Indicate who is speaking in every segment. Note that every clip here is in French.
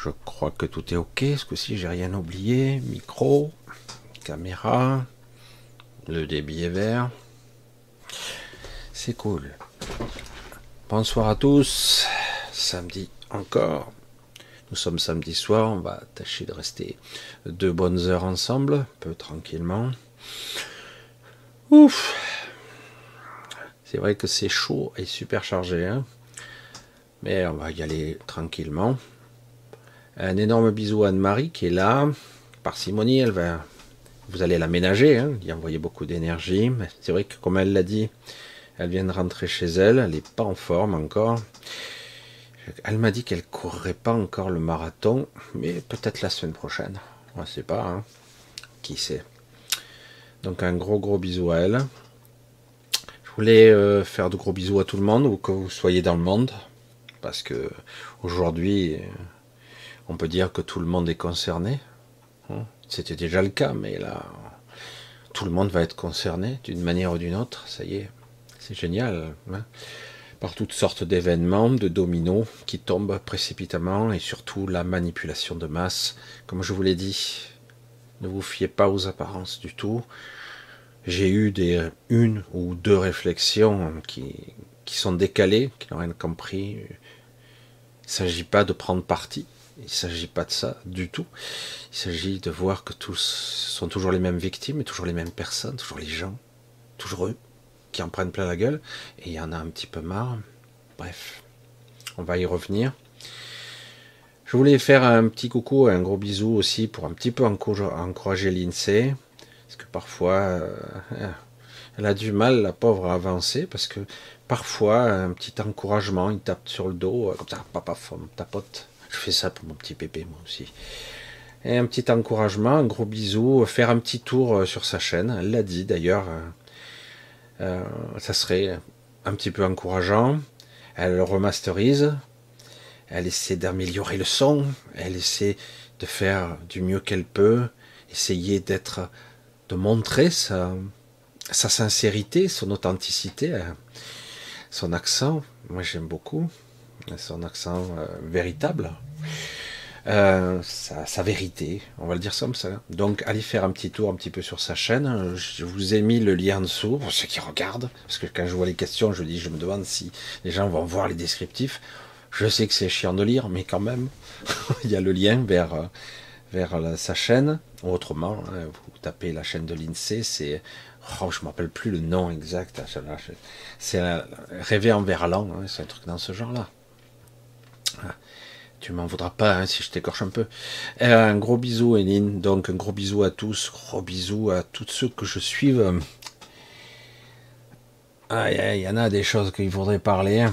Speaker 1: Je crois que tout est ok. Ce coup-ci, j'ai rien oublié. Micro, caméra, le débit est vert. C'est cool. Bonsoir à tous. Samedi encore. Nous sommes samedi soir. On va tâcher de rester 2 bonnes heures ensemble, un peu tranquillement. Ouf. C'est vrai que c'est chaud et super chargé, hein, mais on va y aller tranquillement. Un énorme bisou à Anne-Marie qui est là. Parcimonie, vous allez la ménager, hein, y envoyer beaucoup d'énergie. C'est vrai que comme elle l'a dit, elle vient de rentrer chez elle, elle n'est pas en forme encore. Elle m'a dit qu'elle courrait pas encore le marathon, mais peut-être la semaine prochaine. On ne sait pas, hein. Qui sait. Donc un gros bisou à elle. Je voulais faire de gros bisous à tout le monde, où que vous soyez dans le monde, parce que aujourd'hui, on peut dire que tout le monde est concerné. C'était déjà le cas, mais là, tout le monde va être concerné d'une manière ou d'une autre. Ça y est, c'est génial, hein, par toutes sortes d'événements, de dominos qui tombent précipitamment, et surtout la manipulation de masse. Comme je vous l'ai dit, ne vous fiez pas aux apparences du tout. J'ai eu une ou deux réflexions qui sont décalées, qui n'ont rien compris. Il ne s'agit pas de prendre parti. Il ne s'agit pas de ça du tout. Il s'agit de voir que tous sont toujours les mêmes victimes, et toujours les mêmes personnes, toujours les gens, toujours eux, qui en prennent plein la gueule. Et il y en a un petit peu marre. Bref, on va y revenir. Je voulais faire un petit coucou, un gros bisou aussi pour un petit peu encourager l'INSEE. Parce que parfois, elle a du mal, la pauvre, à avancer. Parce que parfois, un petit encouragement, il tape sur le dos, comme ça, papa, me tapote. Je fais ça pour mon petit pépé, moi aussi. Et un petit encouragement, un gros bisou, faire un petit tour sur sa chaîne. Elle l'a dit d'ailleurs, ça serait un petit peu encourageant. Elle remasterise, elle essaie d'améliorer le son, elle essaie de faire du mieux qu'elle peut, essayer de montrer sa sincérité, son authenticité, son accent. Moi j'aime beaucoup son accent véritable. Sa vérité, on va le dire comme ça. Donc allez faire un petit tour un petit peu sur sa chaîne. Je vous ai mis le lien en dessous pour ceux qui regardent, parce que quand je vois les questions, je me demande si les gens vont voir les descriptifs. Je sais que c'est chiant de lire, mais quand même, il y a le lien vers sa chaîne. Autrement, hein, vous tapez la chaîne de l'INSEE, c'est... Oh, je ne me rappelle plus le nom exact. C'est Rêver en verlan, hein, c'est un truc dans ce genre-là. Tu m'en voudras pas, hein, si je t'écorche un peu. Un gros bisou, Eline. Donc un gros bisou à tous, gros bisou à tous ceux que je suive. Il y en a des choses qu'il faudrait parler.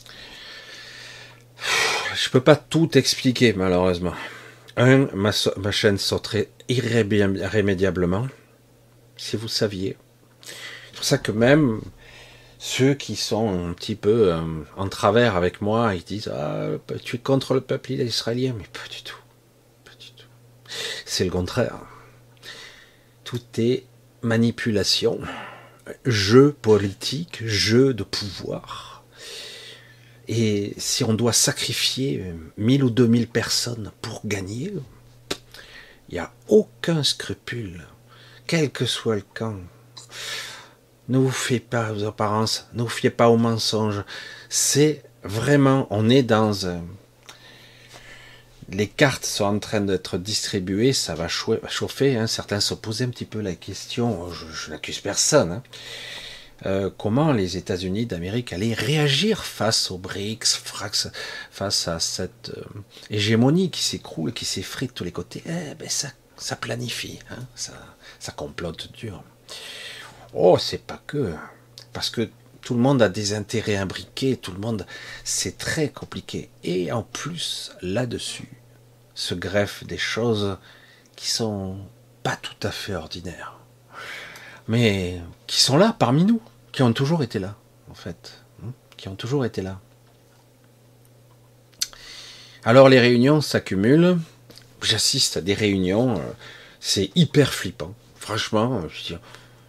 Speaker 1: Je peux pas tout expliquer, malheureusement. Ma chaîne sauterait irrémédiablement, si vous saviez. C'est pour ça que même ceux qui sont un petit peu en travers avec moi, ils disent « Ah, tu es contre le peuple israélien ?» Mais pas du tout. Pas du tout. C'est le contraire. Tout est manipulation, jeu politique, jeu de pouvoir. Et si on doit sacrifier 1000 ou 2000 personnes pour gagner, il n'y a aucun scrupule, quel que soit le camp. Ne vous fiez pas aux apparences, ne vous fiez pas aux mensonges. C'est vraiment, on est dans les cartes sont en train d'être distribuées, ça va chauffer. Hein. Certains se posaient un petit peu la question, je n'accuse personne, hein. Comment les États-Unis d'Amérique allaient réagir face aux BRICS, face à cette hégémonie qui s'écroule, qui s'effrite de tous les côtés. Ça planifie, hein. Ça complote dur. Oh, c'est pas que, parce que tout le monde a des intérêts imbriqués, tout le monde, c'est très compliqué. Et en plus, là-dessus, se greffent des choses qui sont pas tout à fait ordinaires, mais qui sont là parmi nous, qui ont toujours été là, en fait, qui ont toujours été là. Alors les réunions s'accumulent, j'assiste à des réunions, c'est hyper flippant, franchement, je dis,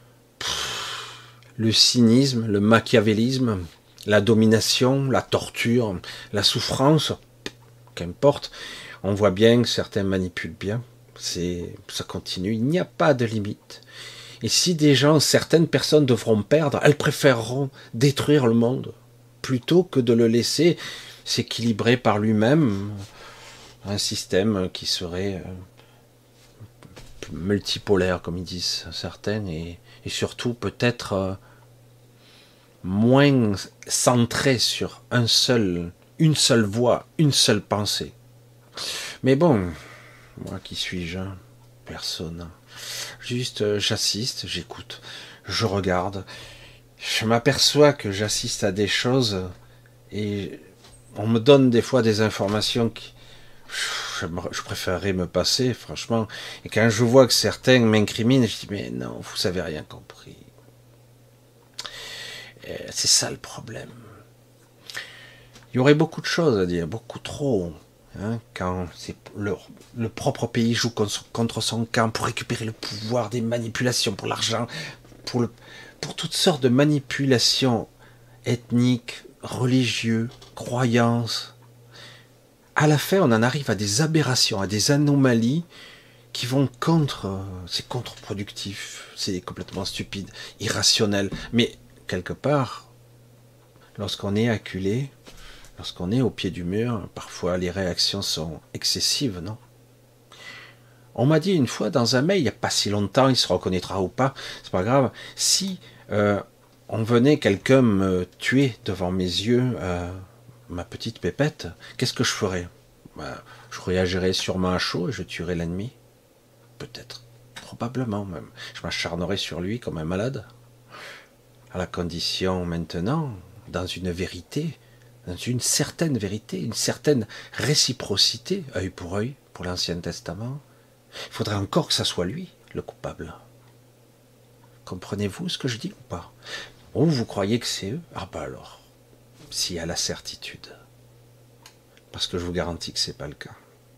Speaker 1: le cynisme, le machiavélisme, la domination, la torture, la souffrance, qu'importe. On voit bien que certains manipulent bien. Ça continue. Il n'y a pas de limite. Et si des gens, certaines personnes devront perdre, elles préféreront détruire le monde plutôt que de le laisser s'équilibrer par lui-même. Un système qui serait multipolaire, comme ils disent certains, et surtout peut-être moins centré sur une seule voix, une seule pensée. Mais bon, moi qui suis-je? Personne. Juste, j'assiste, j'écoute, je regarde. Je m'aperçois que j'assiste à des choses et on me donne des fois des informations qui je préférerais me passer, franchement. Et quand je vois que certains m'incriminent, je dis mais non, vous avez rien compris. C'est ça le problème. Il y aurait beaucoup de choses à dire, beaucoup trop. Hein, quand c'est le propre pays joue contre son camp pour récupérer le pouvoir, des manipulations pour l'argent, pour toutes sortes de manipulations ethniques, religieuses, croyances. À la fin, on en arrive à des aberrations, à des anomalies qui vont c'est contre-productif, c'est complètement stupide, irrationnel. Mais quelque part, lorsqu'on est acculé, lorsqu'on est au pied du mur, parfois les réactions sont excessives, non? On m'a dit une fois dans un mail, il n'y a pas si longtemps, il se reconnaîtra ou pas, c'est pas grave, si on venait quelqu'un me tuer devant mes yeux, ma petite pépette, qu'est-ce que je ferais? Je réagirais sûrement à chaud et je tuerais l'ennemi. Peut-être, probablement même. Je m'acharnerais sur lui comme un malade. À la condition maintenant, dans une vérité, dans une certaine vérité, une certaine réciprocité, œil, pour l'Ancien Testament, il faudrait encore que ça soit lui, le coupable. Comprenez-vous ce que je dis ou pas? Ou vous croyez que c'est eux? Ah bah alors, s'il y a la certitude. Parce que je vous garantis que c'est pas le cas.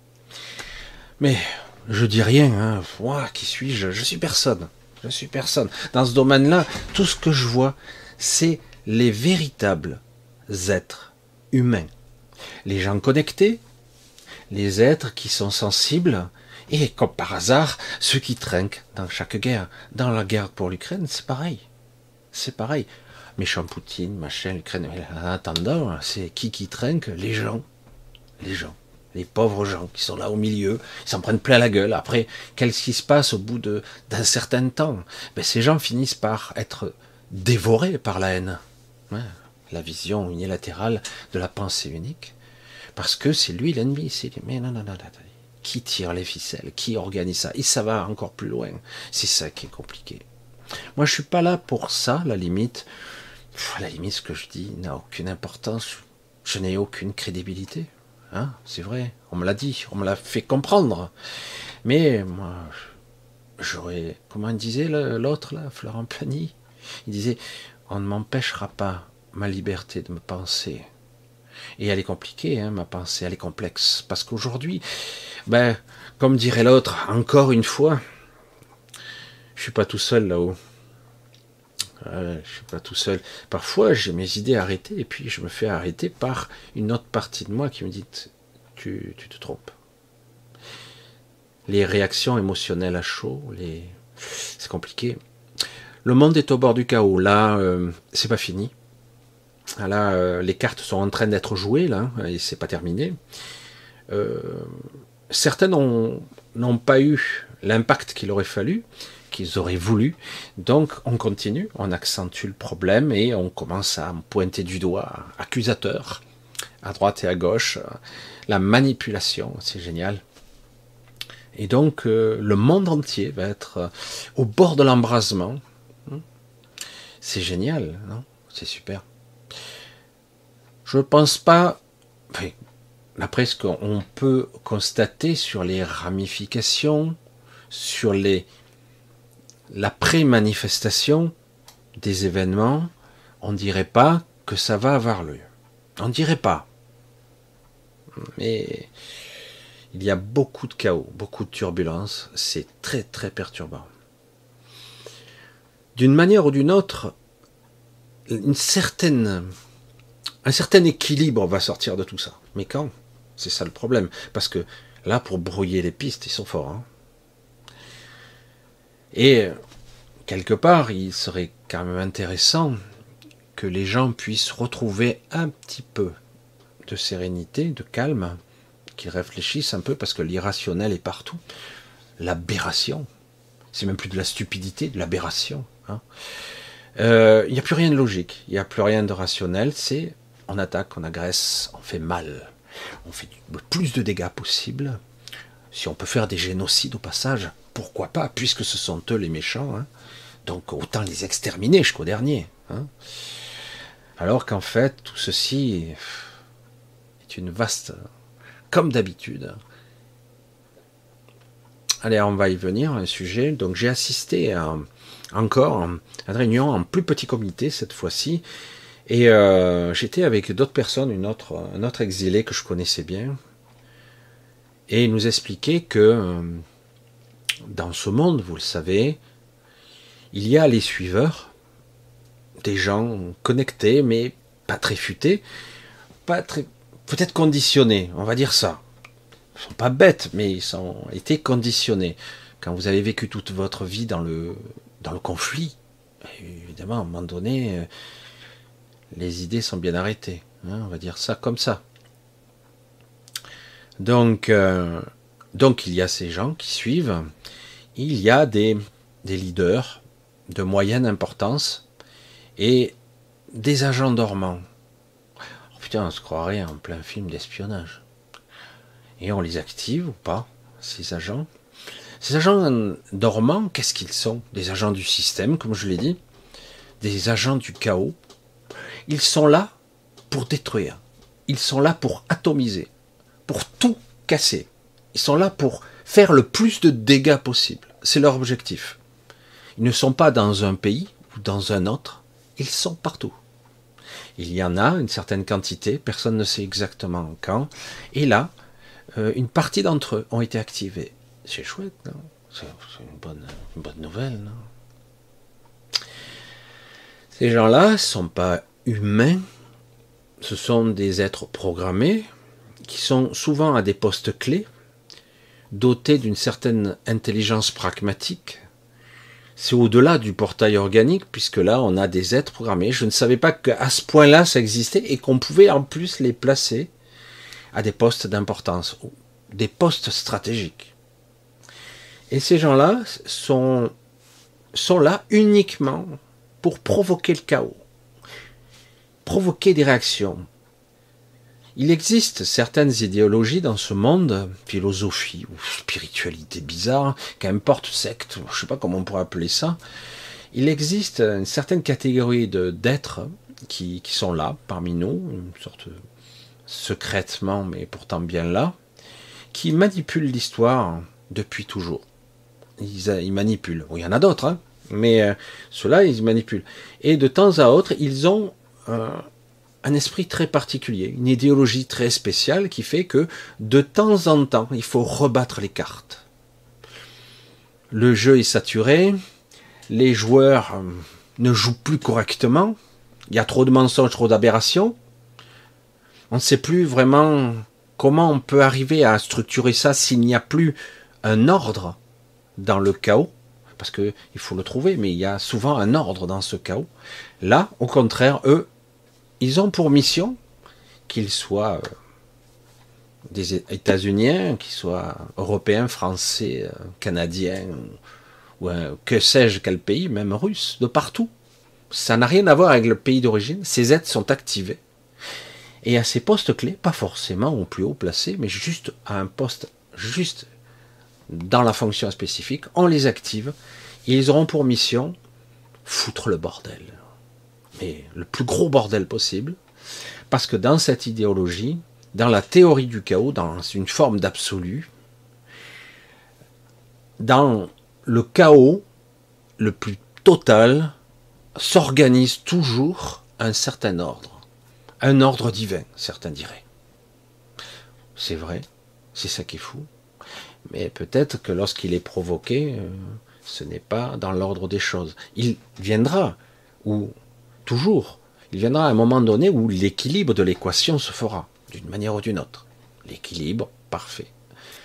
Speaker 1: Mais je dis rien, hein. Moi, qui suis-je? Je suis personne. Je suis personne. Dans ce domaine-là, tout ce que je vois, c'est les véritables êtres humains. Les gens connectés, les êtres qui sont sensibles, et comme par hasard, ceux qui trinquent dans chaque guerre. Dans la guerre pour l'Ukraine, c'est pareil. C'est pareil. Méchant Poutine, machin, l'Ukraine. En attendant, c'est qui trinque? Les gens. Les gens. Les pauvres gens qui sont là au milieu, ils s'en prennent plein la gueule. Après, qu'est-ce qui se passe au bout d'un certain temps? Ces gens finissent par être dévorés par la haine. Ouais, la vision unilatérale de la pensée unique. Parce que c'est lui l'ennemi. Mais non. Qui tire les ficelles? Qui organise ça? Et ça va encore plus loin. C'est ça qui est compliqué. Moi, je suis pas là pour ça, la limite. À la limite, ce que je dis n'a aucune importance. Je n'ai aucune crédibilité. Hein, c'est vrai, on me l'a dit, on me l'a fait comprendre. Mais moi, j'aurais... Comment il disait l'autre, là, Florent Pagny? Il disait, on ne m'empêchera pas ma liberté de me penser. Et elle est compliquée, hein, ma pensée, elle est complexe. Parce qu'aujourd'hui, comme dirait l'autre, encore une fois, je suis pas tout seul là-haut. Je suis pas tout seul. Parfois, j'ai mes idées arrêtées et puis je me fais arrêter par une autre partie de moi qui me dit tu te trompes. Les réactions émotionnelles à chaud, c'est compliqué. Le monde est au bord du chaos. Là, c'est pas fini. Là, les cartes sont en train d'être jouées là et c'est pas terminé. Certains n'ont pas eu l'impact qu'il aurait fallu, qu'ils auraient voulu. Donc on continue, on accentue le problème et on commence à pointer du doigt accusateur à droite et à gauche, la manipulation, c'est génial. Et donc le monde entier va être au bord de l'embrasement. C'est génial, non? C'est super. Je pense pas... Enfin, après ce qu'on peut constater sur les ramifications, sur la pré-manifestation des événements, on dirait pas que ça va avoir lieu. On dirait pas. Mais il y a beaucoup de chaos, beaucoup de turbulences. C'est très très perturbant. D'une manière ou d'une autre, un certain équilibre va sortir de tout ça. Mais quand? C'est ça le problème. Parce que Là, pour brouiller les pistes, ils sont forts. Hein. Et quelque part, il serait quand même intéressant que les gens puissent retrouver un petit peu de sérénité, de calme, qu'ils réfléchissent un peu, parce que l'irrationnel est partout. L'aberration, c'est même plus de la stupidité, de l'aberration. Hein. Il n'y a plus rien de logique, il n'y a plus rien de rationnel, c'est on attaque, on agresse, on fait mal, on fait le plus de dégâts possible. Si on peut faire des génocides au passage, pourquoi pas, puisque ce sont eux les méchants, hein. Donc autant les exterminer jusqu'au dernier. Hein. Alors qu'en fait, tout ceci est une vaste, comme d'habitude. Allez, on va y venir, un sujet. Donc j'ai assisté encore à une réunion en plus petit comité cette fois-ci, et j'étais avec d'autres personnes, un autre exilé que je connaissais bien, et il nous expliquait que dans ce monde, vous le savez, il y a les suiveurs, des gens connectés, mais pas très futés, pas très, peut-être conditionnés, on va dire ça. Ils sont pas bêtes, mais ils ont été conditionnés. Quand vous avez vécu toute votre vie dans le conflit, évidemment, à un moment donné, les idées sont bien arrêtées. Hein, on va dire ça comme ça. Donc il y a ces gens qui suivent. Il y a des leaders de moyenne importance et des agents dormants. Oh putain, on se croirait en plein film d'espionnage. Et on les active ou pas, ces agents. Ces agents dormants, qu'est-ce qu'ils sont? Des agents du système, comme je l'ai dit, des agents du chaos. Ils sont là pour détruire. Ils sont là pour atomiser, pour tout casser. Ils sont là pour faire le plus de dégâts possible. C'est leur objectif. Ils ne sont pas dans un pays ou dans un autre. Ils sont partout. Il y en a une certaine quantité, personne ne sait exactement quand. Et là, une partie d'entre eux ont été activés. C'est chouette, non? C'est une bonne nouvelle, non? Ces gens-là ne sont pas humains, ce sont des êtres programmés qui sont souvent à des postes clés, dotés d'une certaine intelligence pragmatique. C'est au-delà du portail organique, puisque là, on a des êtres programmés. Je ne savais pas qu'à ce point-là, ça existait et qu'on pouvait en plus les placer à des postes d'importance, des postes stratégiques. Et ces gens-là sont là uniquement pour provoquer le chaos, provoquer des réactions. Il existe certaines idéologies dans ce monde, philosophie ou spiritualité bizarre, qu'importe secte, je ne sais pas comment on pourrait appeler ça. Il existe une certaine catégorie d'êtres qui sont là, parmi nous, une sorte secrètement, mais pourtant bien là, qui manipulent l'histoire depuis toujours. Ils manipulent. Bon, il y en a d'autres, hein, mais ceux-là, ils manipulent. Et de temps à autre, ils ont un esprit très particulier, une idéologie très spéciale qui fait que de temps en temps, il faut rebattre les cartes. Le jeu est saturé, les joueurs ne jouent plus correctement, il y a trop de mensonges, trop d'aberrations. On ne sait plus vraiment comment on peut arriver à structurer ça s'il n'y a plus un ordre dans le chaos, parce qu'il faut le trouver, mais il y a souvent un ordre dans ce chaos. Là, au contraire, eux, ils ont pour mission, qu'ils soient des États-Uniens, qu'ils soient Européens, Français, Canadiens, ou que sais-je quel pays, même Russes, de partout. Ça n'a rien à voir avec le pays d'origine, ces êtres sont activés. Et à ces postes clés, pas forcément au plus haut placé, mais juste à un poste, juste dans la fonction spécifique, on les active, et ils auront pour mission foutre le bordel. Mais le plus gros bordel possible, parce que dans cette idéologie, dans la théorie du chaos, dans une forme d'absolu, dans le chaos le plus total, s'organise toujours un certain ordre. Un ordre divin, certains diraient. C'est vrai, c'est ça qui est fou. Mais peut-être que lorsqu'il est provoqué, ce n'est pas dans l'ordre des choses. Il viendra, ou toujours, il viendra à un moment donné où l'équilibre de l'équation se fera, d'une manière ou d'une autre. L'équilibre parfait.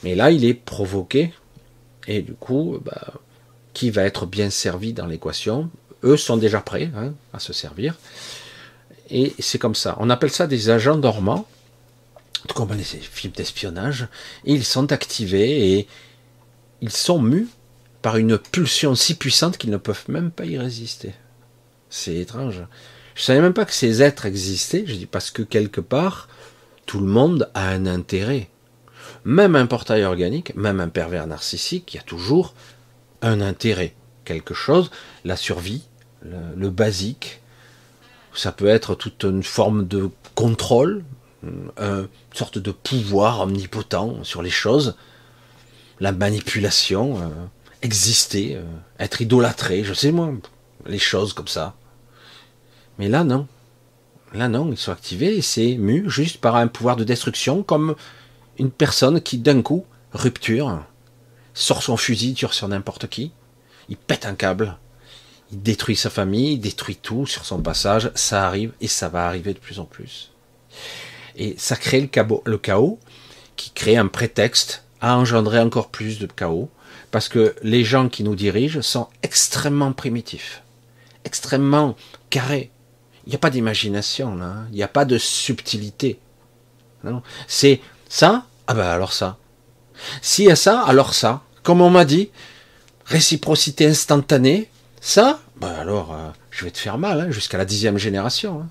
Speaker 1: Mais là, il est provoqué, et du coup, qui va être bien servi dans l'équation? Eux sont déjà prêts à se servir, et c'est comme ça. On appelle ça des agents dormants, tout comme les films d'espionnage, et ils sont activés, et ils sont mus par une pulsion si puissante qu'ils ne peuvent même pas y résister. C'est étrange. Je savais même pas que ces êtres existaient, je dis parce que quelque part, tout le monde a un intérêt. Même un portail organique, même un pervers narcissique, il y a toujours un intérêt. Quelque chose, la survie, le basique, ça peut être toute une forme de contrôle, une sorte de pouvoir omnipotent sur les choses, la manipulation, exister, être idolâtré, je sais moi, les choses comme ça. Mais là non. Là non, ils sont activés et c'est mu juste par un pouvoir de destruction, comme une personne qui d'un coup, rupture, sort son fusil, tire sur n'importe qui, il pète un câble, il détruit sa famille, il détruit tout sur son passage, ça arrive et ça va arriver de plus en plus. Et ça crée le chaos qui crée un prétexte à engendrer encore plus de chaos, parce que les gens qui nous dirigent sont extrêmement primitifs, extrêmement carrés. Il n'y a pas d'imagination là, il n'y a pas de subtilité. Non, c'est ça, ah ben alors ça. S'il y a ça, alors ça. Comme on m'a dit, réciprocité instantanée, ça, ben alors je vais te faire mal jusqu'à la 10e génération.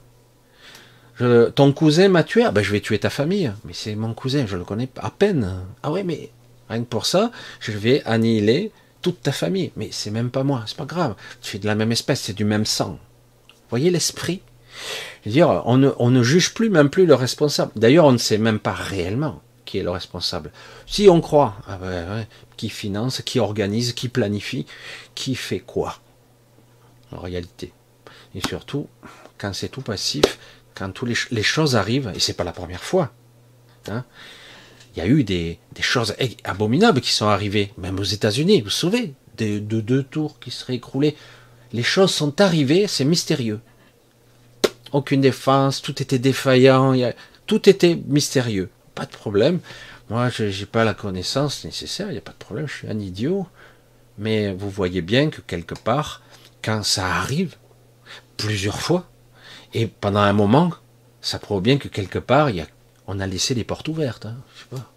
Speaker 1: Ton cousin m'a tué, ah ben je vais tuer ta famille. Mais c'est mon cousin, je le connais à peine. Ah ouais, mais rien que pour ça, je vais annihiler toute ta famille. Mais c'est même pas moi, c'est pas grave. Tu es de la même espèce, c'est du même sang. Vous voyez l'esprit? Je veux dire, on ne juge plus, même plus le responsable. D'ailleurs, on ne sait même pas réellement qui est le responsable. Si on croit, qui finance, qui organise, qui planifie, qui fait quoi en réalité. Et surtout, quand c'est tout passif, quand toutes les choses arrivent, et c'est pas la première fois, il y a eu des choses abominables qui sont arrivées, même aux États-Unis, vous vous souvenez, de 2 tours qui seraient écroulées. Les choses sont arrivées, c'est mystérieux. Aucune défense, tout était défaillant, tout était mystérieux. Pas de problème. Moi, je n'ai pas la connaissance nécessaire, il n'y a pas de problème, je suis un idiot. Mais vous voyez bien que quelque part, quand ça arrive, plusieurs fois, et pendant un moment, ça prouve bien que quelque part, on a laissé les portes ouvertes. Je sais pas.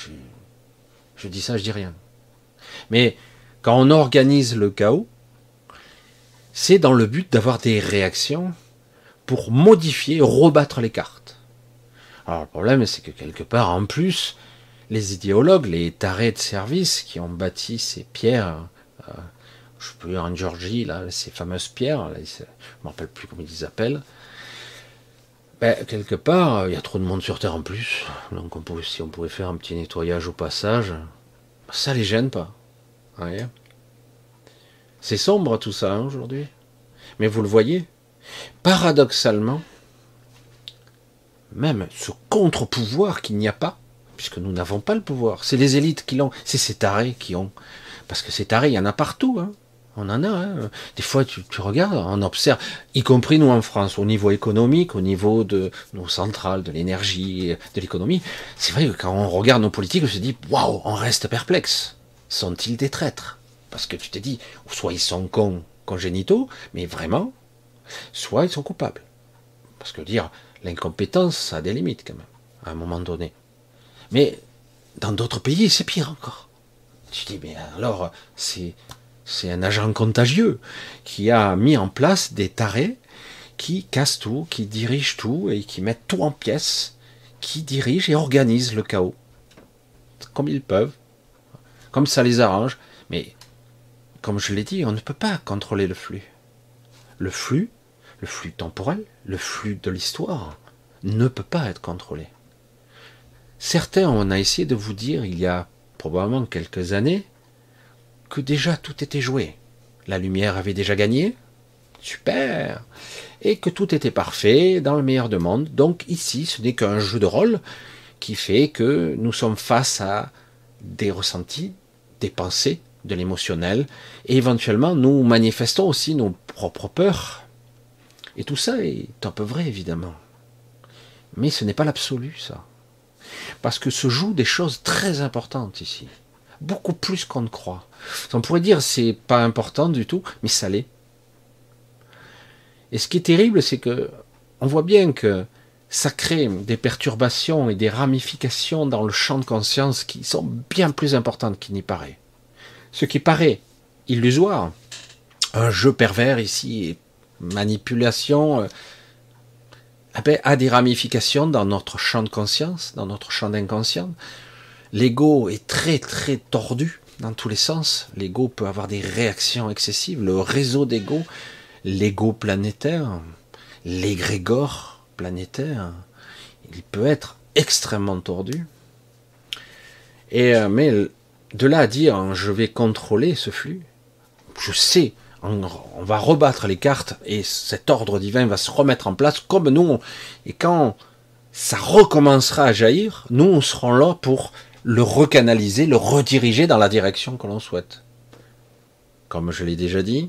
Speaker 1: Je dis ça, je dis rien. Mais quand on organise le chaos, c'est dans le but d'avoir des réactions pour modifier, rebattre les cartes. Alors le problème, c'est que quelque part, en plus, les idéologues, les tarés de service qui ont bâti ces pierres, je peux dire en Géorgie, là, ces fameuses pierres, là, je ne me rappelle plus comment ils les appellent, quelque part, il y a trop de monde sur Terre en plus, donc si on pouvait faire un petit nettoyage au passage, ça les gêne pas. Ouais. C'est sombre tout ça aujourd'hui, mais vous le voyez. Paradoxalement, même ce contre-pouvoir qu'il n'y a pas, puisque nous n'avons pas le pouvoir, c'est les élites qui l'ont, c'est ces tarés qui ont, parce que ces tarés, il y en a partout, on en a, des fois tu regardes, on observe, y compris nous en France, au niveau économique, au niveau de nos centrales, de l'énergie, de l'économie, c'est vrai que quand on regarde nos politiques, on se dit, waouh, on reste perplexe, sont-ils des traîtres? Parce que tu t'es dit, soit ils sont congénitaux, mais vraiment, soit ils sont coupables. Parce que dire l'incompétence, ça a des limites quand même, à un moment donné. Mais dans d'autres pays, c'est pire encore. Tu dis, mais alors, c'est un agent contagieux qui a mis en place des tarés qui cassent tout, qui dirigent tout et qui mettent tout en pièces, qui dirigent et organisent le chaos. Comme ils peuvent, comme ça les arrange. Mais, comme je l'ai dit, on ne peut pas contrôler le flux. Le flux temporel, le flux de l'histoire, ne peut pas être contrôlé. Certains, on a essayé de vous dire, il y a probablement quelques années, que déjà tout était joué. La lumière avait déjà gagné, super, et que tout était parfait, dans le meilleur des mondes. Donc ici, ce n'est qu'un jeu de rôle qui fait que nous sommes face à des ressentis, des pensées, de l'émotionnel, et éventuellement nous manifestons aussi nos propres peurs. Et tout ça est un peu vrai, évidemment. Mais ce n'est pas l'absolu, ça. Parce que se jouent des choses très importantes ici. Beaucoup plus qu'on ne croit. On pourrait dire c'est pas important du tout, mais ça l'est. Et ce qui est terrible, c'est que on voit bien que ça crée des perturbations et des ramifications dans le champ de conscience qui sont bien plus importantes qu'il n'y paraît. Ce qui paraît illusoire, un jeu pervers ici, manipulation, a des ramifications dans notre champ de conscience, dans notre champ d'inconscient. L'ego est très très tordu dans tous les sens. L'ego peut avoir des réactions excessives. Le réseau d'ego, l'ego planétaire, l'égrégore planétaire, il peut être extrêmement tordu. Mais de là à dire je vais contrôler ce flux, je sais, on va rebattre les cartes et cet ordre divin va se remettre en place comme nous. Et quand ça recommencera à jaillir, nous on sera là pour le recanaliser, le rediriger dans la direction que l'on souhaite. Comme je l'ai déjà dit,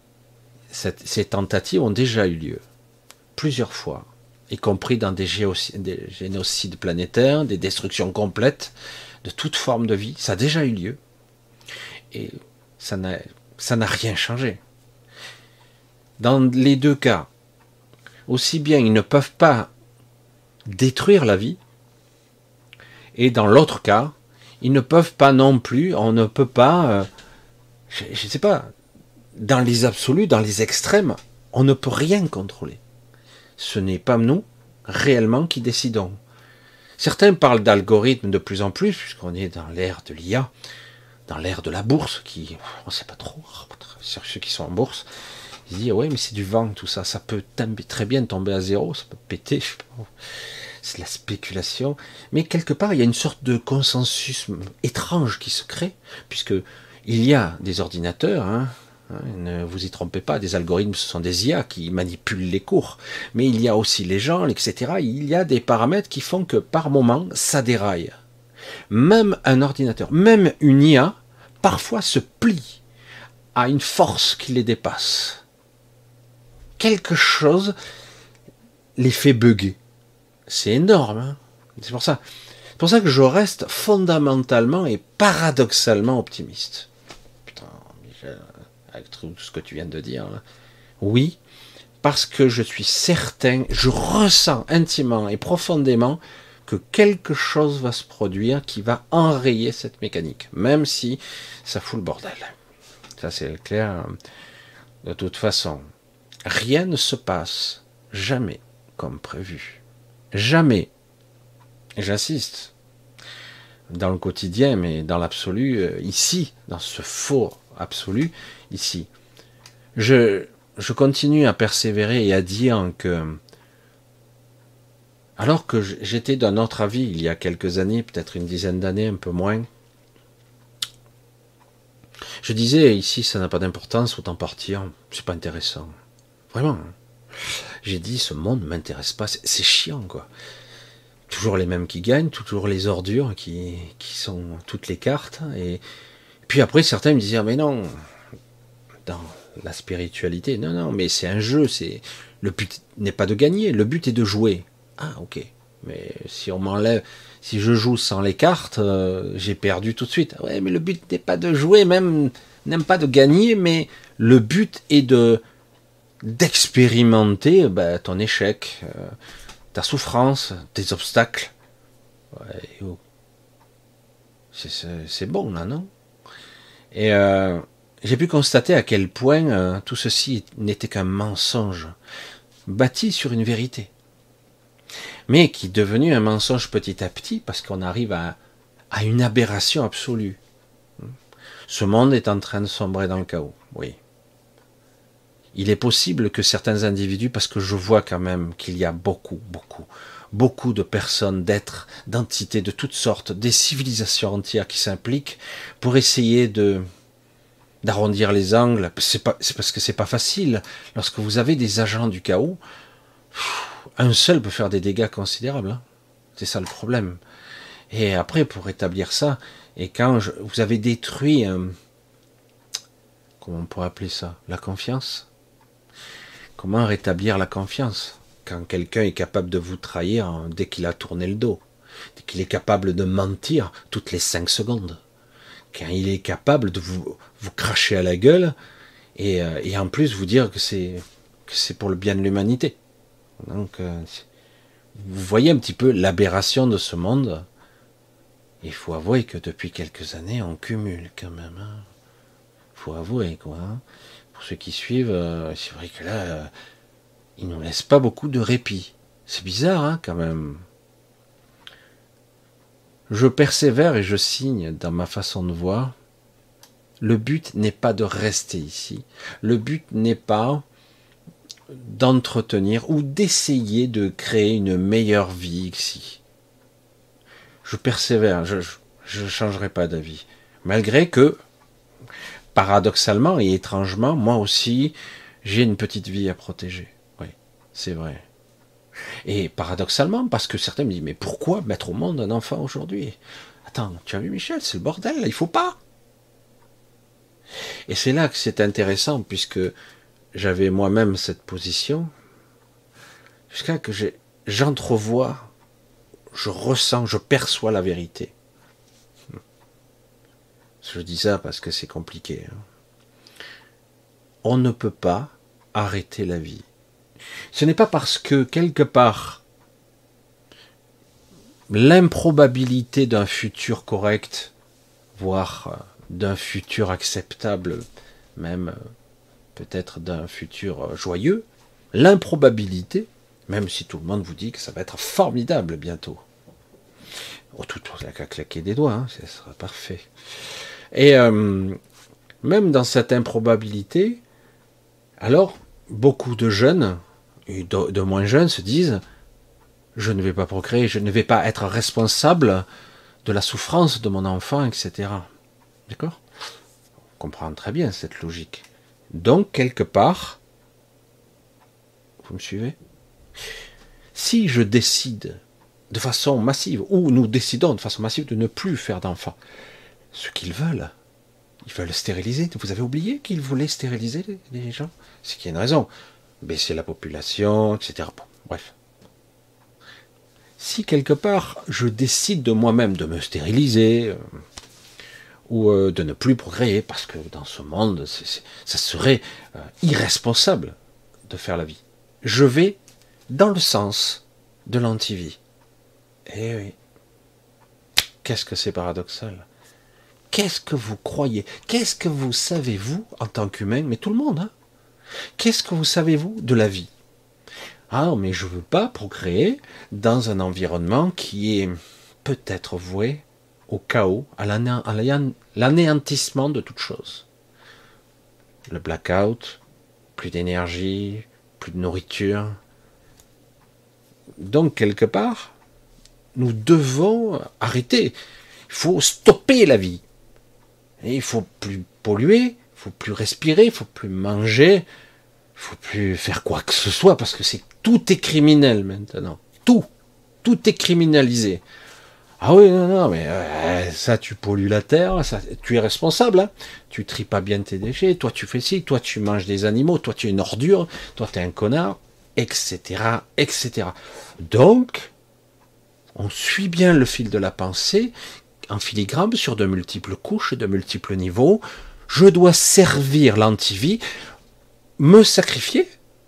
Speaker 1: ces tentatives ont déjà eu lieu plusieurs fois, y compris dans des génocides planétaires, des destructions complètes de toute forme de vie. Ça a déjà eu lieu. Et ça n'a rien changé. Dans les deux cas, aussi bien ils ne peuvent pas détruire la vie, et dans l'autre cas, ils ne peuvent pas non plus, on ne peut pas, je ne sais pas, dans les absolus, dans les extrêmes, on ne peut rien contrôler. Ce n'est pas nous, réellement, qui décidons. Certains parlent d'algorithmes de plus en plus, puisqu'on est dans l'ère de l'IA, dans l'ère de la bourse, qui, on ne sait pas trop, sur ceux qui sont en bourse, ils disent, ouais, mais c'est du vent, tout ça, ça peut très bien tomber à zéro, ça peut péter, je sais pas. C'est de la spéculation, mais quelque part il y a une sorte de consensus étrange qui se crée, puisque il y a des ordinateurs, ne vous y trompez pas, des algorithmes, ce sont des IA qui manipulent les cours, mais il y a aussi les gens, etc. Il y a des paramètres qui font que par moment ça déraille. Même un ordinateur, même une IA, parfois se plie à une force qui les dépasse. Quelque chose les fait bugger. C'est énorme. C'est pour ça que je reste fondamentalement et paradoxalement optimiste. Putain, avec tout ce que tu viens de dire, là. Oui, parce que je suis certain, je ressens intimement et profondément que quelque chose va se produire qui va enrayer cette mécanique, même si ça fout le bordel. Ça c'est clair. De toute façon, rien ne se passe jamais comme prévu. Jamais, et j'insiste, dans le quotidien, mais dans l'absolu, ici, dans ce faux absolu, ici, je continue à persévérer et à dire que, alors que j'étais d'un autre avis il y a quelques années, peut-être une dizaine d'années, un peu moins, je disais, ici, ça n'a pas d'importance, autant partir, c'est pas intéressant. Vraiment. J'ai dit, ce monde ne m'intéresse pas, c'est chiant, quoi. Toujours les mêmes qui gagnent, toujours les ordures qui sont toutes les cartes. Et puis après, certains me disaient, mais non, dans la spiritualité, non, mais c'est un jeu, le but n'est pas de gagner, le but est de jouer. Ah, ok. Mais si on m'enlève, si je joue sans les cartes, j'ai perdu tout de suite. Ouais, mais le but n'est pas de jouer, même, n'aime pas de gagner, mais le but est d'expérimenter ton échec, ta souffrance, tes obstacles. Ouais, c'est bon là, non? Et j'ai pu constater à quel point tout ceci n'était qu'un mensonge bâti sur une vérité, mais qui est devenu un mensonge petit à petit parce qu'on arrive à une aberration absolue. Ce monde est en train de sombrer dans le chaos, oui. Il est possible que certains individus, parce que je vois quand même qu'il y a beaucoup de personnes, d'êtres, d'entités de toutes sortes, des civilisations entières qui s'impliquent pour essayer d'arrondir les angles. C'est parce que c'est pas facile. Lorsque vous avez des agents du chaos, un seul peut faire des dégâts considérables. C'est ça le problème. Et après, pour rétablir ça, et quand vous avez détruit, comment on pourrait appeler ça, la confiance. Comment rétablir la confiance quand quelqu'un est capable de vous trahir dès qu'il a tourné le dos? qu'il est capable de mentir toutes les 5 secondes, quand il est capable de vous cracher à la gueule, et en plus vous dire que c'est pour le bien de l'humanité. Donc, vous voyez un petit peu l'aberration de ce monde. Il faut avouer que depuis quelques années, on cumule quand même. Faut avouer, quoi. Pour ceux qui suivent, c'est vrai que là, ils nous laissent pas beaucoup de répit. C'est bizarre, quand même. Je persévère et je signe dans ma façon de voir. Le but n'est pas de rester ici. Le but n'est pas d'entretenir ou d'essayer de créer une meilleure vie ici. Je persévère, je ne changerai pas d'avis. Malgré que, paradoxalement et étrangement, moi aussi, j'ai une petite vie à protéger. Oui, c'est vrai. Et paradoxalement, parce que certains me disent, mais pourquoi mettre au monde un enfant aujourd'hui? Attends, tu as vu Michel, c'est le bordel, il faut pas. Et c'est là que c'est intéressant, puisque j'avais moi-même cette position, jusqu'à que j'entrevois, je ressens, je perçois la vérité. Je dis ça parce que c'est compliqué. On ne peut pas arrêter la vie. Ce n'est pas parce que, quelque part, l'improbabilité d'un futur correct, voire d'un futur acceptable, même peut-être d'un futur joyeux, l'improbabilité, même si tout le monde vous dit que ça va être formidable bientôt. Oh, tout n'a qu'à claquer des doigts, ça sera parfait. Et même dans cette improbabilité, alors beaucoup de jeunes, et de moins jeunes, se disent « je ne vais pas procréer, je ne vais pas être responsable de la souffrance de mon enfant, etc. » D'accord? On comprend très bien cette logique. Donc, quelque part, vous me suivez? Si je décide de façon massive, ou nous décidons de façon massive de ne plus faire d'enfants, ce qu'ils veulent, ils veulent stériliser. Vous avez oublié qu'ils voulaient stériliser les gens? C'est qu'il y a une raison. Baisser la population, etc. Bon, bref. Si quelque part, je décide de moi-même de me stériliser, ou de ne plus procréer, parce que dans ce monde, ça serait irresponsable de faire la vie. Je vais dans le sens de l'antivie. Eh oui. Qu'est-ce que c'est paradoxal? Qu'est-ce que vous croyez? Qu'est-ce que vous savez, vous, en tant qu'humain, mais tout le monde, qu'est-ce que vous savez, vous, de la vie? Ah, mais je ne veux pas procréer dans un environnement qui est peut-être voué au chaos, à l'anéantissement de toute chose. Le blackout, plus d'énergie, plus de nourriture. Donc, quelque part, nous devons arrêter. Il faut stopper la vie. Et il ne faut plus polluer, il ne faut plus respirer, il ne faut plus manger, il ne faut plus faire quoi que ce soit, parce que tout est criminel maintenant. Tout est criminalisé. Ah oui, non, mais ça, tu pollues la terre, ça, tu es responsable, tu tries pas bien tes déchets, toi tu fais ci, toi tu manges des animaux, toi tu es une ordure, toi tu es un connard, etc., etc. Donc, on suit bien le fil de la pensée, en filigrane, sur de multiples couches, de multiples niveaux. Je dois servir l'antivie, me sacrifier,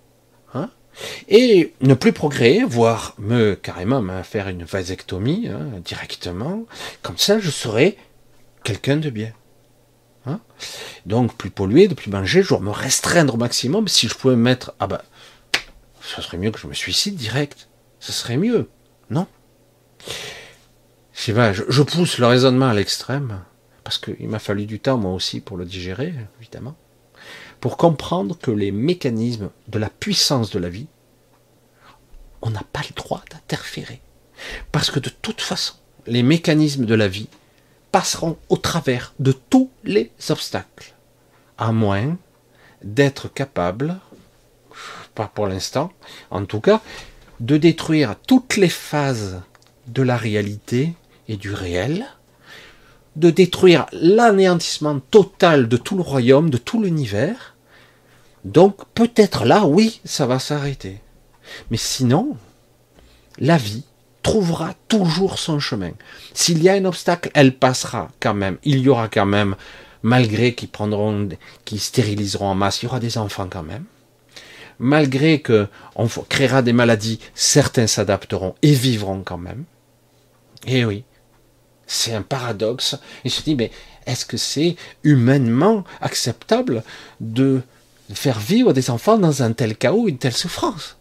Speaker 1: et ne plus procréer, voire carrément me faire une vasectomie directement. Comme ça, je serai quelqu'un de bien. Donc, plus polluer, de plus manger, je dois me restreindre au maximum. Si je pouvais me mettre, ça serait mieux que je me suicide direct. Ça serait mieux, non? Je sais pas, je pousse le raisonnement à l'extrême, parce qu'il m'a fallu du temps, moi aussi, pour le digérer, évidemment, pour comprendre que les mécanismes de la puissance de la vie, on n'a pas le droit d'interférer. Parce que de toute façon, les mécanismes de la vie passeront au travers de tous les obstacles, à moins d'être capable, pas pour l'instant, en tout cas, de détruire toutes les phases de la réalité et du réel, de détruire l'anéantissement total de tout le royaume, de tout l'univers. Donc peut-être là, oui, ça va s'arrêter. Mais sinon, la vie trouvera toujours son chemin. S'il y a un obstacle, elle passera quand même. Il y aura quand même, malgré qu'ils stériliseront en masse, il y aura des enfants quand même. Malgré qu'on créera des maladies, certains s'adapteront et vivront quand même. Et oui, c'est un paradoxe. Il se dit, mais est-ce que c'est humainement acceptable de faire vivre des enfants dans un tel chaos, une telle souffrance?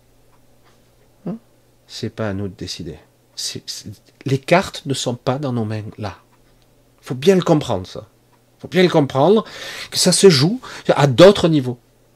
Speaker 1: C'est pas à nous de décider. Les cartes ne sont pas dans nos mains là. Il faut bien le comprendre, ça. Il faut bien le comprendre que ça se joue à d'autres niveaux.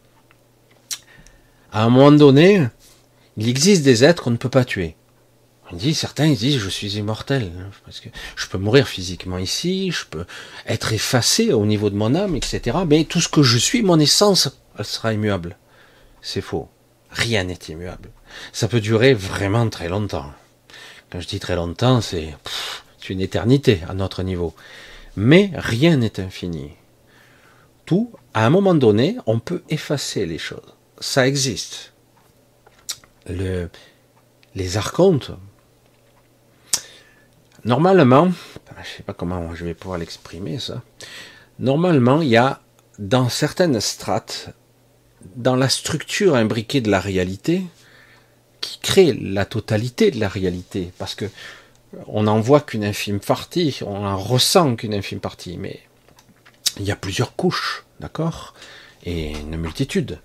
Speaker 1: À un moment donné, il existe des êtres qu'on ne peut pas tuer. Certains ils disent je suis immortel, parce que je peux mourir physiquement ici, je peux être effacé au niveau de mon âme, etc. Mais tout ce que je suis, mon essence, elle sera immuable. C'est faux. Rien n'est immuable. Ça peut durer vraiment très longtemps. Quand je dis très longtemps, c'est une éternité à notre niveau. Mais rien n'est infini. Tout, à un moment donné, on peut effacer les choses. Ça existe. Les archontes, normalement, je ne sais pas comment je vais pouvoir l'exprimer ça, normalement il y a dans certaines strates, dans la structure imbriquée de la réalité, qui crée la totalité de la réalité, parce que on n'en voit qu'une infime partie, on n'en ressent qu'une infime partie, mais il y a plusieurs couches, d'accord, et une multitude.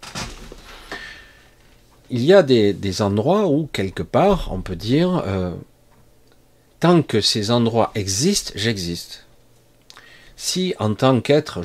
Speaker 1: Il y a des endroits où, quelque part, on peut dire, tant que ces endroits existent, j'existe. Si, en tant qu'être,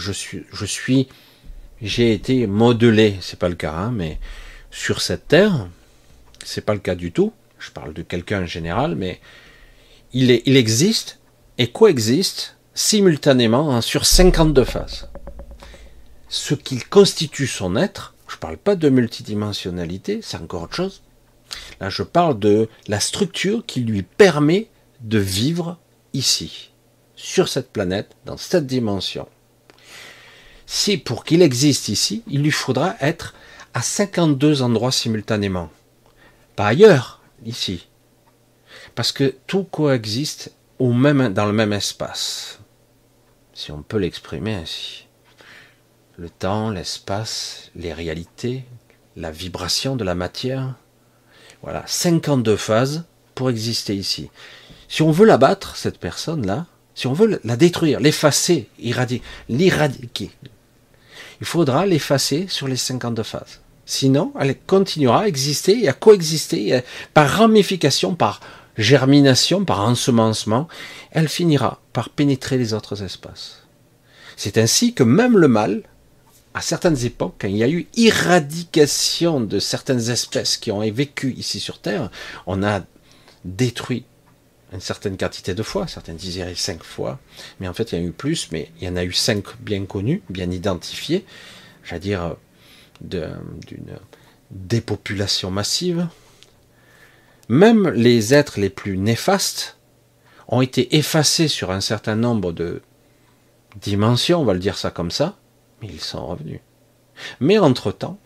Speaker 1: j'ai été modelé, c'est pas le cas, hein, mais sur cette terre, c'est pas le cas du tout, je parle de quelqu'un en général, mais il existe et coexiste simultanément sur 52 phases. Ce qui constitue son être, je ne parle pas de multidimensionnalité, c'est encore autre chose. Là, je parle de la structure qui lui permet de vivre ici, sur cette planète, dans cette dimension. Si pour qu'il existe ici, il lui faudra être à 52 endroits simultanément. Pas ailleurs, ici. Parce que tout coexiste dans le même espace. Si on peut l'exprimer ainsi. Le temps, l'espace, les réalités, la vibration de la matière. Voilà, 52 phases pour exister ici. Si on veut l'abattre, cette personne-là, si on veut la détruire, l'effacer, l'éradiquer, il faudra l'effacer sur les 52 phases. Sinon, elle continuera à exister et à coexister par ramification, par germination, par ensemencement. Elle finira par pénétrer les autres espaces. C'est ainsi que même le mal, à certaines époques, quand il y a eu éradication de certaines espèces qui ont vécu ici sur Terre, on a détruit une certaine quantité de fois, certains disaient 5 fois, mais en fait il y en a eu plus, mais il y en a eu 5 bien connus, bien identifiés, j'allais dire d'une dépopulation massive. Même les êtres les plus néfastes ont été effacés sur un certain nombre de dimensions, on va le dire ça comme ça, mais ils sont revenus. Mais entre-temps,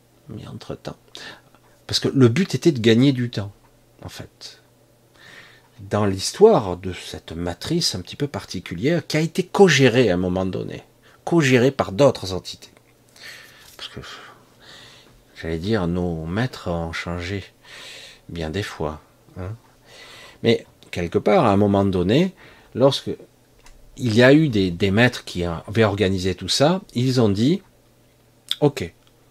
Speaker 1: parce que le but était de gagner du temps, en fait. Dans l'histoire de cette matrice un petit peu particulière qui a été co-gérée à un moment donné, co-gérée par d'autres entités. Parce que, j'allais dire, nos maîtres ont changé bien des fois. Hein. Mais, quelque part, à un moment donné, lorsque il y a eu des maîtres qui avaient organisé tout ça, ils ont dit, ok,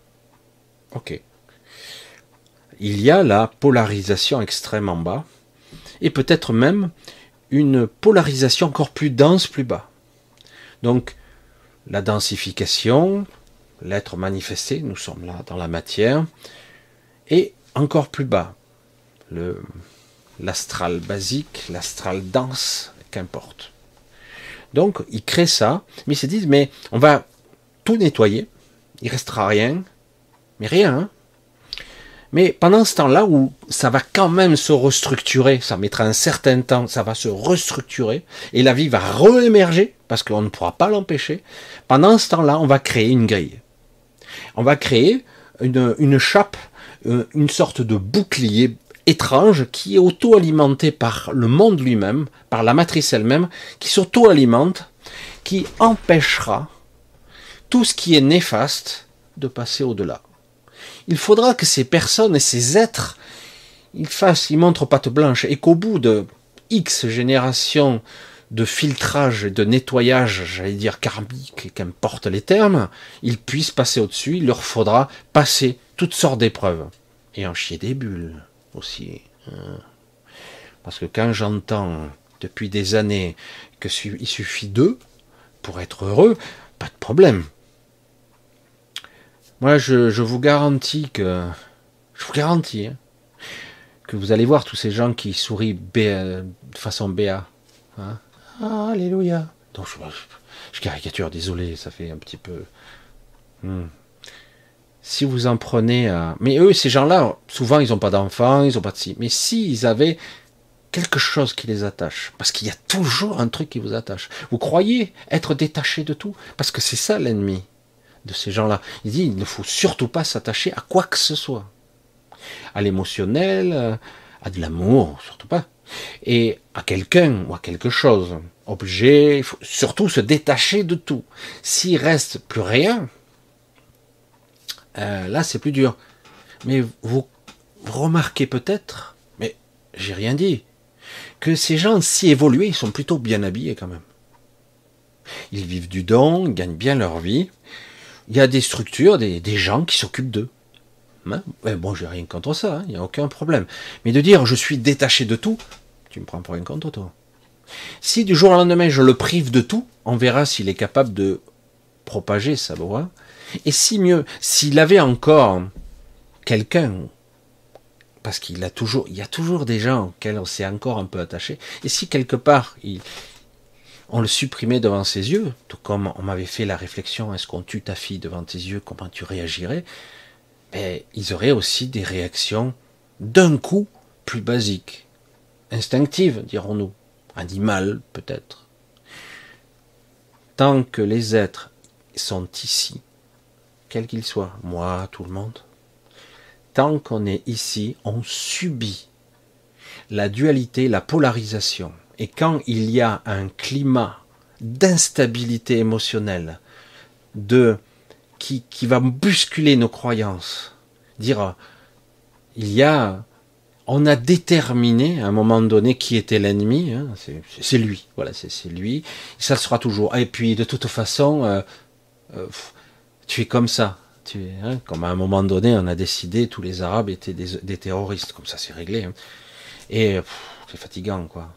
Speaker 1: il y a la polarisation extrême en bas, et peut-être même une polarisation encore plus dense plus bas. Donc, la densification, l'être manifesté, nous sommes là dans la matière, et encore plus bas, l'astral basique, l'astral dense, qu'importe. Donc, ils créent ça, mais ils se disent, mais on va tout nettoyer, il restera rien, mais rien, hein. Mais pendant ce temps-là, où ça va quand même se restructurer, ça mettra un certain temps, ça va se restructurer, et la vie va re-émerger, parce qu'on ne pourra pas l'empêcher, pendant ce temps-là, on va créer une grille. On va créer une chape, une sorte de bouclier étrange qui est auto-alimenté par le monde lui-même, par la matrice elle-même, qui s'auto-alimente, qui empêchera tout ce qui est néfaste de passer au-delà. Il faudra que ces personnes et ces êtres, ils montrent patte blanche et qu'au bout de X générations de filtrage et de nettoyage, j'allais dire karmique, qu'importe les termes, ils puissent passer au-dessus, il leur faudra passer toutes sortes d'épreuves. Et en chier des bulles aussi. Parce que quand j'entends depuis des années qu'il suffit d'eux pour être heureux, pas de problème. Moi, je vous garantis que... Je vous garantis que vous allez voir tous ces gens qui sourient de façon béat. Hein. Ah, alléluia. Donc, je caricature, désolé, ça fait un petit peu... Si vous en prenez à... Mais eux, ces gens-là, souvent, ils n'ont pas d'enfants, ils n'ont pas de si. Mais s'ils avaient quelque chose qui les attache, parce qu'il y a toujours un truc qui vous attache. Vous croyez être détaché de tout? Parce que c'est ça l'ennemi de ces gens-là. Il dit, il ne faut surtout pas s'attacher à quoi que ce soit. À l'émotionnel, à de l'amour, surtout pas. Et à quelqu'un ou à quelque chose. Objet, il faut surtout se détacher de tout. S'il reste plus rien, là c'est plus dur. Mais vous remarquez peut-être, mais j'ai rien dit, que ces gens si évolués, ils sont plutôt bien habillés quand même. Ils vivent du don, ils gagnent bien leur vie. Il y a des structures, des gens qui s'occupent d'eux. Hein, bon, j'ai rien contre ça, il n'y a aucun problème. Mais de dire je suis détaché de tout, tu me prends pour un contre toi. Si du jour au lendemain je le prive de tout, on verra s'il est capable de propager sa loi. Et si mieux, s'il avait encore quelqu'un, parce qu'il y a toujours des gens auxquels on s'est encore un peu attaché, et si quelque part on le supprimait devant ses yeux, tout comme on m'avait fait la réflexion, est-ce qu'on tue ta fille devant tes yeux, comment tu réagirais? Mais ils auraient aussi des réactions d'un coup plus basiques, instinctives, dirons-nous, animales peut-être. Tant que les êtres sont ici, quels qu'ils soient, moi, tout le monde, tant qu'on est ici, on subit la dualité, la polarisation. Et quand il y a un climat d'instabilité émotionnelle, qui va bousculer nos croyances, dire on a déterminé à un moment donné qui était l'ennemi, hein, c'est lui, voilà, c'est lui, ça le sera toujours. Et puis de toute façon, tu es comme ça, comme à un moment donné on a décidé tous les Arabes étaient des terroristes, comme ça c'est réglé, hein. Et c'est fatigant quoi.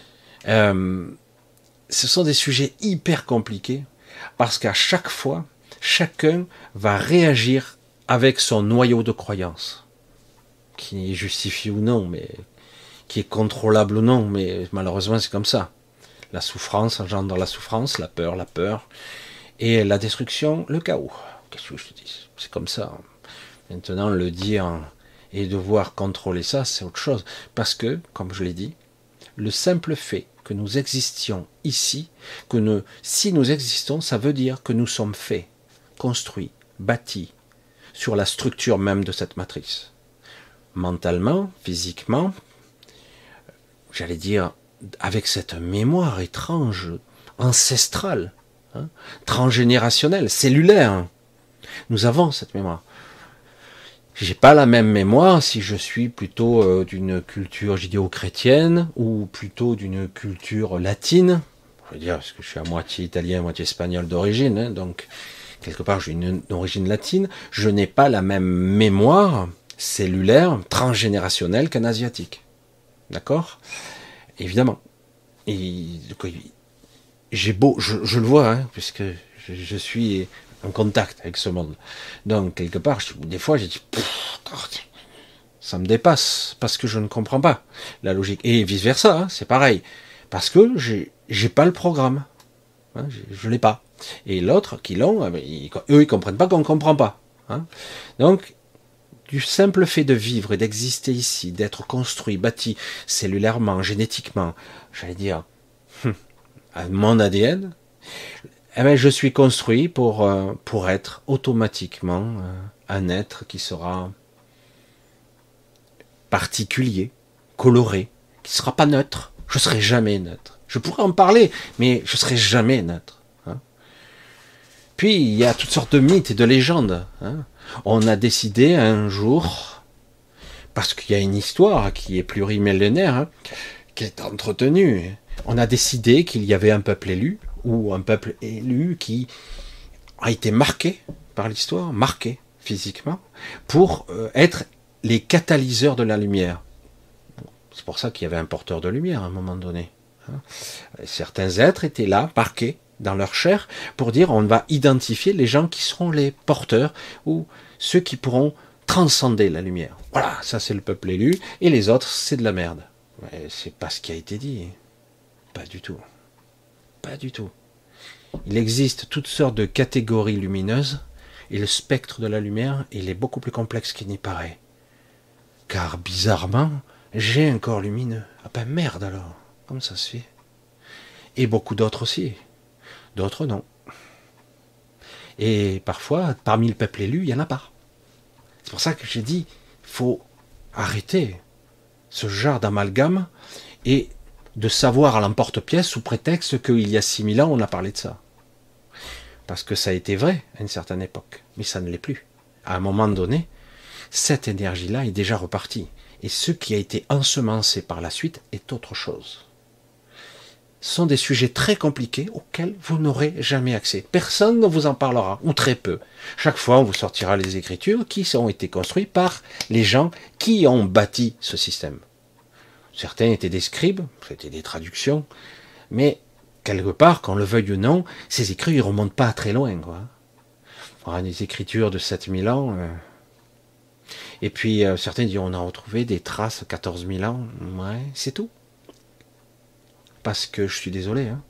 Speaker 1: Ce sont des sujets hyper compliqués parce qu'à chaque fois chacun va réagir avec son noyau de croyance, qui est justifié ou non, mais qui est contrôlable ou non, mais malheureusement c'est comme ça. La souffrance engendre la souffrance, la peur, et la destruction, le chaos. Qu'est-ce que je te dis? C'est comme ça. Maintenant, le dire et devoir contrôler ça, c'est autre chose. Parce que, comme je l'ai dit, le simple fait que nous existions ici, si nous existons, ça veut dire que nous sommes faits, construits, bâtis sur la structure même de cette matrice. Mentalement, physiquement, j'allais dire, avec cette mémoire étrange, ancestrale, transgénérationnelle, cellulaire. Nous avons cette mémoire. J'ai pas la même mémoire si je suis plutôt d'une culture judéo-chrétienne ou plutôt d'une culture latine. Je veux dire, parce que je suis à moitié italien, moitié espagnol d'origine, hein, donc quelque part j'ai une origine latine. Je n'ai pas la même mémoire cellulaire, transgénérationnelle qu'un asiatique. D'accord? Évidemment. Et j'ai beau, je le vois, hein, puisque je suis en contact avec ce monde. Donc, quelque part, des fois, j'ai dit, ça me dépasse, parce que je ne comprends pas la logique. Et vice-versa, hein, c'est pareil. Parce que j'ai pas le programme. Hein, je l'ai pas. Et l'autre, qui l'ont, eux, ils comprennent pas qu'on ne comprend pas. Hein. Donc, du simple fait de vivre et d'exister ici, d'être construit, bâti, cellulairement, génétiquement, j'allais dire, à mon ADN, eh bien, je suis construit pour être automatiquement un être qui sera particulier, coloré, qui ne sera pas neutre. Je ne serai jamais neutre. Je pourrais en parler, mais je ne serai jamais neutre. Hein. Puis, il y a toutes sortes de mythes et de légendes. Hein. On a décidé un jour, parce qu'il y a une histoire qui est plurimillénaire, hein, qui est entretenue, on a décidé qu'il y avait un peuple élu, ou un peuple élu qui a été marqué par l'histoire, marqué physiquement, pour être les catalyseurs de la lumière. C'est pour ça qu'il y avait un porteur de lumière à un moment donné. Certains êtres étaient là, marqués dans leur chair, pour dire on va identifier les gens qui seront les porteurs, ou ceux qui pourront transcender la lumière. Voilà, ça c'est le peuple élu, et les autres c'est de la merde. Mais c'est pas ce qui a été dit. Pas du tout. Pas du tout. Il existe toutes sortes de catégories lumineuses, et le spectre de la lumière, il est beaucoup plus complexe qu'il n'y paraît. Car bizarrement, j'ai un corps lumineux. Ah ben merde alors, comment ça se fait? Et beaucoup d'autres aussi. D'autres non. Et parfois, parmi le peuple élu, il n'y en a pas. C'est pour ça que j'ai dit, il faut arrêter ce genre d'amalgame et de savoir à l'emporte-pièce sous prétexte qu'il y a 6000 ans, on a parlé de ça. Parce que ça a été vrai à une certaine époque, mais ça ne l'est plus. À un moment donné, cette énergie-là est déjà repartie. Et ce qui a été ensemencé par la suite est autre chose. Ce sont des sujets très compliqués auxquels vous n'aurez jamais accès. Personne ne vous en parlera, ou très peu. Chaque fois, on vous sortira les écritures qui ont été construites par les gens qui ont bâti ce système. Certains étaient des scribes, c'était des traductions, mais quelque part, qu'on le veuille ou non, ces écrits ne remontent pas très loin. Quoi. On a des écritures de 7000 ans. Et puis, certains disent on a retrouvé des traces 14 000 ans. Ouais, c'est tout. Parce que je suis désolé. Hein,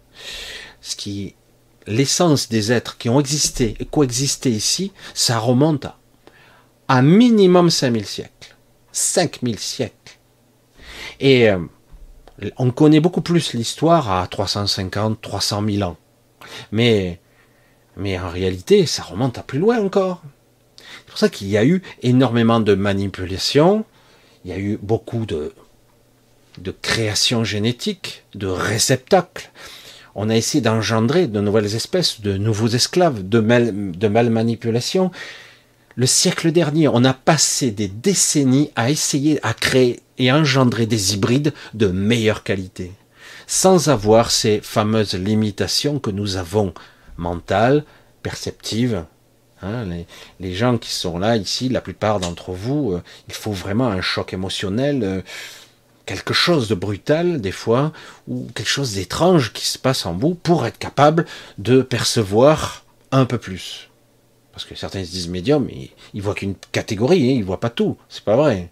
Speaker 1: l'essence des êtres qui ont existé et coexisté ici, ça remonte à minimum 5000 siècles. 5000 siècles. Et on connaît beaucoup plus l'histoire à 350, 300 000 ans. Mais en réalité, ça remonte à plus loin encore. C'est pour ça qu'il y a eu énormément de manipulations, il y a eu beaucoup de création génétique, de réceptacles. On a essayé d'engendrer de nouvelles espèces, de nouveaux esclaves, de malmanipulation. Le siècle dernier, on a passé des décennies à essayer à créer et engendrer des hybrides de meilleure qualité, sans avoir ces fameuses limitations que nous avons, mentales, perceptives. Hein, les gens qui sont là, ici, la plupart d'entre vous, il faut vraiment un choc émotionnel, quelque chose de brutal, des fois, ou quelque chose d'étrange qui se passe en vous, pour être capable de percevoir un peu plus. Parce que certains se disent médium, ils voient qu'une catégorie, hein, ils voient pas tout, c'est pas vrai.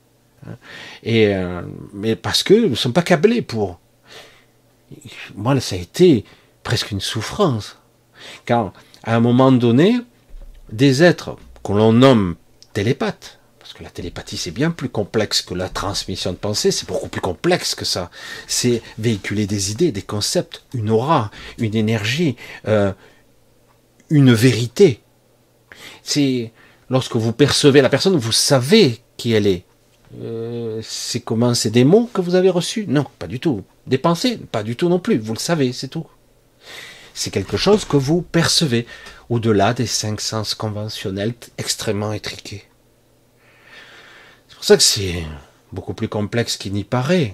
Speaker 1: Mais parce que nous ne sommes pas câblés pour. Moi, ça a été presque une souffrance. Quand, à un moment donné, des êtres que l'on nomme télépathes, parce que la télépathie c'est bien plus complexe que la transmission de pensée, c'est beaucoup plus complexe que ça. C'est véhiculer des idées, des concepts, une aura, une énergie, une vérité. C'est lorsque vous percevez la personne, vous savez qui elle est. C'est comment, c'est des mots que vous avez reçus? Non, pas du tout. Des pensées? Pas du tout non plus. Vous le savez, c'est tout. C'est quelque chose que vous percevez, au-delà des 5 sens conventionnels extrêmement étriqués. C'est pour ça que c'est beaucoup plus complexe qu'il n'y paraît.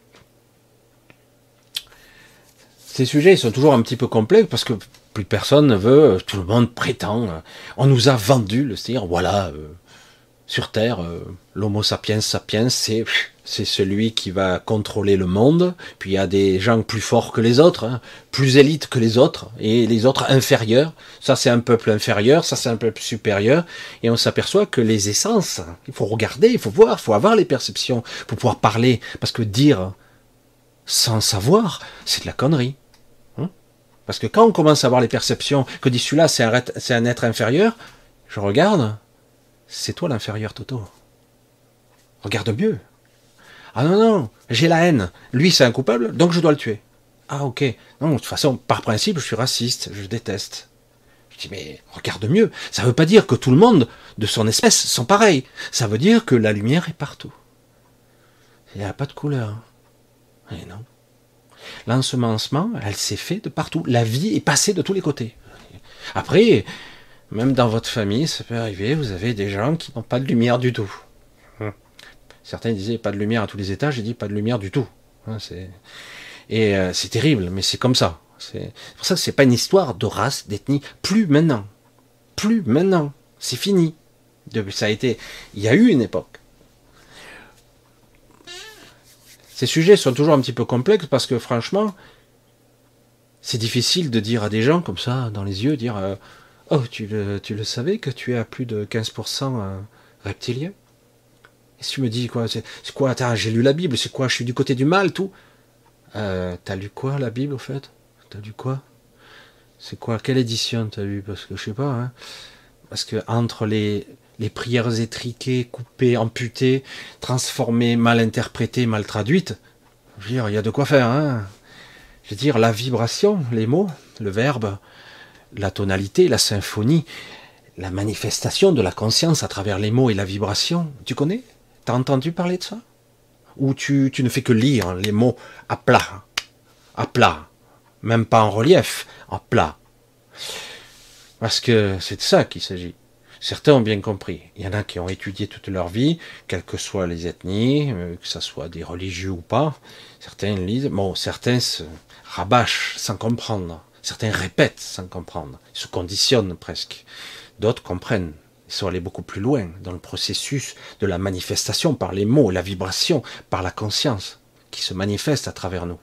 Speaker 1: Ces sujets ils sont toujours un petit peu complexes parce que plus personne ne veut, tout le monde prétend. On nous a vendu le dire, voilà, sur Terre, l'homo sapiens sapiens, c'est celui qui va contrôler le monde. Puis il y a des gens plus forts que les autres, hein, plus élites que les autres, et les autres inférieurs. Ça c'est un peuple inférieur, ça c'est un peuple supérieur. Et on s'aperçoit que les essences, il faut regarder, il faut voir, il faut avoir les perceptions pour pouvoir parler. Parce que dire sans savoir, c'est de la connerie. Parce que quand on commence à avoir les perceptions, que dit celui-là c'est un être inférieur, je regarde, c'est toi l'inférieur, Toto. Regarde mieux. Ah non, j'ai la haine. Lui c'est un coupable, donc je dois le tuer. Ah ok. Non, de toute façon, par principe, je suis raciste, je déteste. Je dis, mais regarde mieux. Ça ne veut pas dire que tout le monde de son espèce sont pareils. Ça veut dire que la lumière est partout. Il n'y a pas de couleur. Et non. L'ensemencement, elle s'est fait de partout. La vie est passée de tous les côtés. Après, même dans votre famille, ça peut arriver, vous avez des gens qui n'ont pas de lumière du tout. Certains disaient pas de lumière à tous les étages, j'ai dit pas de lumière du tout. C'est terrible, mais c'est comme ça. C'est pour ça que c'est pas une histoire de race, d'ethnie. Plus maintenant. Plus maintenant. C'est fini. Ça a été. Il y a eu une époque. Ces sujets sont toujours un petit peu complexes parce que franchement, c'est difficile de dire à des gens comme ça, dans les yeux, dire oh, tu le savais que tu es à plus de 15% reptilien? Et si tu me dis quoi? C'est quoi? Attends, j'ai lu la Bible, c'est quoi? Je suis du côté du mal, tout. T'as lu quoi, la Bible, au fait? T'as lu quoi? C'est quoi? Quelle édition t'as lu? Parce que je sais pas, hein. Parce que entre les prières étriquées, coupées, amputées, transformées, mal interprétées, mal traduites, je veux dire, il y a de quoi faire, hein. Je veux dire, la vibration, les mots, le verbe, la tonalité, la symphonie, la manifestation de la conscience à travers les mots et la vibration, tu connais? T'as entendu parler de ça? Ou tu ne fais que lire les mots à plat, même pas en relief, à plat. Parce que c'est de ça qu'il s'agit. Certains ont bien compris. Il y en a qui ont étudié toute leur vie, quelles que soient les ethnies, que ce soit des religieux ou pas. Certains lisent, bon, certains se rabâchent sans comprendre. Certains répètent sans comprendre. Ils se conditionnent presque. D'autres comprennent. Ils sont allés beaucoup plus loin dans le processus de la manifestation par les mots, la vibration, par la conscience qui se manifeste à travers nous.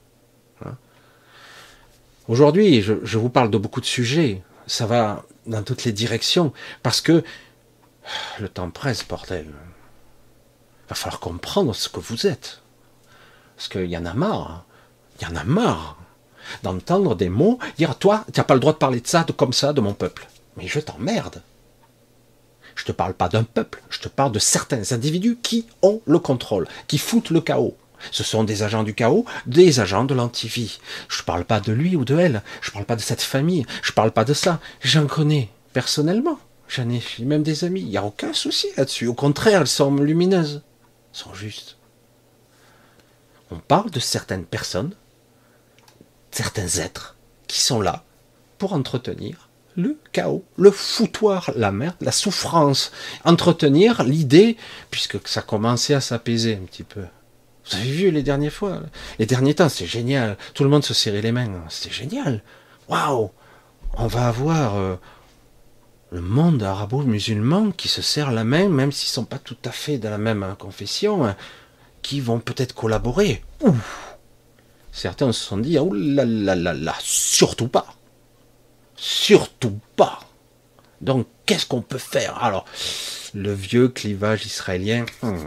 Speaker 1: Aujourd'hui, je vous parle de beaucoup de sujets. Ça va dans toutes les directions parce que le temps presse, bordel. Il va falloir comprendre ce que vous êtes. Parce qu'il y en a marre. Il y en a marre d'entendre des mots, dire toi, tu n'as pas le droit de parler de ça, de comme ça, de mon peuple. Mais je t'emmerde. Je te parle pas d'un peuple, je te parle de certains individus qui ont le contrôle, qui foutent le chaos. Ce sont des agents du chaos, des agents de l'antivie. Je ne parle pas de lui ou de elle, je ne parle pas de cette famille, je ne parle pas de ça. J'en connais personnellement, j'en ai même des amis, il n'y a aucun souci là-dessus. Au contraire, elles sont lumineuses, elles sont justes. On parle de certaines personnes, certains êtres qui sont là pour entretenir le chaos, le foutoir, la merde, la souffrance, entretenir l'idée, puisque ça commençait à s'apaiser un petit peu. Vous avez vu les dernières fois, les derniers temps, c'est génial. Tout le monde se serrait les mains, c'était génial. Waouh, on va avoir le monde arabo-musulman qui se serre la main, même s'ils sont pas tout à fait de la même confession, qui vont peut-être collaborer. Ouf. Certains se sont dit, oh là là là là, surtout pas. Surtout pas. Donc, qu'est-ce qu'on peut faire? Alors, le vieux clivage israélien,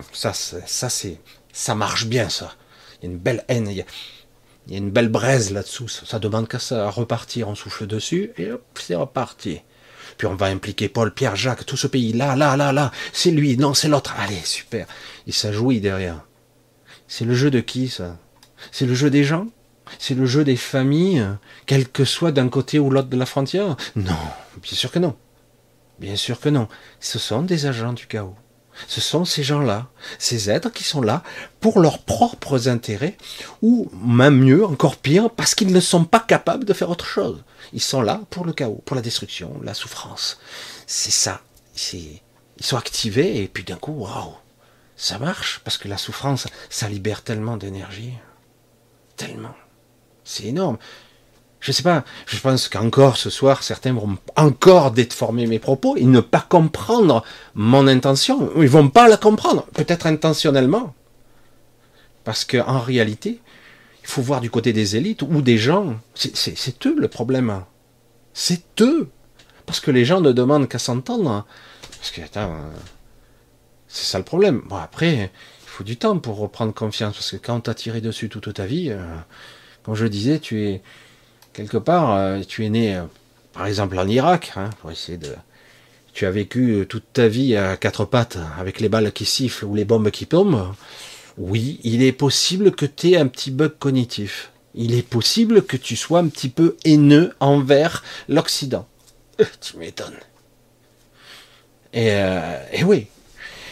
Speaker 1: ça marche bien, ça. Il y a une belle haine, il y a une belle braise là-dessous. Ça demande qu'à ça à repartir, on souffle dessus, et hop, c'est reparti. Puis on va impliquer Paul, Pierre, Jacques, tout ce pays, là, c'est lui, non, c'est l'autre. Allez, super. Et ça jouit derrière. C'est le jeu de qui, ça? C'est le jeu des gens? C'est le jeu des familles, quel que soit d'un côté ou l'autre de la frontière? Non, bien sûr que non. Bien sûr que non. Ce sont des agents du chaos. Ce sont ces gens-là, ces êtres qui sont là pour leurs propres intérêts, ou même mieux, encore pire, parce qu'ils ne sont pas capables de faire autre chose. Ils sont là pour le chaos, pour la destruction, la souffrance. C'est ça. Ils sont activés et puis d'un coup, waouh, ça marche, parce que la souffrance, ça libère tellement d'énergie. Tellement. C'est énorme. Je sais pas, je pense qu'encore ce soir, certains vont encore déformer mes propos et ne pas comprendre mon intention. Ils vont pas la comprendre, peut-être intentionnellement. Parce qu'en réalité, il faut voir du côté des élites ou des gens. C'est eux le problème. C'est eux. Parce que les gens ne demandent qu'à s'entendre. Parce que, attends, c'est ça le problème. Bon, après, il faut du temps pour reprendre confiance. Parce que quand on t'a tiré dessus toute ta vie, comme je disais, tu es... Quelque part, tu es né, par exemple, en Irak, pour essayer de... Tu as vécu toute ta vie à quatre pattes, avec les balles qui sifflent ou les bombes qui tombent. Oui, il est possible que tu aies un petit bug cognitif. Il est possible que tu sois un petit peu haineux envers l'Occident. Tu m'étonnes. Et oui.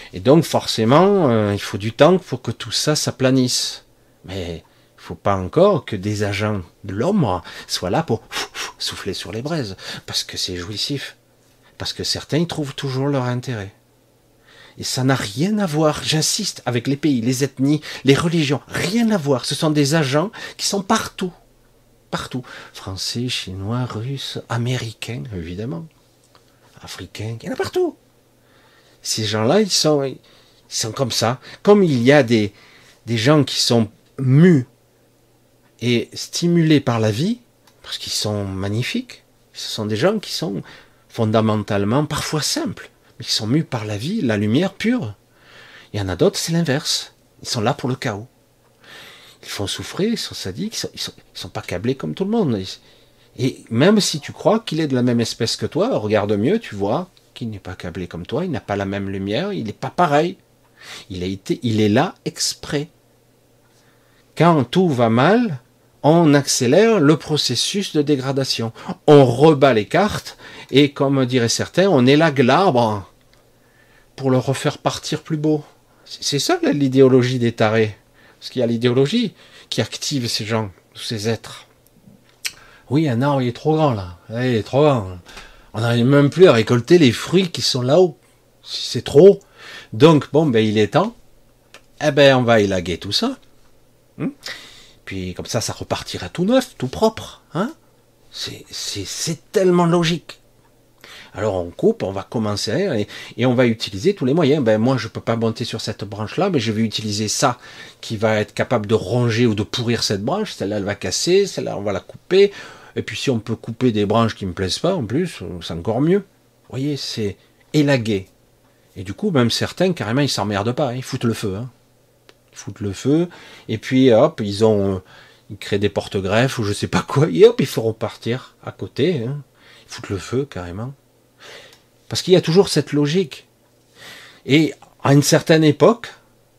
Speaker 1: Et donc forcément, il faut du temps pour que tout ça s'aplanisse. Mais il faut pas encore que des agents de l'ombre soient là pour souffler sur les braises, parce que c'est jouissif, parce que certains y trouvent toujours leur intérêt. Et ça n'a rien à voir, j'insiste, avec les pays, les ethnies, les religions, rien à voir. Ce sont des agents qui sont partout, partout. Français, chinois, russes, américains, évidemment, africains, il y en a partout. Ces gens-là, ils sont comme ça. Comme il y a des gens qui sont mus et stimulés par la vie, parce qu'ils sont magnifiques. Ce sont des gens qui sont fondamentalement parfois simples, mais qui sont mus par la vie, la lumière pure. Il y en a d'autres, c'est l'inverse. Ils sont là pour le chaos. Ils font souffrir, ils sont sadiques, ils sont pas câblés comme tout le monde. Et même si tu crois qu'il est de la même espèce que toi, regarde mieux, tu vois qu'il n'est pas câblé comme toi, il n'a pas la même lumière, il n'est pas pareil. Il est là exprès. Quand tout va mal, on accélère le processus de dégradation. On rebat les cartes et, comme diraient certains, on élague l'arbre pour le refaire partir plus beau. C'est ça l'idéologie des tarés. Parce qu'il y a l'idéologie qui active ces gens, ces êtres. Oui, un arbre il est trop grand là. Il est trop grand. On n'arrive même plus à récolter les fruits qui sont là-haut. C'est trop. Donc, bon, ben il est temps. Eh ben, on va élaguer tout ça. Puis comme ça repartira tout neuf, tout propre. Hein, c'est tellement logique. Alors on coupe, on va commencer et on va utiliser tous les moyens. Ben moi je peux pas monter sur cette branche-là, mais je vais utiliser ça qui va être capable de ronger ou de pourrir cette branche. Celle-là elle va casser, celle-là on va la couper. Et puis si on peut couper des branches qui me plaisent pas en plus, c'est encore mieux. Vous voyez, c'est élaguer. Et du coup même certains carrément ils s'emmerdent pas, ils foutent le feu. Hein. Ils foutent le feu et puis hop ils créent des porte-greffes ou je sais pas quoi et hop ils feront partir à côté. Hein. Ils foutent le feu carrément. Parce qu'il y a toujours cette logique. Et à une certaine époque,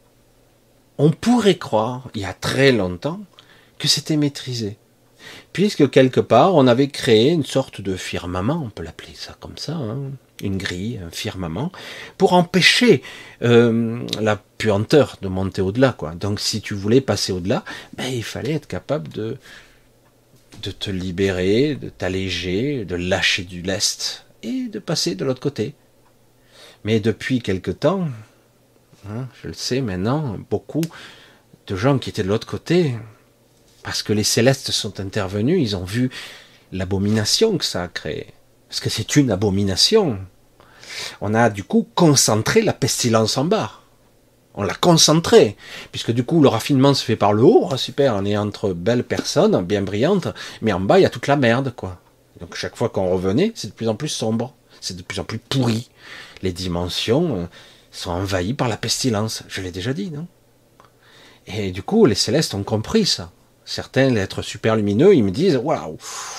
Speaker 1: on pourrait croire, il y a très longtemps, que c'était maîtrisé. Puisque quelque part, on avait créé une sorte de firmament, on peut l'appeler ça comme ça, hein, une grille, un firmament, pour empêcher la puanteur de monter au-delà, quoi. Donc si tu voulais passer au-delà, ben, il fallait être capable de te libérer, de t'alléger, de lâcher du lest, et de passer de l'autre côté. Mais depuis quelque temps, hein, je le sais maintenant, beaucoup de gens qui étaient de l'autre côté, parce que les célestes sont intervenus, ils ont vu l'abomination que ça a créé. Parce que c'est une abomination. On a du coup concentré la pestilence en bas. On l'a concentré, puisque du coup le raffinement se fait par le haut, super, on est entre belles personnes, bien brillantes, mais en bas il y a toute la merde, quoi. Donc chaque fois qu'on revenait, c'est de plus en plus sombre, c'est de plus en plus pourri. Les dimensions sont envahies par la pestilence, je l'ai déjà dit, non? Et du coup, les célestes ont compris ça. Certains, les êtres super lumineux, ils me disent, waouh,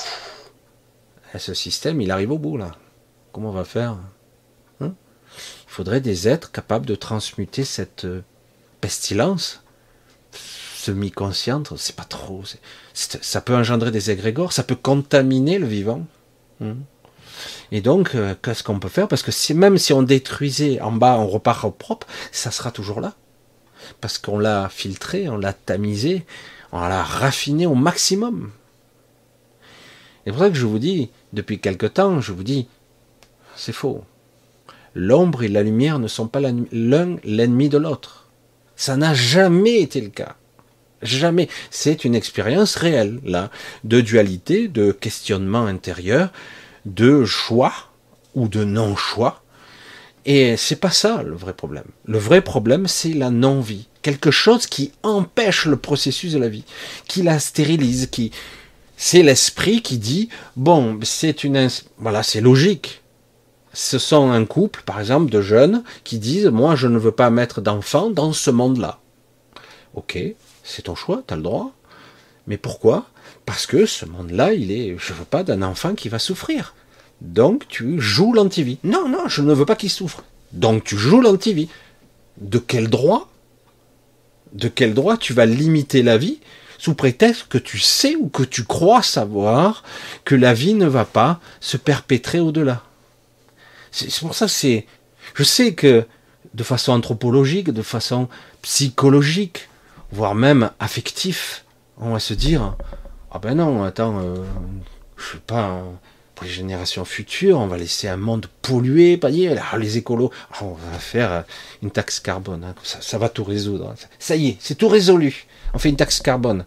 Speaker 1: ce système, il arrive au bout là. Comment on va faire? Il faudrait des êtres capables de transmuter cette pestilence semi-consciente, c'est pas trop, ça peut engendrer des égrégores, ça peut contaminer le vivant. Et donc, qu'est-ce qu'on peut faire? Parce que même si on détruisait en bas, on repart au propre, ça sera toujours là. Parce qu'on l'a filtré, on l'a tamisé, on l'a raffiné au maximum. C'est pour ça que je vous dis, depuis quelque temps, je vous dis, c'est faux. L'ombre et la lumière ne sont pas l'un l'ennemi de l'autre. Ça n'a jamais été le cas. Jamais. C'est une expérience réelle, là, de dualité, de questionnement intérieur, de choix ou de non-choix. Et c'est pas ça le vrai problème. Le vrai problème, c'est la non-vie. Quelque chose qui empêche le processus de la vie, qui la stérilise, c'est l'esprit qui dit, bon, voilà, c'est logique. Ce sont un couple, par exemple, de jeunes qui disent, moi, je ne veux pas mettre d'enfants dans ce monde-là. Ok, c'est ton choix, tu as le droit. Mais pourquoi? Parce que ce monde-là, je veux pas d'un enfant qui va souffrir. Donc, tu joues l'antivie. Non, non, je ne veux pas qu'il souffre. Donc, tu joues l'antivie. De quel droit? De quel droit tu vas limiter la vie sous prétexte que tu sais ou que tu crois savoir que la vie ne va pas se perpétrer au-delà? C'est pour ça que je sais que de façon anthropologique, de façon psychologique, voire même affectif. On va se dire, ah ben non, attends, je sais pas, pour les générations futures, on va laisser un monde pollué, pas dire, les écolos, on va faire une taxe carbone, hein, ça va tout résoudre. Ça y est, c'est tout résolu. On fait une taxe carbone.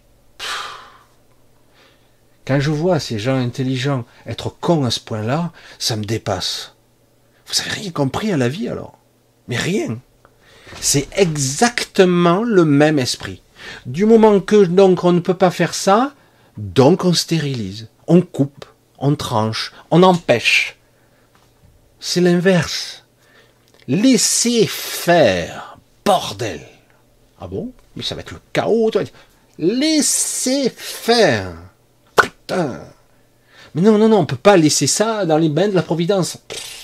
Speaker 1: Quand je vois ces gens intelligents être cons à ce point-là, ça me dépasse. Vous avez rien compris à la vie alors? Mais rien. C'est exactement le même esprit. Du moment que donc on ne peut pas faire ça, donc on stérilise, on coupe, on tranche, on empêche. C'est l'inverse. Laissez faire, bordel. Ah bon? Mais ça va être le chaos, toi. Laissez faire. Putain. Mais non, non, non, on ne peut pas laisser ça dans les bains de la Providence.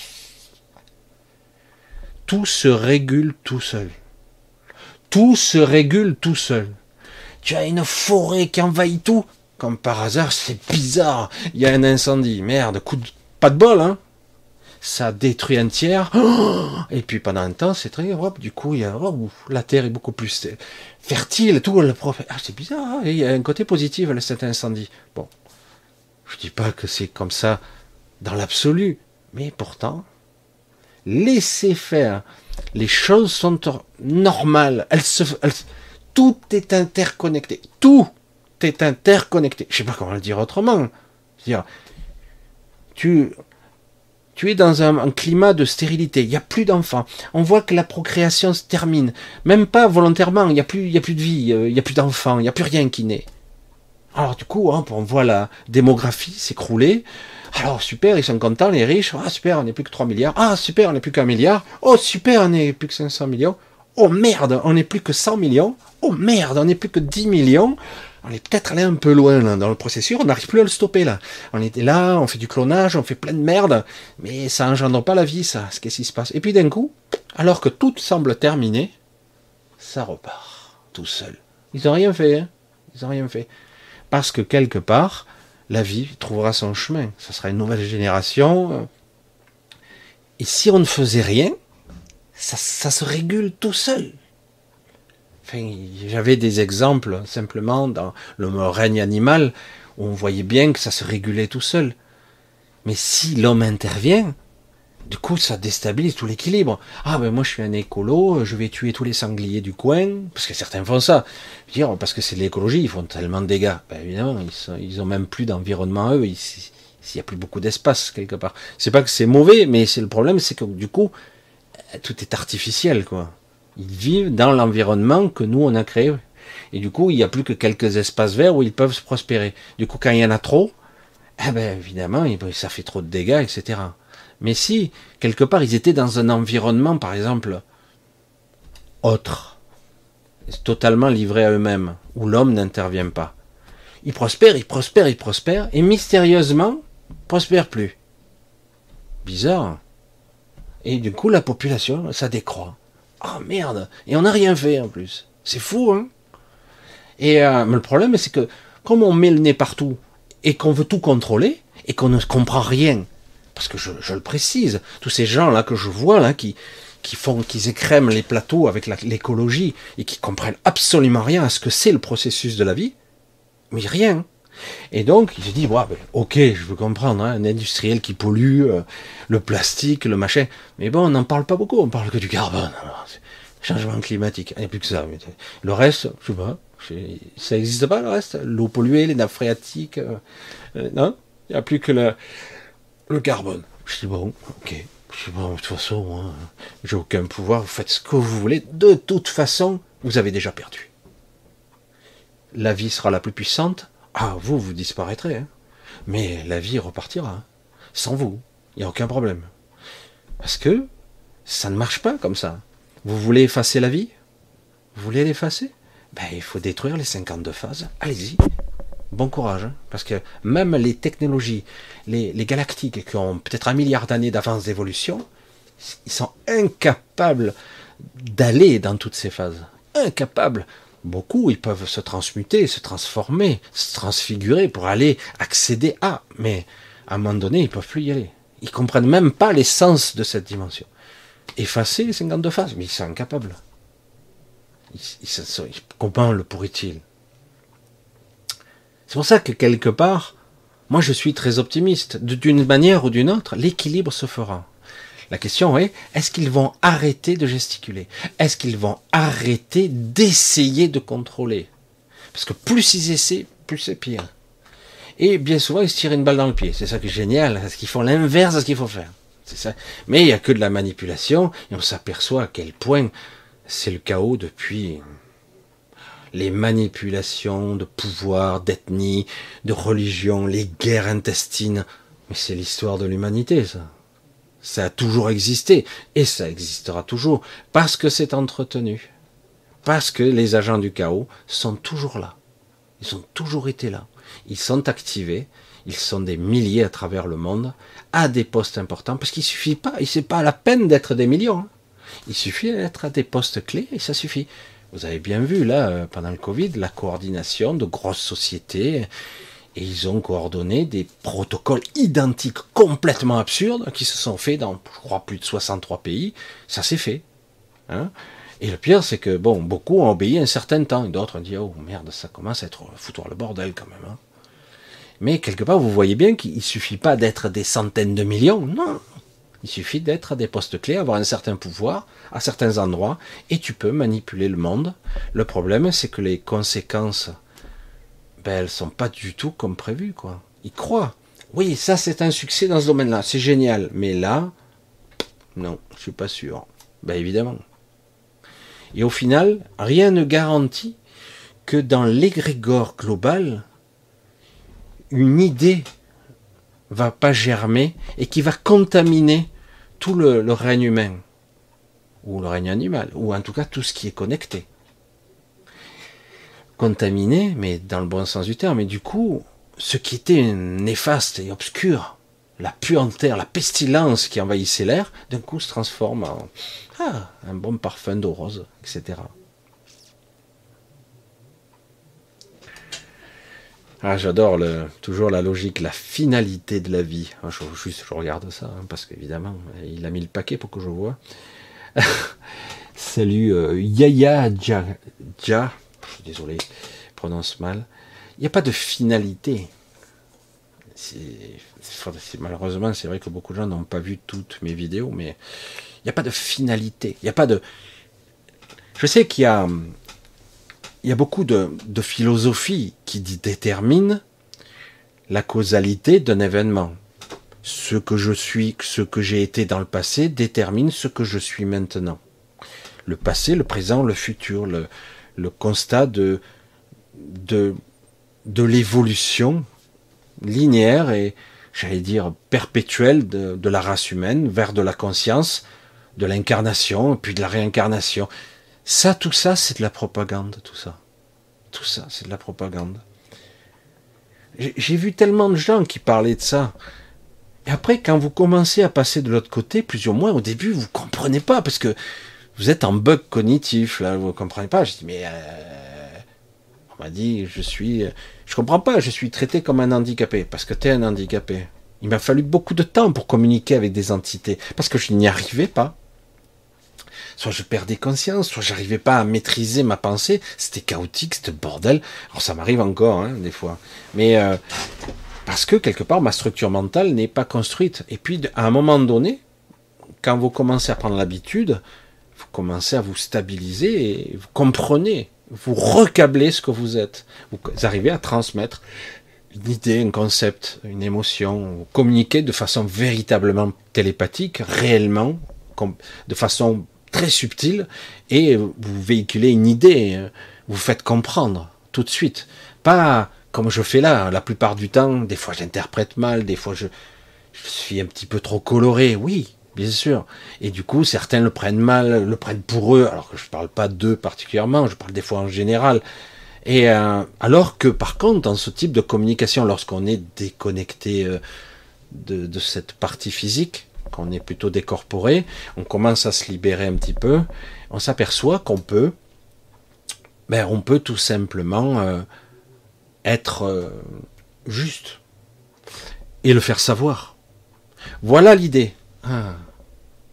Speaker 1: Tout se régule tout seul. Tout se régule tout seul. Tu as une forêt qui envahit tout. Comme par hasard, c'est bizarre. Il y a un incendie. Merde, pas de bol, hein. Ça détruit un tiers. Et puis pendant un temps, c'est très... Hop, du coup, la terre est beaucoup plus fertile. Tout c'est bizarre. Hein, il y a un côté positif à cet incendie. Bon, je dis pas que c'est comme ça dans l'absolu. Mais pourtant, laissez faire. Les choses sont normales. Tout est interconnecté. Tout est interconnecté. Je sais pas comment le dire autrement. C'est-à-dire, tu es dans un climat de stérilité. Il n'y a plus d'enfants. On voit que la procréation se termine. Même pas volontairement. Il n'y a plus de vie. Il n'y a plus d'enfants. Il n'y a plus rien qui naît. Alors du coup, on voit la démographie s'écrouler. Alors super, ils sont contents, les riches. Ah super, on n'est plus que 3 milliards. Ah super, on n'est plus qu'1 milliard. Oh super, on n'est plus que 500 millions. Oh merde, on n'est plus que 100 millions. Oh merde, on n'est plus que 10 millions. On est peut-être allé un peu loin là, dans le processus, on n'arrive plus à le stopper là. On était là, on fait du clonage, on fait plein de merde, mais ça engendre pas la vie ça, qu'est-ce qui se passe? Et puis d'un coup, alors que tout semble terminé, ça repart, tout seul. Ils n'ont rien fait, hein. Ils n'ont rien fait. Parce que quelque part, la vie trouvera son chemin. Ça sera une nouvelle génération. Et si on ne faisait rien, ça se régule tout seul. Enfin, j'avais des exemples simplement dans le règne animal où on voyait bien que ça se régulait tout seul. Mais si l'homme intervient, du coup ça déstabilise tout l'équilibre. Ah ben moi je suis un écolo, je vais tuer tous les sangliers du coin, parce que certains font ça. Je veux dire, parce que c'est de l'écologie, ils font tellement de dégâts. Ben évidemment, ils ont même plus d'environnement à eux, il n'y a plus beaucoup d'espace quelque part. C'est pas que c'est mauvais, mais c'est le problème, c'est que du coup, tout est artificiel, quoi. Ils vivent dans l'environnement que nous on a créé. Et du coup, il n'y a plus que quelques espaces verts où ils peuvent se prospérer. Du coup, quand il y en a trop, eh ben, évidemment, ça fait trop de dégâts, etc. Mais si, quelque part, ils étaient dans un environnement, par exemple, autre, totalement livré à eux-mêmes, où l'homme n'intervient pas. Ils prospèrent, et mystérieusement, prospèrent plus. Bizarre. Et du coup, la population, ça décroît. Oh merde, et on n'a rien fait en plus. C'est fou, hein. Et mais le problème, c'est que comme on met le nez partout et qu'on veut tout contrôler et qu'on ne comprend rien, parce que je le précise, tous ces gens là que je vois là qui écrèment les plateaux avec l'écologie et qui comprennent absolument rien à ce que c'est le processus de la vie, mais rien. Et donc il se dit ouais, ben, ok, je veux comprendre, hein, un industriel qui pollue, le plastique, le machin, mais bon, on n'en parle pas beaucoup, on parle que du carbone. Alors, changement climatique, il n'y a plus que ça. Mais le reste, je sais pas, ça n'existe pas le reste. L'eau polluée, les nappes phréatiques, non, il n'y a plus que le carbone. Je dis bon, ok, je dis bon, de toute façon, moi, j'ai aucun pouvoir, vous faites ce que vous voulez, de toute façon, vous avez déjà perdu. La vie sera la plus puissante. Ah, vous disparaîtrez, hein. Mais la vie repartira, hein. Sans vous, il n'y a aucun problème. Parce que ça ne marche pas comme ça. Vous voulez effacer la vie? Vous voulez l'effacer? Ben, il faut détruire les 52 phases. Allez-y. Bon courage, hein. Parce que même les technologies, les galactiques qui ont peut-être 1 milliard d'années d'avance d'évolution, ils sont incapables d'aller dans toutes ces phases. Incapables. Beaucoup, ils peuvent se transmuter, se transformer, se transfigurer pour aller accéder à. Mais à un moment donné, ils ne peuvent plus y aller. Ils ne comprennent même pas l'essence de cette dimension. effacer les 52 phases, mais ils sont incapables. Comment le pourrait-il? C'est pour ça que quelque part, moi je suis très optimiste. D'une manière ou d'une autre, l'équilibre se fera. La question est, est-ce qu'ils vont arrêter de gesticuler? Est-ce qu'ils vont arrêter d'essayer de contrôler? Parce que plus ils essaient, plus c'est pire. Et bien souvent, ils se tirent une balle dans le pied. C'est ça qui est génial, parce qu'ils font l'inverse de ce qu'il faut faire. C'est ça. Mais il n'y a que de la manipulation, et on s'aperçoit à quel point c'est le chaos depuis les manipulations de pouvoir, d'ethnie, de religion, les guerres intestines. Mais c'est l'histoire de l'humanité, ça. Ça a toujours existé, et ça existera toujours, parce que c'est entretenu. Parce que les agents du chaos sont toujours là. Ils ont toujours été là. Ils sont activés, ils sont des milliers à travers le monde, à des postes importants, parce qu'il suffit pas, c'est pas la peine d'être des millions. Hein. Il suffit d'être à des postes clés, et ça suffit. Vous avez bien vu, là, pendant le Covid, la coordination de grosses sociétés, et ils ont coordonné des protocoles identiques, complètement absurdes, qui se sont faits dans, je crois, plus de 63 pays. Ça s'est fait. Hein. Et le pire, c'est que, bon, beaucoup ont obéi un certain temps, et d'autres ont dit, oh merde, ça commence à être foutoir le bordel quand même. Hein. Mais quelque part, vous voyez bien qu'il ne suffit pas d'être des centaines de millions, non. Il suffit d'être à des postes clés, avoir un certain pouvoir, à certains endroits, et tu peux manipuler le monde. Le problème, c'est que les conséquences, elles sont pas du tout comme prévu, quoi. Ils croient. Oui, ça c'est un succès dans ce domaine-là, c'est génial. Mais là, non, je suis pas sûr. Ben évidemment. Et au final, rien ne garantit que dans l'égrégore global, une idée va pas germer et qui va contaminer tout le règne humain, ou le règne animal, ou en tout cas tout ce qui est connecté. Contaminé, mais dans le bon sens du terme, et du coup, ce qui était néfaste et obscur, la puanteur, la pestilence qui envahissait l'air, d'un coup se transforme en un bon parfum d'eau rose, etc. Ah, j'adore toujours la logique, la finalité de la vie. Je regarde ça, hein, parce qu'évidemment, il a mis le paquet pour que je vois. Salut Yaya Dja. Désolé, je prononce mal. Il n'y a pas de finalité. Malheureusement, c'est vrai que beaucoup de gens n'ont pas vu toutes mes vidéos, mais il n'y a pas de finalité. Il n'y a pas de... Je sais qu'il y a beaucoup de philosophie qui détermine la causalité d'un événement. Ce que je suis, ce que j'ai été dans le passé, détermine ce que je suis maintenant. Le passé, le présent, le futur, le constat de l'évolution linéaire et, j'allais dire, perpétuelle de la race humaine vers de la conscience, de l'incarnation, puis de la réincarnation. Tout ça, c'est de la propagande, tout ça. Tout ça, c'est de la propagande. J'ai vu tellement de gens qui parlaient de ça. Et après, quand vous commencez à passer de l'autre côté, plus ou moins, au début, vous comprenez pas, parce que vous êtes en bug cognitif, là, vous comprenez pas. Je dis, mais on m'a dit, je comprends pas, je suis traité comme un handicapé, parce que tu es un handicapé. Il m'a fallu beaucoup de temps pour communiquer avec des entités, parce que je n'y arrivais pas. Soit je perdais conscience, soit j'arrivais pas à maîtriser ma pensée. C'était chaotique, c'était bordel. Alors ça m'arrive encore, hein, des fois. Mais parce que quelque part, ma structure mentale n'est pas construite. Et puis, à un moment donné, quand vous commencez à prendre l'habitude, vous commencez à vous stabiliser et vous comprenez, vous recablez ce que vous êtes. Vous arrivez à transmettre une idée, un concept, une émotion, vous communiquez de façon véritablement télépathique, réellement, de façon très subtile, et vous véhiculez une idée, vous faites comprendre tout de suite. Pas comme je fais là, la plupart du temps, des fois j'interprète mal, des fois je suis un petit peu trop coloré, oui, bien sûr. Et du coup, certains le prennent mal, le prennent pour eux, alors que je parle pas d'eux particulièrement, je parle des fois en général. Et alors que par contre, dans ce type de communication, lorsqu'on est déconnecté de cette partie physique, qu'on est plutôt décorporé, on commence à se libérer un petit peu, on s'aperçoit qu'on peut, on peut tout simplement être juste et le faire savoir. Voilà l'idée.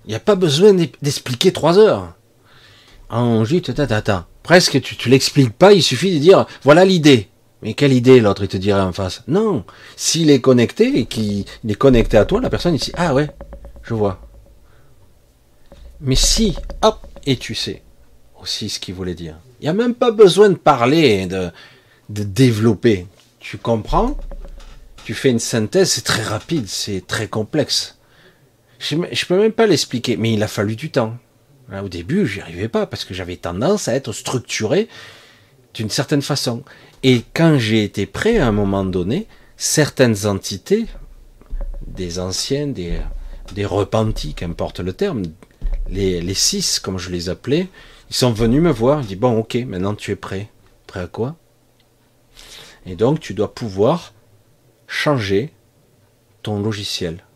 Speaker 1: Il n'y a pas besoin d'expliquer 3 heures. En juste, presque, tu l'expliques pas, il suffit de dire, voilà l'idée. Mais quelle idée, l'autre, il te dirait en face. Non, s'il est connecté et qu'il est connecté à toi, la personne, il dit, ah ouais, je vois. Mais si, hop, et tu sais aussi ce qu'il voulait dire. Il n'y a même pas besoin de parler, de développer. Tu comprends, tu fais une synthèse, c'est très rapide, c'est très complexe. Je peux même pas l'expliquer, mais il a fallu du temps. Au début, j'y arrivais pas parce que j'avais tendance à être structuré d'une certaine façon. Et quand j'ai été prêt à un moment donné, certaines entités, des anciens, des repentis, qu'importe le terme, les 6, comme je les appelais, ils sont venus me voir, ils disent bon ok, maintenant tu es prêt. Prêt à quoi? Et donc tu dois pouvoir changer ton logiciel.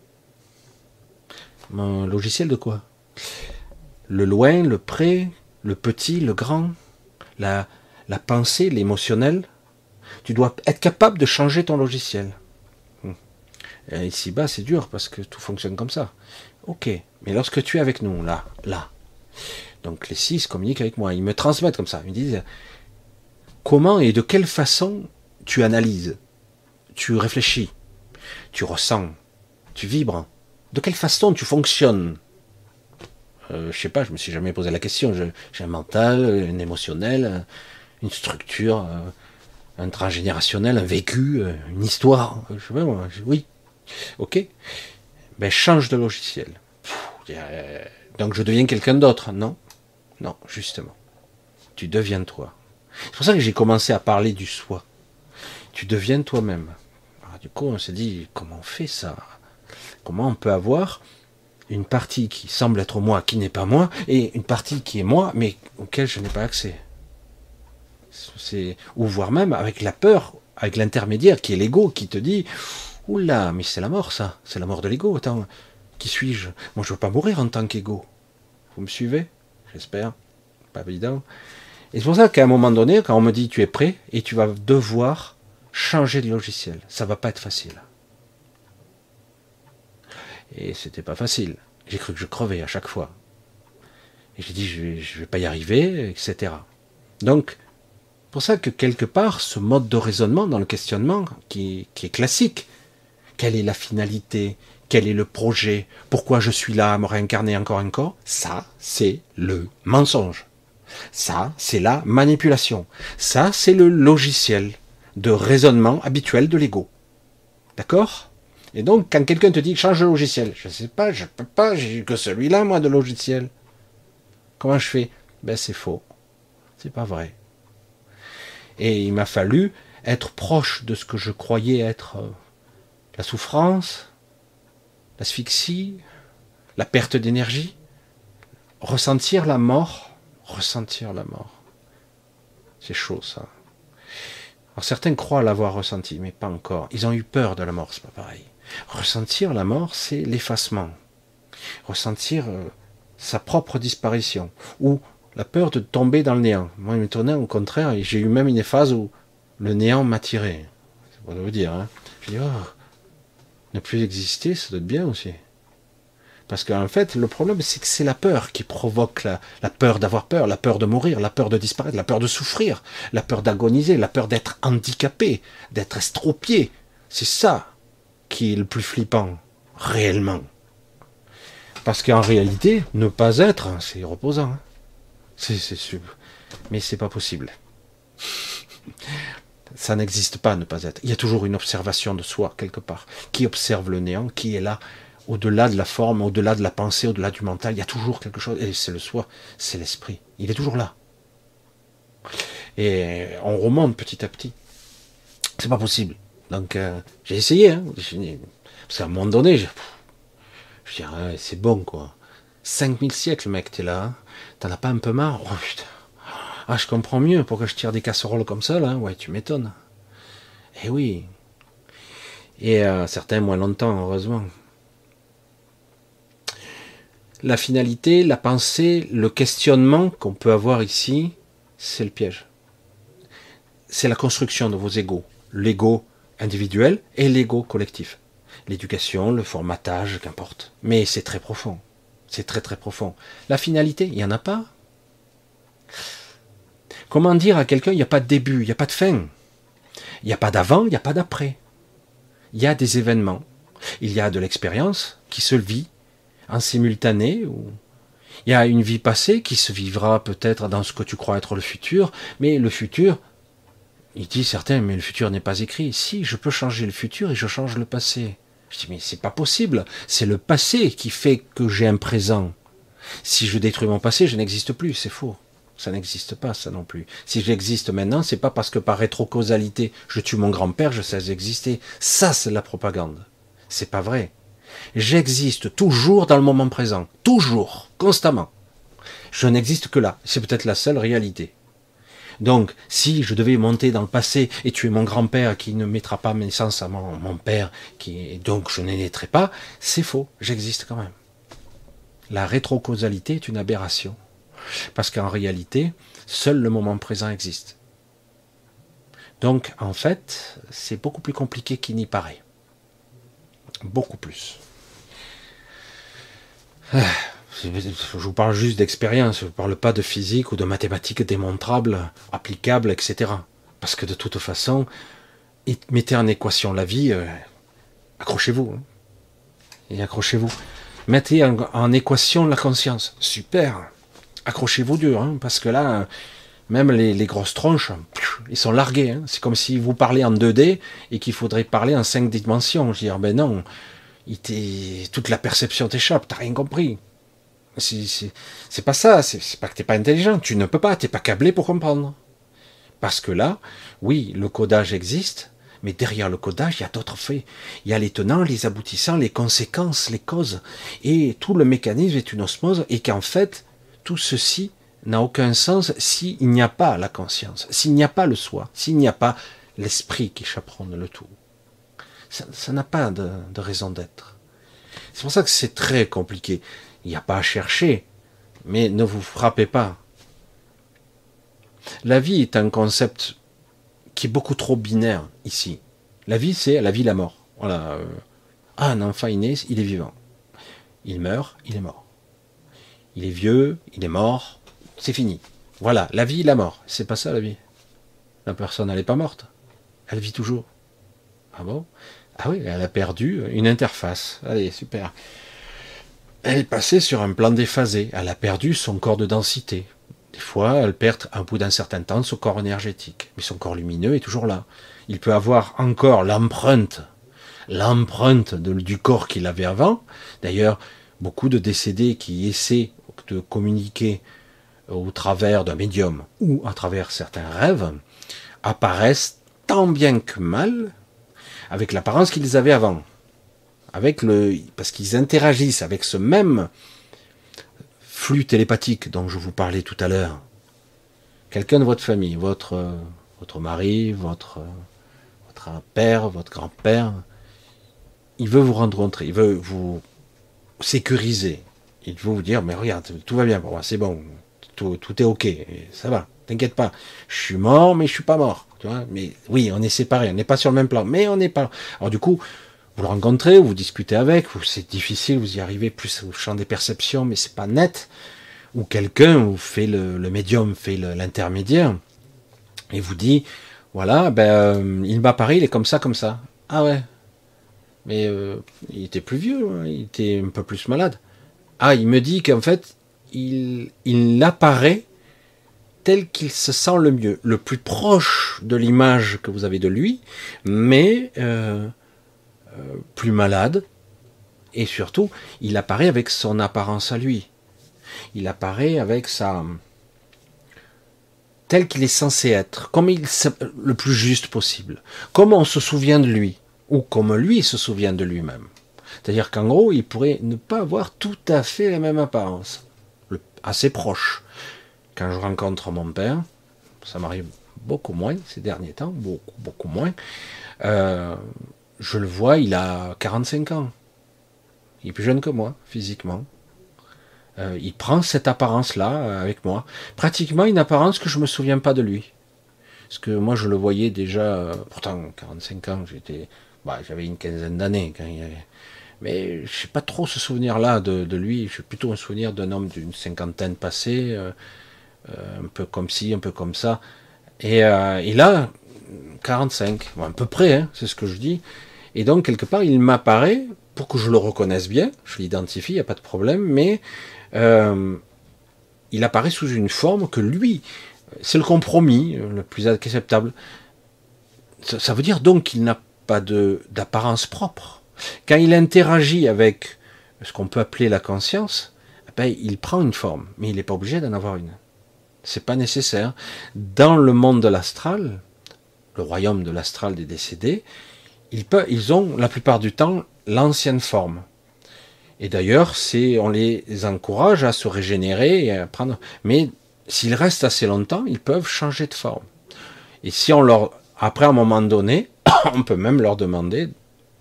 Speaker 1: Mon logiciel de quoi? Le loin, le près, le petit, le grand, la pensée, l'émotionnel. Tu dois être capable de changer ton logiciel. Et ici-bas, c'est dur parce que tout fonctionne comme ça. Ok, mais lorsque tu es avec nous, là, donc les 6 communiquent avec moi, ils me transmettent comme ça, ils me disent comment et de quelle façon tu analyses, tu réfléchis, tu ressens, tu vibres, de quelle façon tu fonctionnes. Je sais pas, je me suis jamais posé la question. J'ai un mental, un émotionnel, une structure, un transgénérationnel, un vécu, une histoire. Je sais pas moi. Oui, ok. Ben change de logiciel. Donc je deviens quelqu'un d'autre. Non, non, justement. Tu deviens toi. C'est pour ça que j'ai commencé à parler du soi. Tu deviens toi-même. Alors, du coup, on s'est dit, comment on fait ça? Comment on peut avoir une partie qui semble être moi, qui n'est pas moi, et une partie qui est moi, mais auquel je n'ai pas accès. Ou voire même avec la peur, avec l'intermédiaire qui est l'ego, qui te dit oula, mais c'est la mort ça, c'est la mort de l'ego. Attends, qui suis-je? Moi je veux pas mourir en tant qu'ego. Vous me suivez? J'espère. Pas évident. Et c'est pour ça qu'à un moment donné, quand on me dit tu es prêt, et tu vas devoir changer de logiciel, ça va pas être facile. Et c'était pas facile. J'ai cru que je crevais à chaque fois. Et j'ai dit, je vais pas y arriver, etc. Donc, pour ça que quelque part, ce mode de raisonnement dans le questionnement, qui est classique, quelle est la finalité, quel est le projet, pourquoi je suis là à me réincarner encore, ça, c'est le mensonge. Ça, c'est la manipulation. Ça, c'est le logiciel de raisonnement habituel de l'ego. D'accord? Et donc, quand quelqu'un te dit change de logiciel, je ne sais pas, je peux pas, j'ai que celui-là, moi, de logiciel. Comment je fais? Ben, c'est faux. C'est pas vrai. Et il m'a fallu être proche de ce que je croyais être la souffrance, l'asphyxie, la perte d'énergie, ressentir la mort. Ressentir la mort. C'est chaud, ça. Alors, certains croient l'avoir ressenti, mais pas encore. Ils ont eu peur de la mort, c'est pas pareil. Ressentir la mort, c'est l'effacement. Ressentir sa propre disparition. Ou la peur de tomber dans le néant. Moi, il m'étonnait, au contraire, et j'ai eu même une phase où le néant m'attirait. C'est pour vous dire. Hein. Je dis, oh, ne plus exister, ça doit être bien aussi. Parce qu'en fait, le problème, c'est que c'est la peur qui provoque la peur d'avoir peur, la peur de mourir, la peur de disparaître, la peur de souffrir, la peur d'agoniser, la peur d'être handicapé, d'être estropié. C'est ça qui est le plus flippant, réellement. Parce qu'en réalité, ne pas être, c'est reposant. Hein. C'est super. Mais c'est pas possible. Ça n'existe pas, ne pas être. Il y a toujours une observation de soi, quelque part, qui observe le néant, qui est là, au-delà de la forme, au-delà de la pensée, au-delà du mental. Il y a toujours quelque chose, et c'est le soi, c'est l'esprit. Il est toujours là. Et on remonte petit à petit. C'est pas possible. Donc, j'ai essayé, hein. Parce qu'à un moment donné, je dis, ah, c'est bon, quoi. 5000 siècles, mec, t'es là. Hein. T'en as pas un peu marre? Oh, putain. Ah, je comprends mieux pourquoi je tire des casseroles comme ça, là. Ouais, tu m'étonnes. Eh oui. Et certains moins longtemps, heureusement. La finalité, la pensée, le questionnement qu'on peut avoir ici, c'est le piège. C'est la construction de vos égos. L'ego individuel et l'ego collectif. L'éducation, le formatage, qu'importe. Mais c'est très profond. C'est très très profond. La finalité, il n'y en a pas. Comment dire à quelqu'un, il n'y a pas de début, il n'y a pas de fin. Il n'y a pas d'avant, il n'y a pas d'après. Il y a des événements. Il y a de l'expérience qui se vit en simultané. Ou il y a une vie passée qui se vivra peut-être dans ce que tu crois être le futur. Mais le futur, il dit certains, mais le futur n'est pas écrit. Si, je peux changer le futur et je change le passé. Je dis, mais c'est pas possible. C'est le passé qui fait que j'ai un présent. Si je détruis mon passé, je n'existe plus. C'est faux. Ça n'existe pas, ça non plus. Si j'existe maintenant, c'est pas parce que par rétrocausalité, je tue mon grand-père, je cesse d'exister. Ça, c'est de la propagande. C'est pas vrai. J'existe toujours dans le moment présent. Toujours. Constamment. Je n'existe que là. C'est peut-être la seule réalité. Donc, si je devais monter dans le passé et tuer mon grand-père qui ne mettra pas naissance à mon père, donc je ne naîtrai pas, c'est faux. J'existe quand même. La rétrocausalité est une aberration. Parce qu'en réalité, seul le moment présent existe. Donc, en fait, c'est beaucoup plus compliqué qu'il n'y paraît. Beaucoup plus. Je vous parle juste d'expérience, je ne parle pas de physique ou de mathématiques démontrables, applicables, etc. Parce que de toute façon, mettez en équation la vie, accrochez-vous. Hein, et accrochez-vous. Mettez en équation la conscience. Super. Accrochez-vous dur, hein, parce que là, même les grosses tronches, ils sont largués. Hein. C'est comme si vous parlez en 2D et qu'il faudrait parler en 5 dimensions. Je veux dire, ben non, toute la perception t'échappe, t'as rien compris. C'est pas ça, c'est pas que t'es pas intelligent, tu ne peux pas, t'es pas câblé pour comprendre. Parce que là, oui, le codage existe, mais derrière le codage, il y a d'autres faits. Il y a les tenants, les aboutissants, les conséquences, les causes. Et tout le mécanisme est une osmose, et qu'en fait, tout ceci n'a aucun sens s'il n'y a pas la conscience, s'il n'y a pas le soi, s'il n'y a pas l'esprit qui chaperonne le tout. Ça n'a pas de raison d'être. C'est pour ça que c'est très compliqué. Il n'y a pas à chercher, mais ne vous frappez pas. La vie est un concept qui est beaucoup trop binaire ici. La vie, c'est la vie, la mort. Voilà. Un enfant est né, il est vivant. Il meurt, il est mort. Il est vieux, il est mort, c'est fini. Voilà, la vie, la mort. C'est pas ça la vie. La personne, elle n'est pas morte. Elle vit toujours. Ah bon? Ah oui, elle a perdu une interface. Allez, super. Elle est passée sur un plan déphasé. Elle a perdu son corps de densité. Des fois, elle perd, au bout d'un certain temps, son corps énergétique. Mais son corps lumineux est toujours là. Il peut avoir encore l'empreinte du corps qu'il avait avant. D'ailleurs, beaucoup de décédés qui essaient de communiquer au travers d'un médium ou à travers certains rêves apparaissent tant bien que mal avec l'apparence qu'ils avaient avant. Parce qu'ils interagissent avec ce même flux télépathique dont je vous parlais tout à l'heure. Quelqu'un de votre famille, votre mari, votre père, votre grand-père, il veut vous rencontrer, il veut vous sécuriser. Il veut vous dire, mais regarde, tout va bien pour moi, c'est bon, tout est ok, ça va, t'inquiète pas. Je suis mort, mais je suis pas mort. Tu vois, mais oui, on est séparés, on n'est pas sur le même plan, mais on n'est pas. Alors du coup, vous le rencontrez, vous discutez avec, c'est difficile, vous y arrivez plus au champ des perceptions, mais c'est pas net. Ou quelqu'un vous fait le médium, fait l'intermédiaire, et vous dit, voilà, il m'apparaît, il est comme ça, comme ça. Ah ouais, mais il était plus vieux, hein, il était un peu plus malade. Ah, il me dit qu'en fait, il apparaît tel qu'il se sent le mieux, le plus proche de l'image que vous avez de lui, mais plus malade, et surtout, il apparaît avec son apparence à lui. Il apparaît avec tel qu'il est censé être, comme le plus juste possible, comme on se souvient de lui, ou comme lui se souvient de lui-même. C'est-à-dire qu'en gros, il pourrait ne pas avoir tout à fait la même apparence, assez proche. Quand je rencontre mon père, ça m'arrive beaucoup moins ces derniers temps, beaucoup moins, je le vois, il a 45 ans. Il est plus jeune que moi, physiquement. Il prend cette apparence-là avec moi. Pratiquement une apparence que je ne me souviens pas de lui. Parce que moi, je le voyais déjà, pourtant, 45 ans, j'avais une quinzaine d'années quand il y avait. Mais je sais pas trop ce souvenir-là de lui. J'ai plutôt un souvenir d'un homme d'une cinquantaine passée, un peu comme ci, un peu comme ça. Et il a 45, bon, à peu près, hein, c'est ce que je dis. Et donc, quelque part, il m'apparaît, pour que je le reconnaisse bien, je l'identifie, il n'y a pas de problème, mais euh, il apparaît sous une forme que lui, c'est le compromis le plus acceptable. Ça veut dire donc qu'il n'a pas d'apparence propre. Quand il interagit avec ce qu'on peut appeler la conscience, ben, il prend une forme, mais il n'est pas obligé d'en avoir une. C'est pas nécessaire. Dans le monde de l'astral, le royaume de l'astral des décédés, ils ont la plupart du temps l'ancienne forme. Et d'ailleurs, on les encourage à se régénérer et à prendre. Mais s'ils restent assez longtemps, ils peuvent changer de forme. Et si on leur, après un moment donné, on peut même leur demander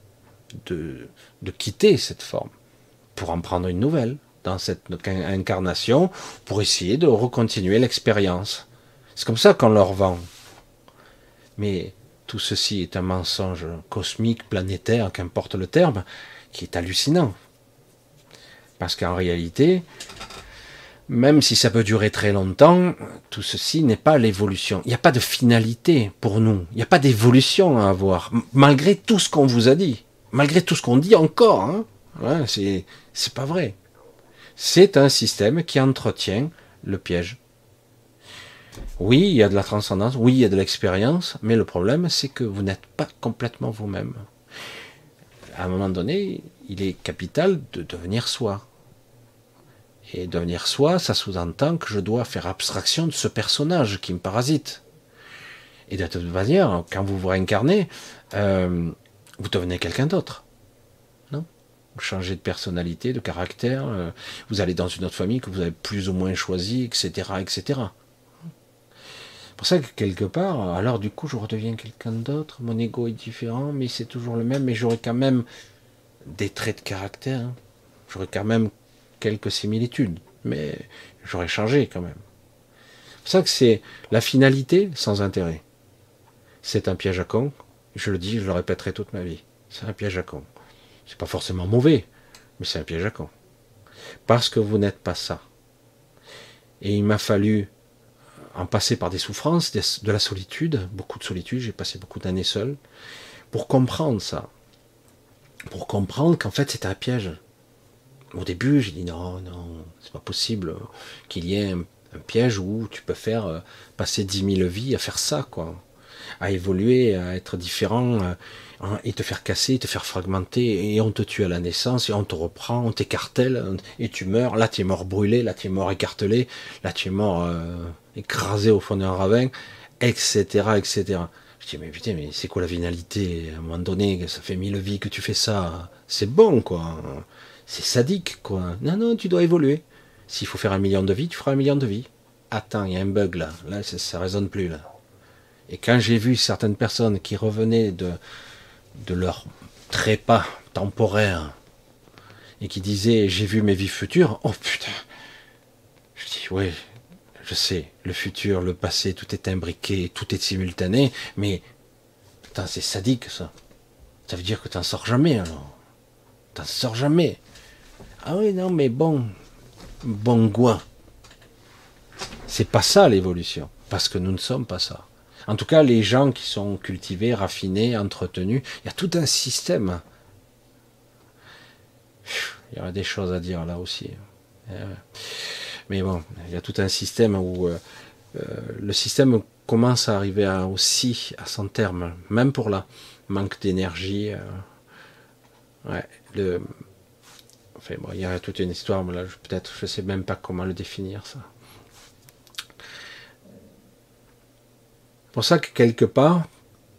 Speaker 1: de quitter cette forme pour en prendre une nouvelle dans cette incarnation pour essayer de recontinuer l'expérience. C'est comme ça qu'on leur vend. Mais tout ceci est un mensonge cosmique, planétaire, qu'importe le terme, qui est hallucinant. Parce qu'en réalité, même si ça peut durer très longtemps, tout ceci n'est pas l'évolution. Il n'y a pas de finalité pour nous. Il n'y a pas d'évolution à avoir. Malgré tout ce qu'on vous a dit. Malgré tout ce qu'on dit encore. Hein. Ouais, c'est pas vrai. C'est un système qui entretient le piège. Oui, il y a de la transcendance, oui, il y a de l'expérience, mais le problème, c'est que vous n'êtes pas complètement vous-même. À un moment donné, il est capital de devenir soi. Et devenir soi, ça sous-entend que je dois faire abstraction de ce personnage qui me parasite. Et de toute manière, quand vous vous réincarnez, vous devenez quelqu'un d'autre. Non ? Vous changez de personnalité, de caractère, vous allez dans une autre famille que vous avez plus ou moins choisie, etc., etc. C'est pour ça que quelque part, alors du coup je redeviens quelqu'un d'autre, mon ego est différent, mais c'est toujours le même, mais j'aurai quand même des traits de caractère, hein. J'aurai quand même quelques similitudes, mais j'aurais changé quand même. C'est pour ça que c'est la finalité sans intérêt. C'est un piège à con, je le dis, je le répéterai toute ma vie. C'est un piège à con. C'est pas forcément mauvais, mais c'est un piège à con. Parce que vous n'êtes pas ça. Et il m'a fallu en passer par des souffrances, de la solitude, beaucoup de solitude, j'ai passé beaucoup d'années seul, pour comprendre ça. Pour comprendre qu'en fait c'était un piège. Au début, j'ai dit non, c'est pas possible qu'il y ait un piège où tu peux faire passer 10 000 vies à faire ça, quoi. À évoluer, à être différent, et te faire casser, te faire fragmenter, et on te tue à la naissance, et on te reprend, on t'écartèle, et tu meurs. Là, tu es mort brûlé, là, tu es mort écartelé, là, tu es mort écrasé au fond d'un ravin, etc., etc. Je dis, mais putain, mais c'est quoi la finalité? À un moment donné, ça fait 1000 vies que tu fais ça. C'est bon, quoi. C'est sadique, quoi. Non, tu dois évoluer. S'il faut faire 1 million de vies, tu feras 1 million de vies. Attends, il y a un bug là. Là, ça résonne plus, là. Et quand j'ai vu certaines personnes qui revenaient de leur trépas temporaire et qui disaient j'ai vu mes vies futures, oh putain. Je dis oui, je sais, le futur, le passé, tout est imbriqué, tout est simultané, mais putain, c'est sadique ça. Ça veut dire que t'en sors jamais alors. T'en sors jamais. Ah oui, non, mais bon goin. C'est pas ça l'évolution, parce que nous ne sommes pas ça. En tout cas, les gens qui sont cultivés, raffinés, entretenus, il y a tout un système. Il y aurait des choses à dire là aussi. Mais bon, il y a tout un système où le système commence à arriver aussi à son terme, même pour la manque d'énergie. Enfin, bon, il y a toute une histoire, mais là, peut-être, je sais même pas comment le définir, ça. C'est pour ça que quelque part,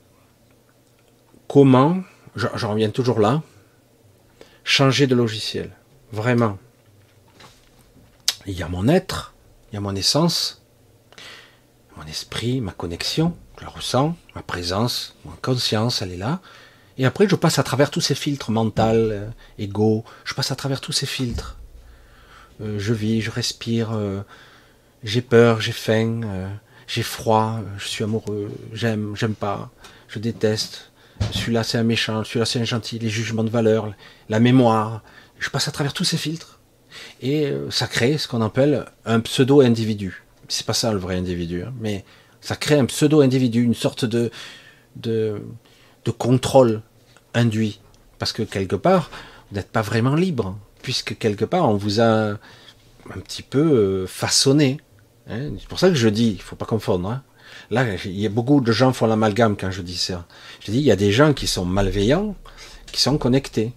Speaker 1: comment, j'en reviens toujours là, changer de logiciel, vraiment. Il y a mon être, il y a mon essence, mon esprit, ma connexion, je la ressens, ma présence, ma conscience, elle est là. Et après, je passe à travers tous ces filtres mental, égo, je passe à travers tous ces filtres. Je vis, je respire, j'ai peur, j'ai faim, j'ai froid, je suis amoureux, j'aime pas, je déteste, celui-là c'est un méchant, celui-là c'est un gentil, les jugements de valeur, la mémoire. Je passe à travers tous ces filtres et ça crée ce qu'on appelle un pseudo-individu. C'est pas ça le vrai individu, hein, mais ça crée un pseudo-individu, une sorte de, de contrôle induit. Parce que quelque part, vous n'êtes pas vraiment libre, puisque quelque part on vous a un petit peu façonné. Hein. C'est pour ça que je dis, il faut pas confondre. Hein. Là, il y a beaucoup de gens font l'amalgame quand je dis ça. Je dis, il y a des gens qui sont malveillants, qui sont connectés.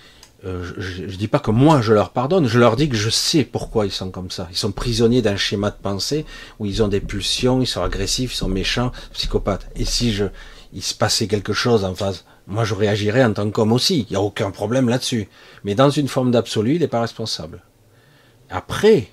Speaker 1: Je dis pas que moi je leur pardonne, je leur dis que je sais pourquoi ils sont comme ça. Ils sont prisonniers d'un schéma de pensée où ils ont des pulsions, ils sont agressifs, ils sont méchants, psychopathes. Et si il se passait quelque chose en face, moi je réagirais en tant qu'homme aussi. Il n'y a aucun problème là-dessus. Mais dans une forme d'absolu, il n'est pas responsable. Après,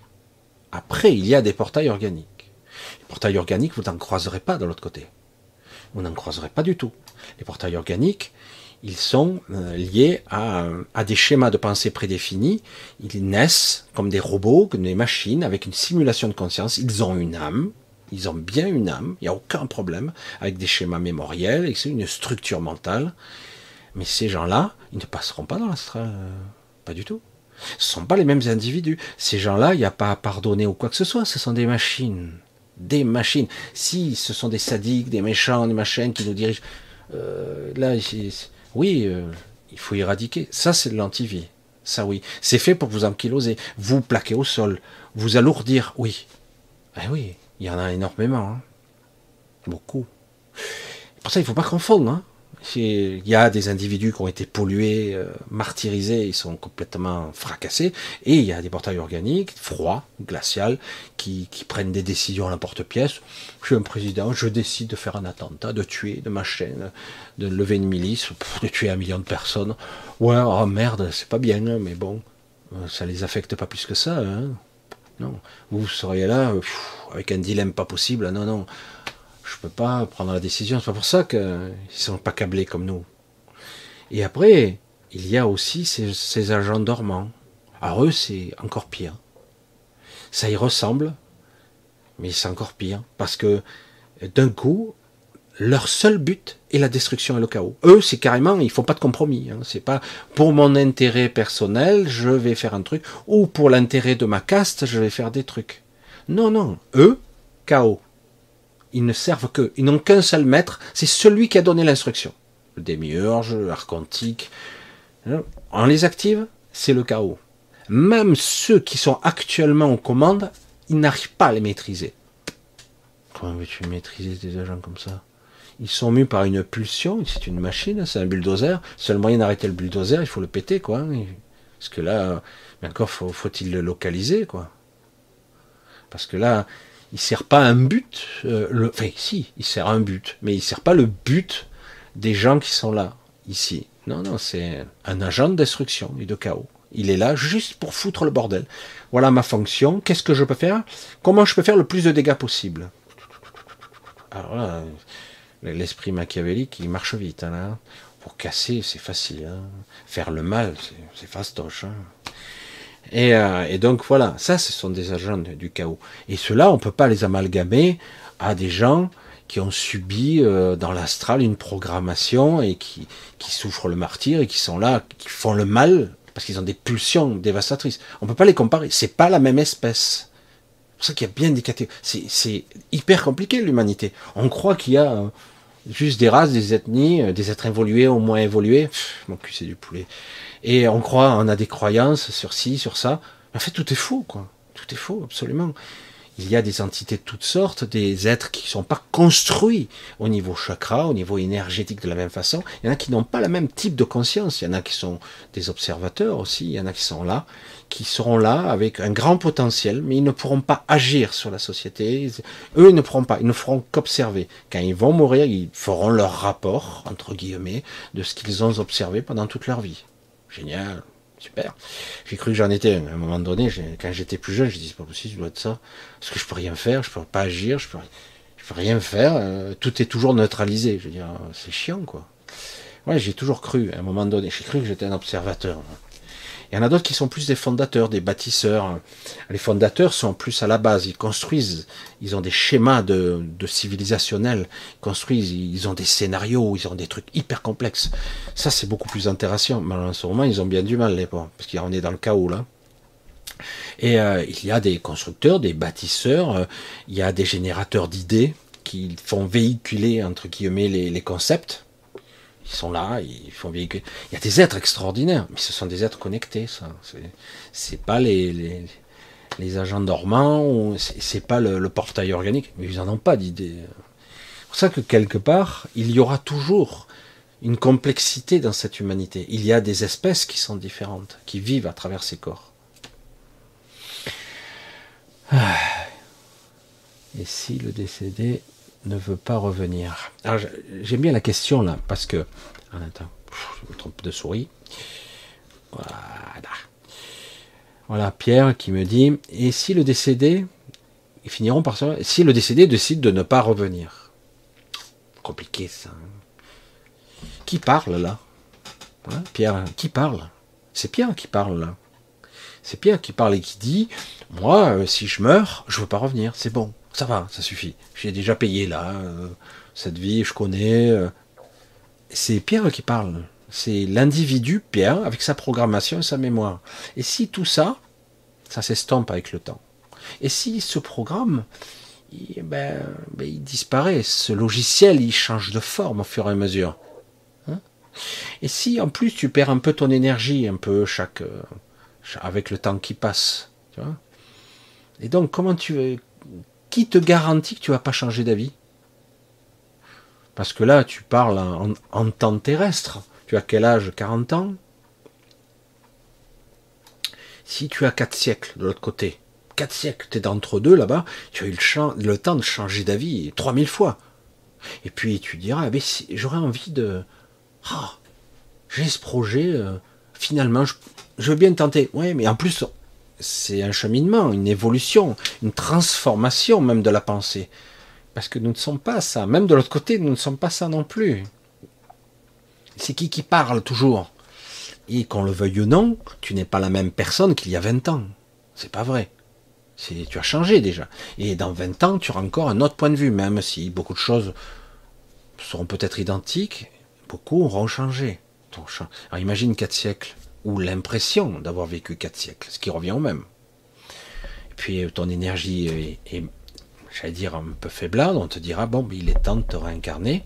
Speaker 1: il y a des portails organiques. Les portails organiques, vous n'en croiserez pas de l'autre côté. Vous n'en croiserez pas du tout. Les portails organiques, ils sont liés à des schémas de pensée prédéfinis. Ils naissent comme des robots, comme des machines, avec une simulation de conscience. Ils ont une âme. Ils ont bien une âme. Il n'y a aucun problème. Avec des schémas mémoriels, et c'est une structure mentale. Mais ces gens-là, ils ne passeront pas dans l'astral. Pas du tout. Ce ne sont pas les mêmes individus. Ces gens-là, il n'y a pas à pardonner ou quoi que ce soit. Ce sont des machines. Des machines. Si ce sont des sadiques, des méchants, des machines qui nous dirigent, là, oui, il faut éradiquer. Ça, c'est de l'antivie. Ça, oui. C'est fait pour vous ankyloser, vous plaquer au sol, vous alourdir. Oui. Eh oui, il y en a énormément. Hein. Beaucoup. Pour ça, il ne faut pas confondre. Hein. Il y a des individus qui ont été pollués, martyrisés, ils sont complètement fracassés, et il y a des portails organiques, froids, glaciaux, qui prennent des décisions à l'emporte-pièce. Je suis un président, je décide de faire un attentat, de tuer, de machin, de lever une milice, de tuer 1 million de personnes. Ouais, oh merde, c'est pas bien, hein, mais bon, ça les affecte pas plus que ça. Hein. Non, vous seriez là, avec un dilemme pas possible, non, non. Je peux pas prendre la décision. C'est pas pour ça qu'ils sont pas câblés comme nous. Et après, il y a aussi ces agents dormants. Alors eux, c'est encore pire. Ça y ressemble, mais c'est encore pire. Parce que d'un coup, leur seul but est la destruction et le chaos. Eux, c'est carrément, ils font pas de compromis. Hein. C'est pas pour mon intérêt personnel, je vais faire un truc, ou pour l'intérêt de ma caste, je vais faire des trucs. Non, non. Eux, chaos. Ils ne servent que, ils n'ont qu'un seul maître, c'est celui qui a donné l'instruction. Le démiurge, l'archontique. On les active, c'est le chaos. Même ceux qui sont actuellement aux commandes, ils n'arrivent pas à les maîtriser. Comment veux-tu maîtriser des agents comme ça? Ils sont mus par une pulsion, c'est une machine, c'est un bulldozer. Seul moyen d'arrêter le bulldozer, il faut le péter, quoi. Parce que là, mais encore faut-il le localiser, quoi. Parce que là, il sert pas un but, enfin si, il sert un but, mais il sert pas le but des gens qui sont là, ici. Non, non, c'est un agent de destruction et de chaos. Il est là juste pour foutre le bordel. Voilà ma fonction, qu'est-ce que je peux faire? Comment je peux faire le plus de dégâts possible? Alors là, l'esprit machiavélique, il marche vite. Hein, là. Pour casser, c'est facile. Hein. Faire le mal, c'est fastoche. Hein. Et donc voilà, ça ce sont des agents du chaos. Et ceux-là, on ne peut pas les amalgamer à des gens qui ont subi dans l'astral une programmation et qui souffrent le martyre et qui sont là, qui font le mal parce qu'ils ont des pulsions dévastatrices. On ne peut pas les comparer, c'est pas la même espèce. C'est pour ça qu'il y a bien des catégories. C'est hyper compliqué l'humanité. On croit qu'il y a juste des races, des ethnies, des êtres évolués ou moins évolués. Mon cul c'est du poulet. Et on croit, on a des croyances sur ci, sur ça. En fait, tout est faux, quoi. Tout est faux, absolument. Il y a des entités de toutes sortes, des êtres qui ne sont pas construits au niveau chakra, au niveau énergétique de la même façon. Il y en a qui n'ont pas le même type de conscience. Il y en a qui sont des observateurs aussi. Il y en a qui sont là, qui seront là avec un grand potentiel, mais ils ne pourront pas agir sur la société. Eux, ils ne pourront pas. Ils ne feront qu'observer. Quand ils vont mourir, ils feront leur rapport, entre guillemets, de ce qu'ils ont observé pendant toute leur vie. Génial, super. J'ai cru que j'en étais. À un moment donné, quand j'étais plus jeune, je disais, c'est pas possible, je dois être ça. Parce que je peux rien faire, je peux pas agir, je peux rien faire. Tout est toujours neutralisé. Je veux dire, c'est chiant, quoi. Ouais, j'ai toujours cru, à un moment donné, j'ai cru que j'étais un observateur. Il y en a d'autres qui sont plus des fondateurs, des bâtisseurs. Les fondateurs sont plus à la base, ils construisent, ils ont des schémas de civilisationnels, ils construisent, ils ont des scénarios, ils ont des trucs hyper complexes. Ça, c'est beaucoup plus intéressant. Mais en ce moment, ils ont bien du mal, les pauvres, parce qu'on est dans le chaos, là. Et il y a des constructeurs, des bâtisseurs, il y a des générateurs d'idées qui font véhiculer, entre guillemets, les concepts. Ils sont là, ils font véhiculer. Il y a des êtres extraordinaires, mais ce sont des êtres connectés, ça. C'est pas les agents dormants, ou c'est pas le portail organique, mais ils n'en ont pas d'idée. C'est pour ça que quelque part, il y aura toujours une complexité dans cette humanité. Il y a des espèces qui sont différentes, qui vivent à travers ces corps. Et si le décédé ne veut pas revenir. Alors j'aime bien la question là, parce que... Attends, je me trompe de souris. Voilà, Pierre qui me dit, et si le décédé, ils finiront par se... Si le décédé décide de ne pas revenir. Compliqué ça. Qui parle là, hein, Pierre, qui parle? C'est Pierre qui parle là. C'est Pierre qui parle et qui dit, moi, si je meurs, je veux pas revenir, c'est bon. Ça va, ça suffit. J'ai déjà payé là, cette vie, je connais. C'est Pierre qui parle. C'est l'individu, Pierre, avec sa programmation et sa mémoire. Et si tout ça, ça s'estompe avec le temps. Et si ce programme, il disparaît, ce logiciel, il change de forme au fur et à mesure. Hein? Et si en plus tu perds un peu ton énergie, un peu avec le temps qui passe, tu vois. Et donc comment qui te garantit que tu vas pas changer d'avis? Parce que là, tu parles en temps terrestre. Tu as quel âge? 40 ans? Si tu as 4 siècles de l'autre côté, 4 siècles, tu es d'entre deux là-bas, tu as eu le temps de changer d'avis 3000 fois. Et puis tu diras, si, j'aurais envie de... j'ai ce projet, finalement, je veux bien tenter. Oui, mais en plus, c'est un cheminement, une évolution, une transformation même de la pensée. Parce que nous ne sommes pas ça. Même de l'autre côté, nous ne sommes pas ça non plus. C'est qui parle toujours. Et qu'on le veuille ou non, tu n'es pas la même personne qu'il y a 20 ans. C'est pas vrai. Tu as changé déjà. Et dans 20 ans, tu auras encore un autre point de vue, même si beaucoup de choses seront peut-être identiques, beaucoup auront changé. Alors imagine 4 siècles, ou l'impression d'avoir vécu 4 siècles, ce qui revient au même. Et puis ton énergie est j'allais dire un peu faiblard, on te dira, bon, il est temps de te réincarner,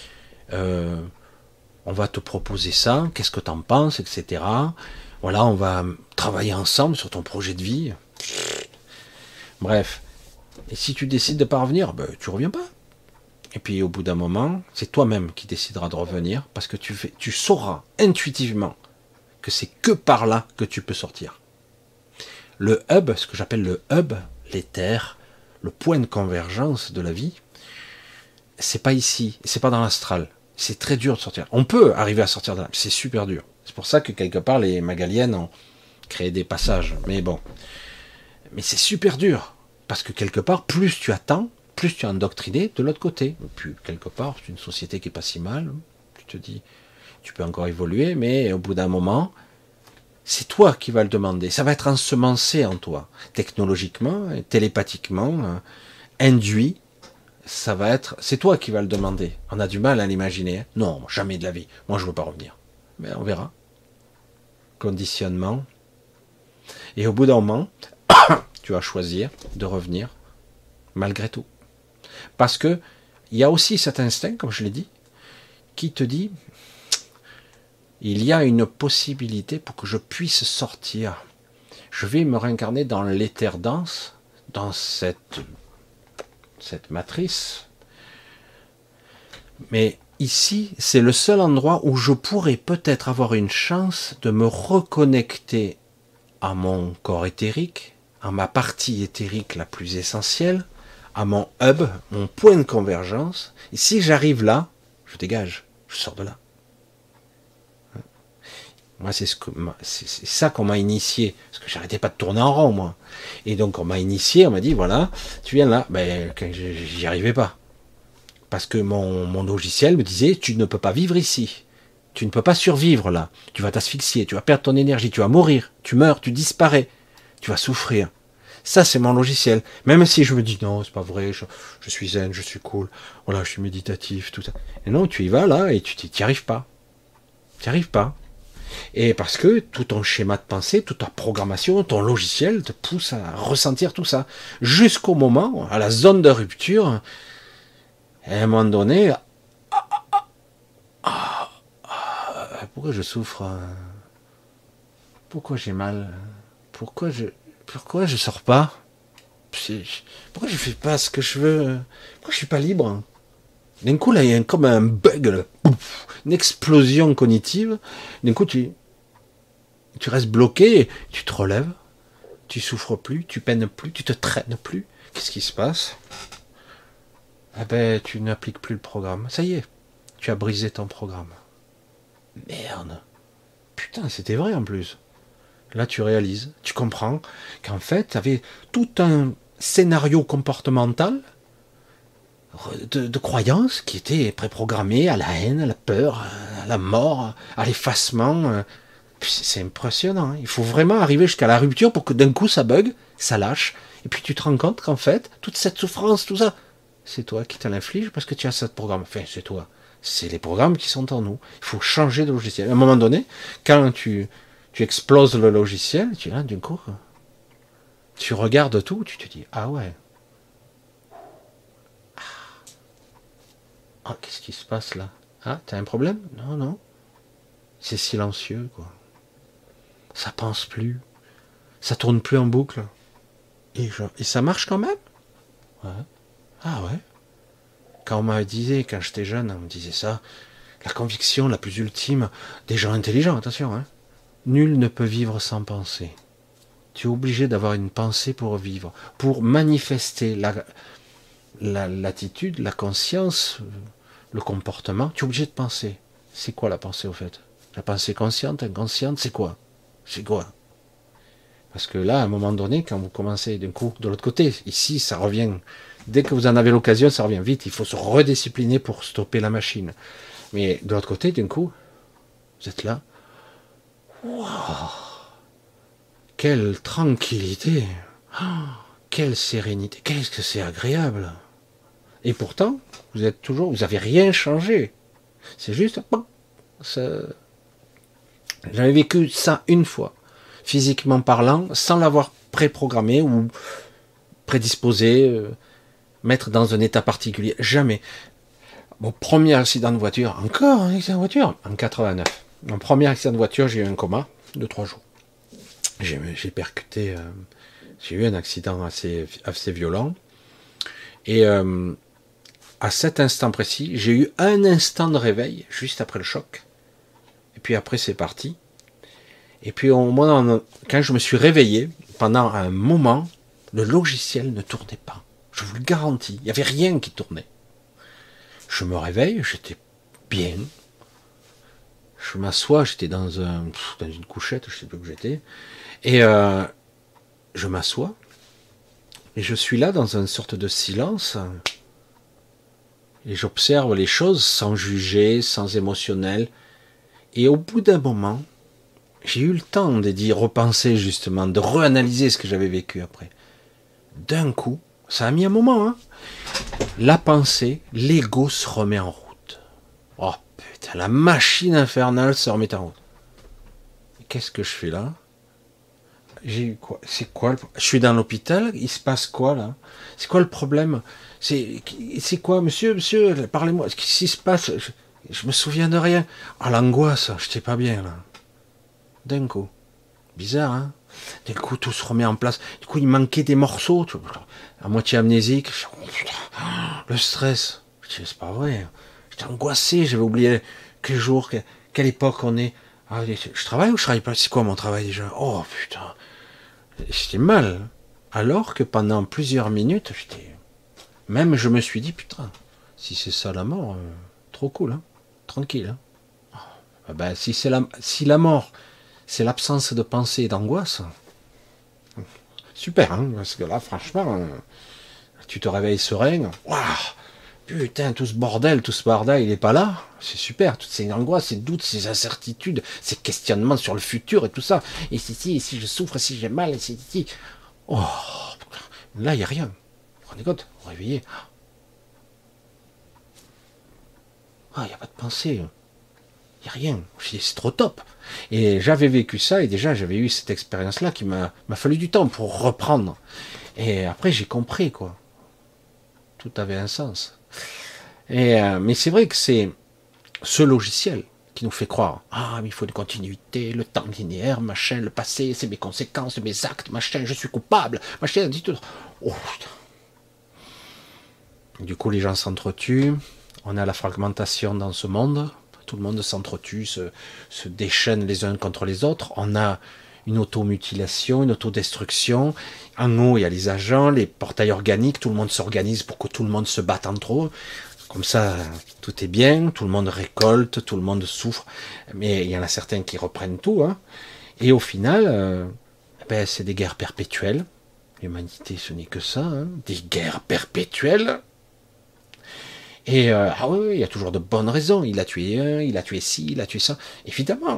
Speaker 1: on va te proposer ça, qu'est-ce que tu en penses, etc. Voilà, on va travailler ensemble sur ton projet de vie. Bref, et si tu décides de ne pas revenir, tu reviens pas. Et puis au bout d'un moment, c'est toi-même qui décideras de revenir, parce que tu sauras intuitivement que c'est que par là que tu peux sortir. Le hub, ce que j'appelle le hub, l'éther, le point de convergence de la vie, c'est pas ici, c'est pas dans l'astral. C'est très dur de sortir. On peut arriver à sortir de là, mais c'est super dur. C'est pour ça que quelque part les Magaliennes ont créé des passages. Mais bon, mais c'est super dur parce que quelque part, plus tu attends, plus tu es endoctriné de l'autre côté. Et puis quelque part, c'est une société qui est pas si mal. Tu te dis, tu peux encore évoluer, mais au bout d'un moment, c'est toi qui vas le demander. Ça va être ensemencé en toi, technologiquement, télépathiquement, induit. Ça va être, c'est toi qui vas le demander. On a du mal à l'imaginer. Hein. Non, jamais de la vie. Moi, je veux pas revenir. Mais on verra. Conditionnement. Et au bout d'un moment, tu vas choisir de revenir malgré tout. Parce que il y a aussi cet instinct, comme je l'ai dit, qui te dit il y a une possibilité pour que je puisse sortir. Je vais me réincarner dans l'éther dense, dans cette matrice. Mais ici, c'est le seul endroit où je pourrais peut-être avoir une chance de me reconnecter à mon corps éthérique, à ma partie éthérique la plus essentielle, à mon hub, mon point de convergence. Et si j'arrive là, je dégage, je sors de là. Moi, c'est ça qu'on m'a initié, parce que j'arrêtais pas de tourner en rond, moi. Et donc, on m'a initié, on m'a dit, voilà, tu viens là. J'y arrivais pas. Parce que mon logiciel me disait, tu ne peux pas vivre ici. Tu ne peux pas survivre là. Tu vas t'asphyxier, tu vas perdre ton énergie, tu vas mourir, tu meurs, tu disparais, tu vas souffrir. Ça, c'est mon logiciel. Même si je me dis, non, c'est pas vrai, je suis zen, je suis cool, voilà, je suis méditatif, tout ça. Et non, tu y vas là et tu n'y arrives pas. Tu n'y arrives pas. Et parce que tout ton schéma de pensée, toute ta programmation, ton logiciel te pousse à ressentir tout ça. Jusqu'au moment, à la zone de rupture, à un moment donné, pourquoi je souffre? Pourquoi j'ai mal? Pourquoi je sors pas? Pourquoi je fais pas ce que je veux? Pourquoi je suis pas libre? D'un coup, là, il y a comme un bug, là. Une explosion cognitive. D'un coup, tu restes bloqué, tu te relèves, tu souffres plus, tu peines plus, tu te traînes plus. Qu'est-ce qui se passe? Eh ben, tu n'appliques plus le programme. Ça y est, tu as brisé ton programme. Merde. Putain, c'était vrai en plus. Là, tu réalises, tu comprends qu'en fait, tu avais tout un scénario comportemental de croyances qui était préprogrammé à la haine, à la peur, à la mort, à l'effacement. C'est impressionnant. Hein. Il faut vraiment arriver jusqu'à la rupture pour que d'un coup ça bug, ça lâche. Et puis tu te rends compte qu'en fait, toute cette souffrance, tout ça, c'est toi qui te l'inflige parce que tu as ce programme. Enfin, c'est toi. C'est les programmes qui sont en nous. Il faut changer de logiciel. À un moment donné, quand tu exploses le logiciel, tu là, du coup, tu regardes tout, tu te dis, ah ouais. Ah, qu'est-ce qui se passe là? Ah, t'as un problème? Non, non. C'est silencieux, quoi. Ça pense plus. Ça tourne plus en boucle. Et ça marche quand même? Ouais. Ah ouais. Quand on m'a disait, quand j'étais jeune, on me disait ça, la conviction la plus ultime des gens intelligents, attention, hein. Nul ne peut vivre sans pensée. Tu es obligé d'avoir une pensée pour vivre, pour manifester l'attitude, la conscience, le comportement. Tu es obligé de penser. C'est quoi la pensée au fait? La pensée consciente, inconsciente, c'est quoi? C'est quoi? Parce que là, à un moment donné, quand vous commencez d'un coup de l'autre côté, ici, ça revient. Dès que vous en avez l'occasion, ça revient vite. Il faut se rediscipliner pour stopper la machine. Mais de l'autre côté, d'un coup, vous êtes là. Wow, quelle tranquillité. Oh, quelle sérénité. Qu'est-ce que c'est agréable. Et pourtant, vous êtes toujours, vous n'avez rien changé. C'est juste, bon, j'avais vécu ça une fois, physiquement parlant, sans l'avoir préprogrammé ou prédisposé, mettre dans un état particulier. Jamais. Mon premier accident de voiture, encore un accident de voiture, en 89. Mon premier accident de voiture, j'ai eu un coma de 3 jours. J'ai percuté, j'ai eu un accident assez violent. Et à cet instant précis, j'ai eu un instant de réveil, juste après le choc. Et puis après, c'est parti. Et puis, quand je me suis réveillé, pendant un moment, le logiciel ne tournait pas. Je vous le garantis, il n'y avait rien qui tournait. Je me réveille, j'étais bien. Je m'assois, j'étais dans une couchette, je ne sais plus où j'étais. Et je m'assois. Et je suis là dans une sorte de silence. Et j'observe les choses sans juger, sans émotionnel. Et au bout d'un moment, j'ai eu le temps d'y repenser justement, de réanalyser ce que j'avais vécu après. D'un coup, ça a mis un moment, hein. La pensée, l'ego se remet en route. Oh putain, la machine infernale se remet en route. Qu'est-ce que je fais là? J'ai eu quoi? C'est quoi? Je suis dans l'hôpital, il se passe quoi là? C'est quoi le problème? C'est quoi, monsieur, parlez-moi, qu'est-ce qui se passe? Je me souviens de rien. Ah, l'angoisse, j'étais pas bien là. D'un coup. Bizarre, hein? D'un coup, tout se remet en place. Du coup, il manquait des morceaux, tu vois, à moitié amnésique. Le stress. Je dis, c'est pas vrai. J'étais angoissé, j'avais oublié quel jour, quelle époque on est. Ah, je travaille ou je travaille pas? C'est quoi mon travail déjà? Oh putain. J'étais mal. Alors que pendant plusieurs minutes, même je me suis dit, putain, si c'est ça la mort, trop cool, hein? Tranquille. Hein? Ah ben, si la mort, c'est l'absence de pensée et d'angoisse, super, hein, parce que là, franchement, tu te réveilles serein, waouh, Putain, tout ce bordel, tout ce barda, il est pas là. C'est super, toutes ces angoisses, ces doutes, ces incertitudes, ces questionnements sur le futur et tout ça. Et si je souffre, si j'ai mal, si. Oh, là, il n'y a rien. Vous vous rendez compte? Vous réveillez. Ah, il n'y a pas de pensée. Il n'y a rien. C'est trop top. Et j'avais vécu ça, et déjà, j'avais eu cette expérience-là qui m'a fallu du temps pour reprendre. Et après, j'ai compris, quoi. Tout avait un sens. Mais c'est vrai que c'est ce logiciel qui nous fait croire, ah, mais il faut une continuité, le temps linéaire, machin, le passé, c'est mes conséquences, mes actes, machin, je suis coupable, machin, dit tout. Oh, putain. Du coup, les gens s'entretuent, on a la fragmentation dans ce monde, tout le monde s'entretue, se déchaîne les uns contre les autres, on a une automutilation, une autodestruction. En haut, il y a les agents, les portails organiques, tout le monde s'organise pour que tout le monde se batte entre eux. Comme ça, tout est bien, tout le monde récolte, tout le monde souffre, mais il y en a certains qui reprennent tout. Hein. Et au final, c'est des guerres perpétuelles. L'humanité, ce n'est que ça, hein. Des guerres perpétuelles. Et ah oui, il y a toujours de bonnes raisons. Il a tué un, il a tué ci, il a tué ça. Évidemment.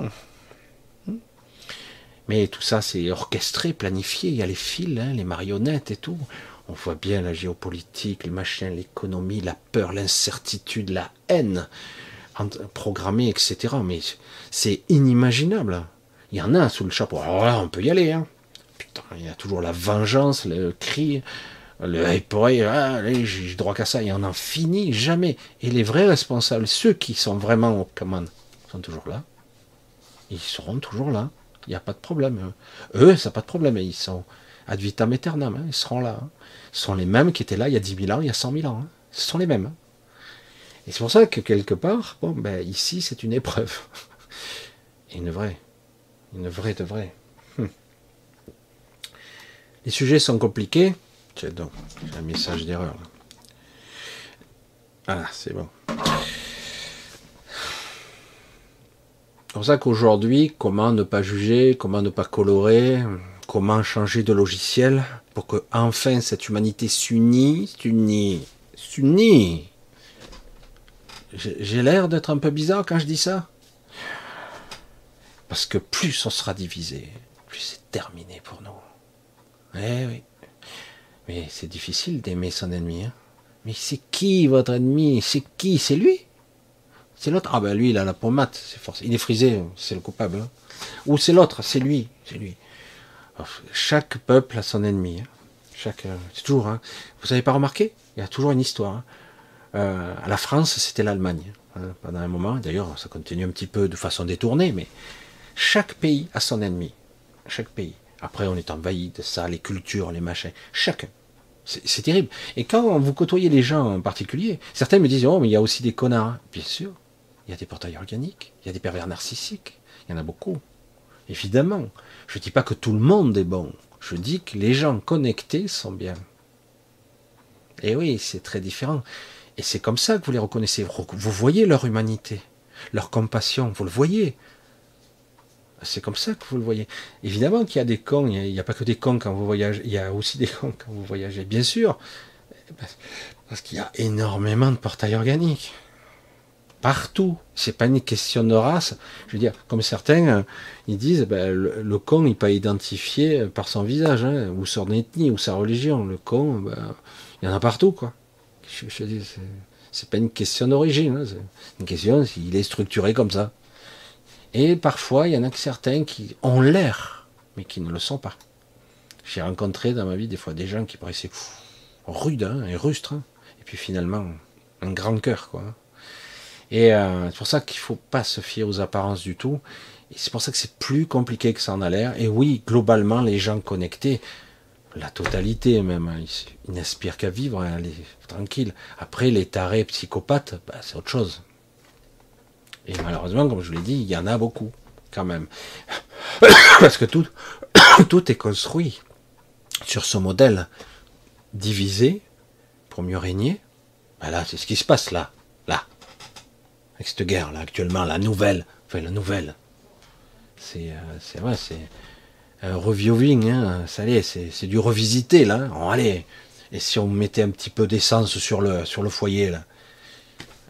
Speaker 1: Mais tout ça, c'est orchestré, planifié. Il y a les fils, hein, les marionnettes et tout. On voit bien la géopolitique, les machins, l'économie, la peur, l'incertitude, la haine programmée, etc. Mais c'est inimaginable. Il y en a sous le chapeau. Alors là, on peut y aller. Hein. Putain, il y a toujours la vengeance, le cri, le pourrait, allez, j'ai droit qu'à ça. Et on n'en finit jamais. Et les vrais responsables, ceux qui sont vraiment aux commandes, sont toujours là. Ils seront toujours là. Il n'y a pas de problème. Eux, ça n'a pas de problème. Ils sont ad vitam aeternam. Hein. Ils seront là. Hein. Ce sont les mêmes qui étaient là il y a 10 000 ans, il y a 100 000 ans. Hein. Ce sont les mêmes. Hein. Et c'est pour ça que quelque part, ici, c'est une épreuve. Une vraie. Une vraie de vraie. Les sujets sont compliqués. J'ai un message d'erreur. Là. Voilà, c'est bon. C'est pour ça qu'aujourd'hui, comment ne pas juger, comment ne pas colorer, comment changer de logiciel pour que enfin cette humanité s'unisse. J'ai l'air d'être un peu bizarre quand je dis ça. Parce que plus on sera divisé, plus c'est terminé pour nous. Eh oui. Mais c'est difficile d'aimer son ennemi. Hein. Mais c'est qui votre ennemi? C'est qui? C'est lui? C'est l'autre? Ah ben lui, il a la pommade, c'est forcé. Il est frisé, c'est le coupable. Hein. Ou c'est l'autre, c'est lui. C'est lui. Alors, chaque peuple a son ennemi. Hein. C'est toujours. Hein. Vous n'avez pas remarqué? Il y a toujours une histoire. Hein. À la France, c'était l'Allemagne. Hein, pendant un moment. D'ailleurs, ça continue un petit peu de façon détournée, mais chaque pays a son ennemi. Chaque pays. Après, on est envahi de ça, les cultures, les machins. Chacun. C'est terrible. Et quand vous côtoyez les gens en particulier, certains me disent, oh, mais il y a aussi des connards. Bien sûr. Il y a des portails organiques. Il y a des pervers narcissiques. Il y en a beaucoup. Évidemment. Je ne dis pas que tout le monde est bon. Je dis que les gens connectés sont bien. Et oui, c'est très différent. Et c'est comme ça que vous les reconnaissez. Vous voyez leur humanité, leur compassion. Vous le voyez. C'est comme ça que vous le voyez. Évidemment qu'il y a des cons, il n'y a pas que des cons quand vous voyagez, il y a aussi des cons quand vous voyagez, bien sûr. Parce qu'il y a énormément de portails organiques. Partout. C'est pas une question de race. Je veux dire, comme certains, ils disent, le con, il n'est pas identifié par son visage, hein, ou son ethnie, ou sa religion. Le con, il y en a partout, quoi. Je dis, c'est pas une question d'origine, hein, c'est une question, il est structuré comme ça. Et parfois, il y en a que certains qui ont l'air, mais qui ne le sont pas. J'ai rencontré dans ma vie des fois des gens qui paraissaient rudes hein, et rustres, hein, et puis finalement, un grand cœur, quoi. Et c'est pour ça qu'il ne faut pas se fier aux apparences du tout. Et c'est pour ça que c'est plus compliqué que ça en a l'air. Et oui, globalement, les gens connectés, la totalité même, hein, ils n'aspirent qu'à vivre, hein, tranquille. Après, les tarés psychopathes, c'est autre chose. Et malheureusement, comme je vous l'ai dit, il y en a beaucoup, quand même. Parce que tout est construit sur ce modèle divisé pour mieux régner. Là, c'est ce qui se passe là. Avec cette guerre, là, actuellement, la nouvelle. C'est vrai, c'est un reviewing, hein. Ça y est, c'est du revisité, là. Allez. Et si on mettait un petit peu d'essence sur le foyer, là.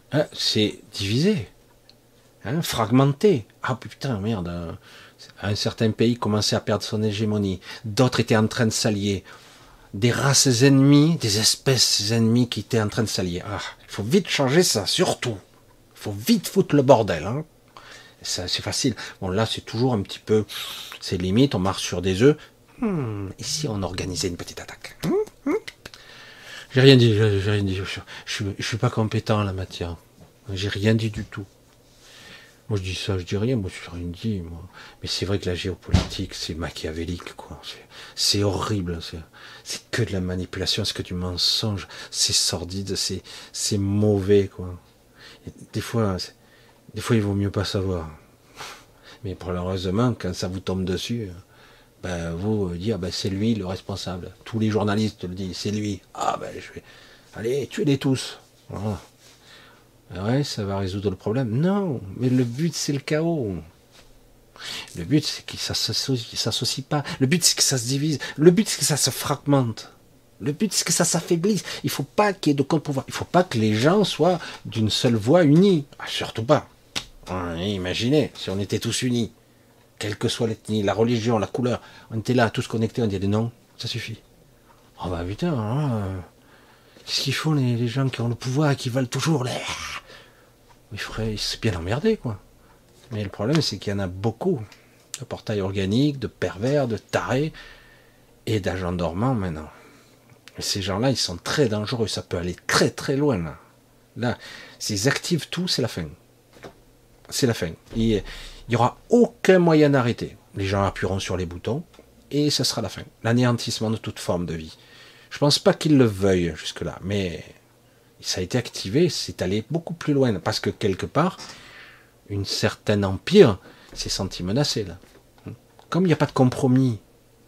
Speaker 1: Hein, c'est divisé, hein, fragmenté. Ah putain, merde. Un certain pays commençait à perdre son hégémonie. D'autres étaient en train de s'allier. Des races ennemies, des espèces ennemies qui étaient en train de s'allier. Ah, il faut vite changer ça, surtout. Il faut vite foutre le bordel. Hein. Ça, c'est facile. Bon, là, c'est toujours un petit peu... C'est limite, on marche sur des œufs. Ici, on organisait une petite attaque. J'ai rien dit, j'ai rien dit. Je suis pas compétent en la matière. J'ai rien dit du tout. Moi, je dis ça, je dis rien. Moi, je n'ai rien dit. Moi. Mais c'est vrai que la géopolitique, c'est machiavélique, quoi. C'est horrible. C'est que de la manipulation, c'est que du mensonge. C'est sordide, c'est mauvais, quoi. Et des fois, il vaut mieux pas savoir. Mais malheureusement, quand ça vous tombe dessus, ben, vous dire, ben, c'est lui le responsable. Tous les journalistes le disent, c'est lui. Ah ben, je vais... Allez, tuez-les tous. Voilà. Ouais, ça va résoudre le problème. Non, mais le but, c'est le chaos. Le but, c'est que ça ne s'associe pas. Le but, c'est que ça se divise. Le but, c'est que ça se fragmente. Le but, c'est que ça s'affaiblisse. Il ne faut pas qu'il y ait de contre-pouvoir. Il ne faut pas que les gens soient d'une seule voix unis. Ah, surtout pas. Imaginez, si on était tous unis, quelle que soit l'ethnie, la religion, la couleur, on était là, tous connectés, on disait non, ça suffit. Oh bah putain, qu'est-ce qu'ils font les gens qui ont le pouvoir et qui veulent toujours les... Mais frère, ils se bien emmerdés, quoi. Mais le problème, c'est qu'il y en a beaucoup de portails organiques, de pervers, de tarés et d'agents dormants maintenant. Et ces gens-là, ils sont très dangereux, ça peut aller très très loin. Là, s'ils activent tout, c'est la fin. C'est la fin. Il n'y aura aucun moyen d'arrêter. Les gens appuieront sur les boutons et ce sera la fin. L'anéantissement de toute forme de vie. Je pense pas qu'ils le veuillent jusque-là, mais ça a été activé, c'est allé beaucoup plus loin, parce que quelque part, une certaine empire s'est senti menacé là. Comme il n'y a pas de compromis,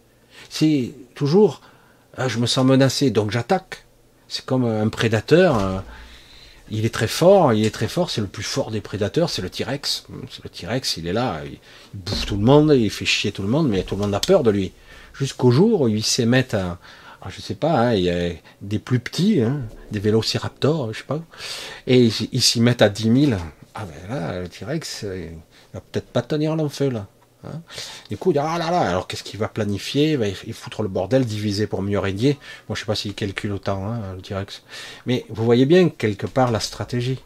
Speaker 1: c'est toujours, je me sens menacé, donc j'attaque. C'est comme un prédateur, il est très fort, c'est le plus fort des prédateurs, c'est le T-Rex. C'est le T-Rex, il est là, il bouffe tout le monde, il fait chier tout le monde, mais tout le monde a peur de lui. Jusqu'au jour où il s'émet à... je sais pas, hein, il y a des plus petits, hein, des vélociraptors, je sais pas, et ils s'y mettent à 10 000. Ah ben là, le T-Rex, il va peut-être pas tenir long feu là. Hein. Du coup, il dit, ah là là, alors qu'est-ce qu'il va planifier? Il foutre le bordel, diviser pour mieux régner. Moi, je sais pas s'il calcule autant, hein, le T-Rex. Mais vous voyez bien, quelque part, la stratégie.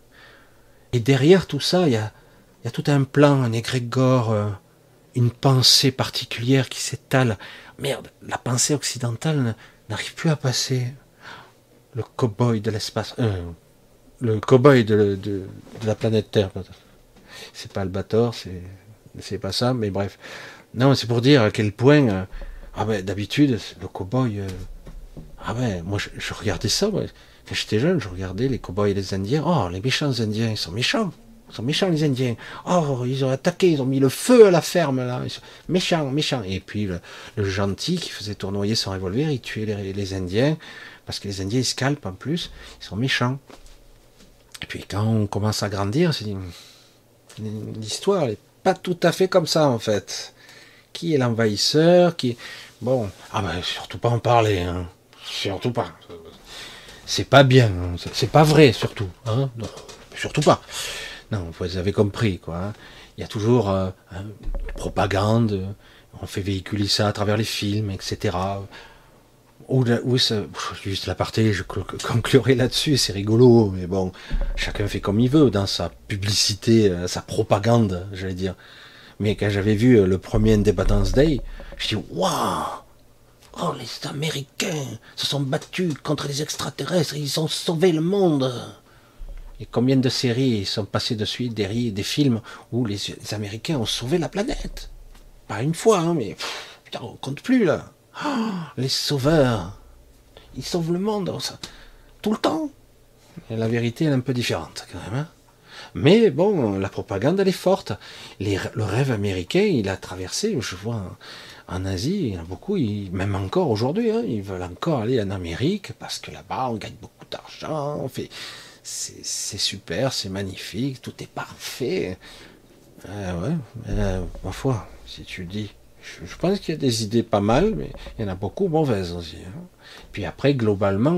Speaker 1: Et derrière tout ça, il y a tout un plan, un égrégore, une pensée particulière qui s'étale. Merde, la pensée occidentale n'arrive plus à passer. Le cow-boy de l'espace. Le cow-boy de la planète Terre. C'est pas Albator, c'est pas ça, mais bref. Non, c'est pour dire à quel point... ah ben, d'habitude, le cow-boy... ah ben, moi, je regardais ça. Ouais. Quand j'étais jeune, je regardais les cow-boys et les Indiens. Oh, les méchants Indiens, ils sont méchants. Ils sont méchants, les Indiens. Oh, ils ont attaqué, ils ont mis le feu à la ferme, là. Ils sont méchants, méchants. Et puis, le gentil qui faisait tournoyer son revolver, il tuait les Indiens. Parce que les Indiens, ils scalpent en plus. Ils sont méchants. Et puis, quand on commence à grandir, c'est l'histoire n'est pas tout à fait comme ça, en fait. Qui est l'envahisseur? Bon, ah ben, surtout pas en parler, hein. Surtout pas. C'est pas bien, hein. C'est pas vrai, surtout. Hein, non, surtout pas. Non, vous avez compris, quoi. Hein. Il y a toujours propagande, on fait véhiculer ça à travers les films, etc. Ou ça, juste l'aparté, je conclurai là-dessus, c'est rigolo, mais bon, chacun fait comme il veut dans sa publicité, sa propagande, j'allais dire. Mais quand j'avais vu le premier Independence Day, je dis waouh! Oh, les Américains se sont battus contre les extraterrestres, ils ont sauvé le monde! Et combien de séries sont passées de suite, des films où les Américains ont sauvé la planète? Pas une fois, hein, mais putain, on compte plus là. Oh, les sauveurs, ils sauvent le monde, ça, tout le temps. Et la vérité, elle est un peu différente quand même. Hein. Mais bon, la propagande, elle est forte. Le rêve américain, il a traversé, je vois en Asie, il y en a beaucoup, même encore aujourd'hui, hein, ils veulent encore aller en Amérique parce que là-bas, on gagne beaucoup d'argent, on fait... C'est super, c'est magnifique, tout est parfait. Ouais, ma foi, si tu le dis. Je pense qu'il y a des idées pas mal, mais il y en a beaucoup mauvaises aussi. Hein. Puis après, globalement,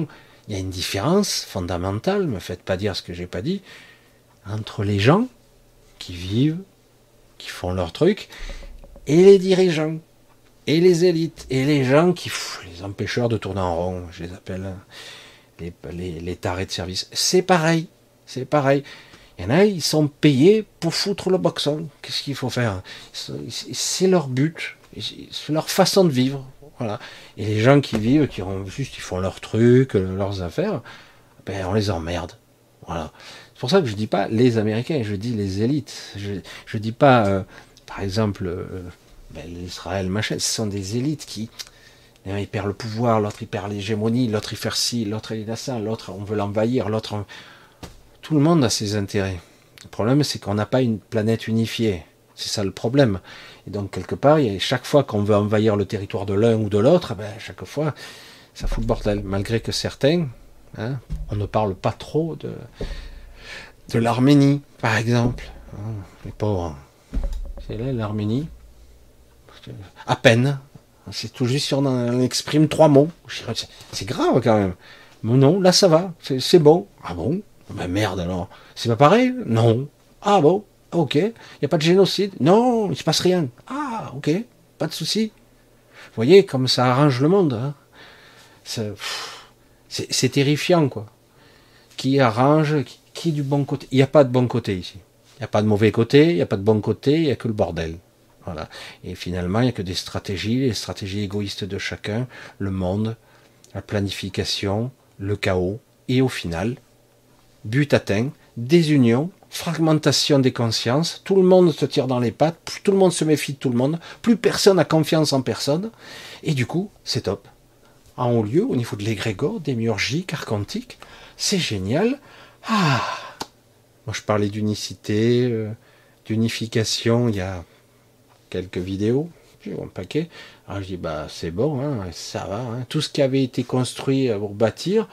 Speaker 1: Il y a une différence fondamentale, me faites pas dire ce que j'ai pas dit, entre les gens qui vivent, qui font leur truc, et les dirigeants, et les élites, et les gens qui, les empêcheurs de tourner en rond, je les appelle, les tarés de service. C'est pareil, c'est pareil. Il y en a, ils sont payés pour foutre le boxon. Qu'est-ce qu'il faut faire? C'est leur but, c'est leur façon de vivre. Voilà. Et les gens qui vivent, qui ont juste, ils font leurs trucs, leurs affaires, ben on les emmerde. Voilà. C'est pour ça que je dis pas les Américains, je dis les élites. Je dis pas, par exemple, l'Israël, machin. Ce sont des élites qui, il perd le pouvoir, l'autre il perd l'hégémonie, l'autre il fait ci, l'autre il a ça, l'autre on veut l'envahir, l'autre. Tout le monde a ses intérêts. Le problème, c'est qu'on n'a pas une planète unifiée. C'est ça le problème. Et donc, quelque part, chaque fois qu'on veut envahir le territoire de l'un ou de l'autre, chaque fois, ça fout le bordel. Malgré que certains, hein, on ne parle pas trop de l'Arménie, par exemple. Les pauvres. C'est là, l'Arménie. À peine. C'est tout juste si on exprime 3 mots. C'est grave, quand même. Mais non, là, ça va. C'est bon. Ah bon? Ben merde alors, c'est pas pareil? Non. Ah bon, ok. Il n'y a pas de génocide? Non, il se passe rien. Ah ok, pas de souci. Vous voyez comme ça arrange le monde. Hein. C'est terrifiant quoi. Qui arrange, qui est du bon côté? Il n'y a pas de bon côté ici. Il n'y a pas de mauvais côté, il n'y a pas de bon côté, il n'y a que le bordel. Voilà. Et finalement, il n'y a que des stratégies, les stratégies égoïstes de chacun, le monde, la planification, le chaos, et au final, but atteint, désunion, fragmentation des consciences, tout le monde se tire dans les pattes, tout le monde se méfie de tout le monde, plus personne n'a confiance en personne, et du coup, c'est top. En haut lieu, au niveau de l'égrégore, démiurgique, archontique, c'est génial. Ah, moi je parlais d'unicité, d'unification, il y a quelques vidéos, j'ai un paquet. Alors je dis, c'est bon, hein, ça va, hein. Tout ce qui avait été construit pour bâtir,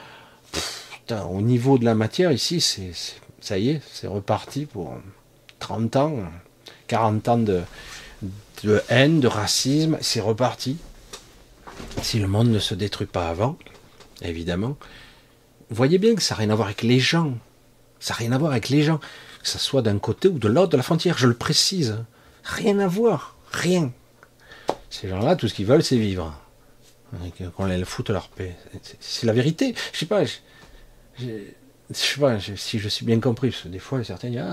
Speaker 1: au niveau de la matière, ici, ça y est, c'est reparti pour 30 ans, 40 ans de haine, de racisme, c'est reparti. Si le monde ne se détruit pas avant, évidemment, vous voyez bien que ça n'a rien à voir avec les gens. Ça n'a rien à voir avec les gens, que ce soit d'un côté ou de l'autre de la frontière, je le précise. Rien à voir, rien. Ces gens-là, tout ce qu'ils veulent, c'est vivre. Qu'on les foute leur paix. C'est la vérité. Je sais pas... Je sais pas si je suis bien compris, parce que des fois certains disent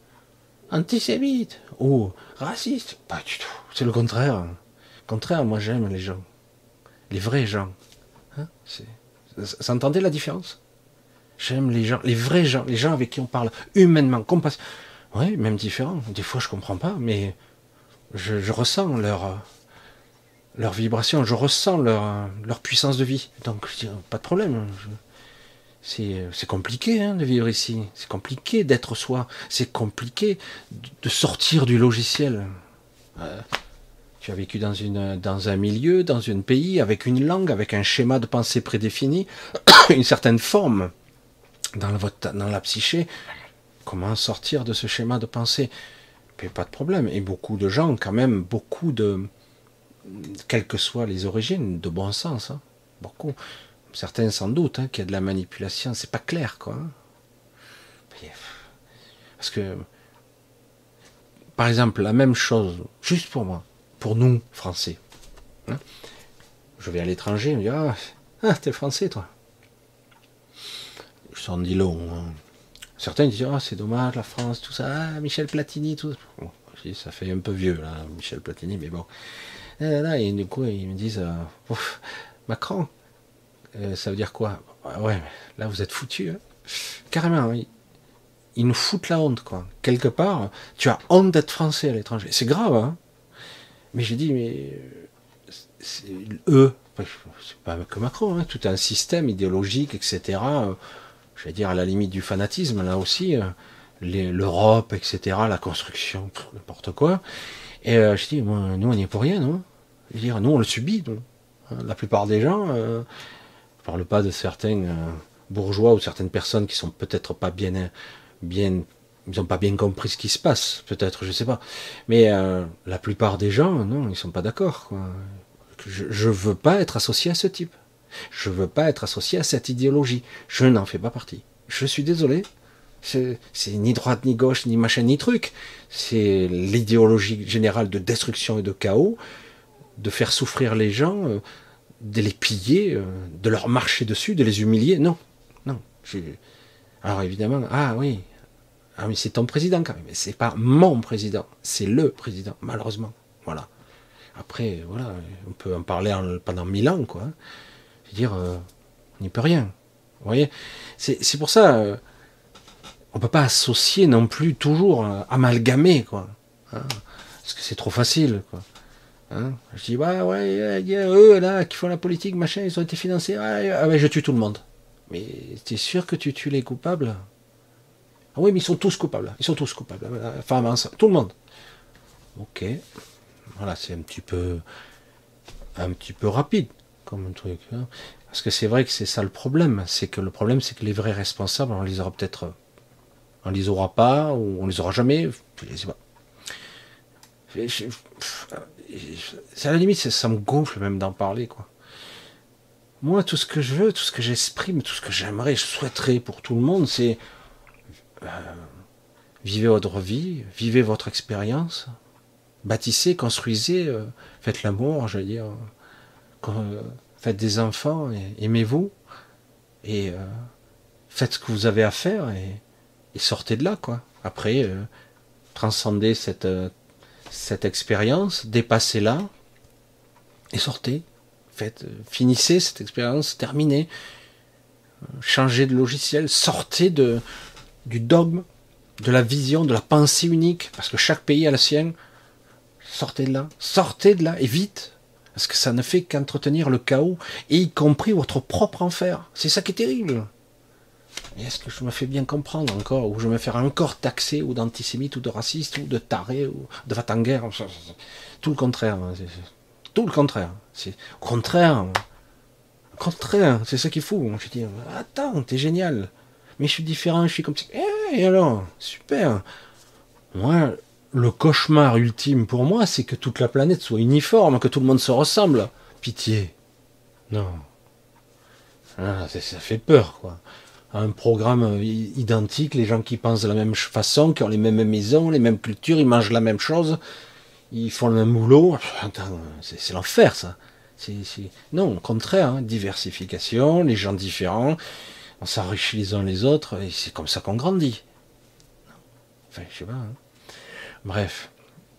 Speaker 1: antisémite ou raciste. Pas du tout, c'est le contraire. Au contraire, moi j'aime les gens, les vrais gens. Hein, vous entendez la différence? J'aime les gens, les vrais gens, les gens avec qui on parle humainement, compassion. Oui, même différent. Des fois je comprends pas, mais je ressens leur vibration, je ressens leur puissance de vie. Donc je dis pas de problème. C'est compliqué hein, de vivre ici, c'est compliqué d'être soi, c'est compliqué de sortir du logiciel. Tu as vécu dans un milieu, dans un pays, avec une langue, avec un schéma de pensée prédéfini, une certaine forme dans la psyché. Comment sortir de ce schéma de pensée? Mais pas de problème. Et beaucoup de gens, quand même, quelles que soient les origines, de bon sens, hein, beaucoup. Certains sans doute, hein, qu'il y a de la manipulation, c'est pas clair, quoi. Parce que, par exemple, la même chose, juste pour moi, pour nous, Français. Hein, je vais à l'étranger, on me dit, t'es Français, toi. Je s'en dis long. Hein. Certains disent, c'est dommage, la France, tout ça, Michel Platini, tout ça. Bon, ça fait un peu vieux, là, Michel Platini, mais bon. Et du coup, ils me disent, Macron, ça veut dire quoi? Ouais, là vous êtes foutus. Hein. Carrément, ils nous foutent la honte, quoi. Quelque part, tu as honte d'être français à l'étranger. C'est grave, hein. Mais j'ai dit, mais eux, c'est pas que Macron, hein, tout un système idéologique, etc. Je vais dire à la limite du fanatisme, là aussi, l'Europe, etc., la construction, n'importe quoi. Et je dis, nous on n'y est pour rien, non? Je veux dire, nous on le subit, nous. La plupart des gens. Je ne parle pas de certains bourgeois ou certaines personnes qui sont peut-être pas bien, ils n'ont pas bien compris ce qui se passe, peut-être, je sais pas. Mais la plupart des gens, non, ils sont pas d'accord. Je veux pas être associé à ce type. Je veux pas être associé à cette idéologie. Je n'en fais pas partie. Je suis désolé. C'est ni droite, ni gauche, ni machin, ni truc. C'est l'idéologie générale de destruction et de chaos, de faire souffrir les gens, de les piller, de leur marcher dessus, de les humilier. Non, non. Alors évidemment, ah oui, ah mais c'est ton président quand même. Mais c'est pas mon président, c'est le président, malheureusement. Voilà. Après, voilà, on peut en parler pendant 1000 ans, quoi. Je veux dire, on n'y peut rien. Vous voyez, c'est pour ça, on peut pas associer non plus toujours, amalgamer, quoi. Hein, parce que c'est trop facile, quoi. Hein, je dis, ouais, il y a eux là qui font la politique, machin, ils ont été financés. Ah ouais, je tue tout le monde. Mais t'es sûr que tu tues les coupables? Ah oui, mais ils sont tous coupables. Ils sont tous coupables. Enfin, tout le monde. Ok. Voilà, c'est un petit peu rapide comme truc. Hein. Parce que c'est vrai que c'est ça le problème. C'est que le problème, c'est que les vrais responsables, on les aura peut-être, on les aura pas, ou on les aura jamais. Je sais pas. C'est à la limite, ça me gonfle même d'en parler, quoi. Moi, tout ce que je veux, tout ce que j'exprime, tout ce que j'aimerais, je souhaiterais pour tout le monde, c'est vivez votre vie, vivez votre expérience, bâtissez, construisez, faites l'amour, je veux dire, faites des enfants, aimez-vous, et faites ce que vous avez à faire, et sortez de là, quoi. Après, transcendez cette expérience, dépassez-la, et sortez. Finissez cette expérience, terminez, changez de logiciel, sortez du dogme, de la vision, de la pensée unique, parce que chaque pays a le sien. Sortez de là, et vite, parce que ça ne fait qu'entretenir le chaos, et y compris votre propre enfer. C'est ça qui est terrible. Et est-ce que je me fais bien comprendre encore, ou je me fais encore taxer, ou d'antisémite, ou de raciste, ou de taré, ou de va-t-en-guerre? Tout le contraire. Tout le contraire. C'est au contraire. Au contraire, c'est ça qu'il faut. Je dis, attends, t'es génial. Mais je suis différent, je suis comme ça. Et alors, super. Moi, le cauchemar ultime pour moi, c'est que toute la planète soit uniforme, que tout le monde se ressemble. Pitié. Non. Ah, ça fait peur, quoi. Un programme identique, les gens qui pensent de la même façon, qui ont les mêmes maisons, les mêmes cultures, ils mangent la même chose. Ils font le même boulot. Attends, c'est l'enfer, ça. Non, au contraire, hein, diversification, les gens différents, on s'enrichit les uns les autres, et c'est comme ça qu'on grandit. Enfin, je sais pas. Hein. Bref.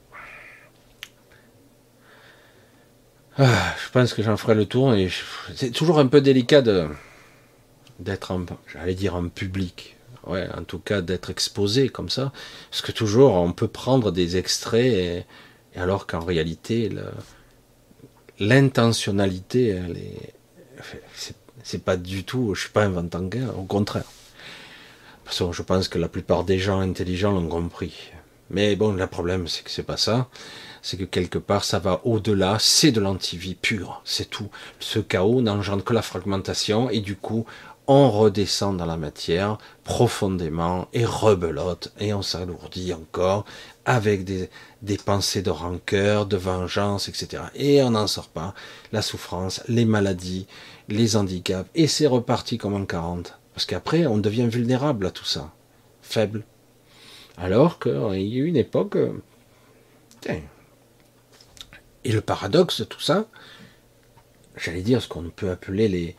Speaker 1: Je pense que j'en ferai le tour, et c'est toujours un peu délicat d'être, j'allais dire, en public. Ouais, en tout cas, d'être exposé comme ça. Parce que toujours, on peut prendre des extraits, et alors qu'en réalité, l'intentionnalité, c'est pas du tout, je suis pas un va-t-en-guerre, au contraire. Parce que je pense que la plupart des gens intelligents l'ont compris. Mais bon, le problème, c'est que c'est pas ça. C'est que quelque part, ça va au-delà, c'est de l'antivie pure, c'est tout. Ce chaos n'engendre que la fragmentation, et du coup, on redescend dans la matière profondément, et rebelote, et on s'alourdit encore, avec des pensées de rancœur, de vengeance, etc. Et on n'en sort pas. La souffrance, les maladies, les handicaps, et c'est reparti comme en 40. Parce qu'après, on devient vulnérable à tout ça. Faible. Alors qu'il y a eu une époque... Et le paradoxe de tout ça, j'allais dire ce qu'on peut appeler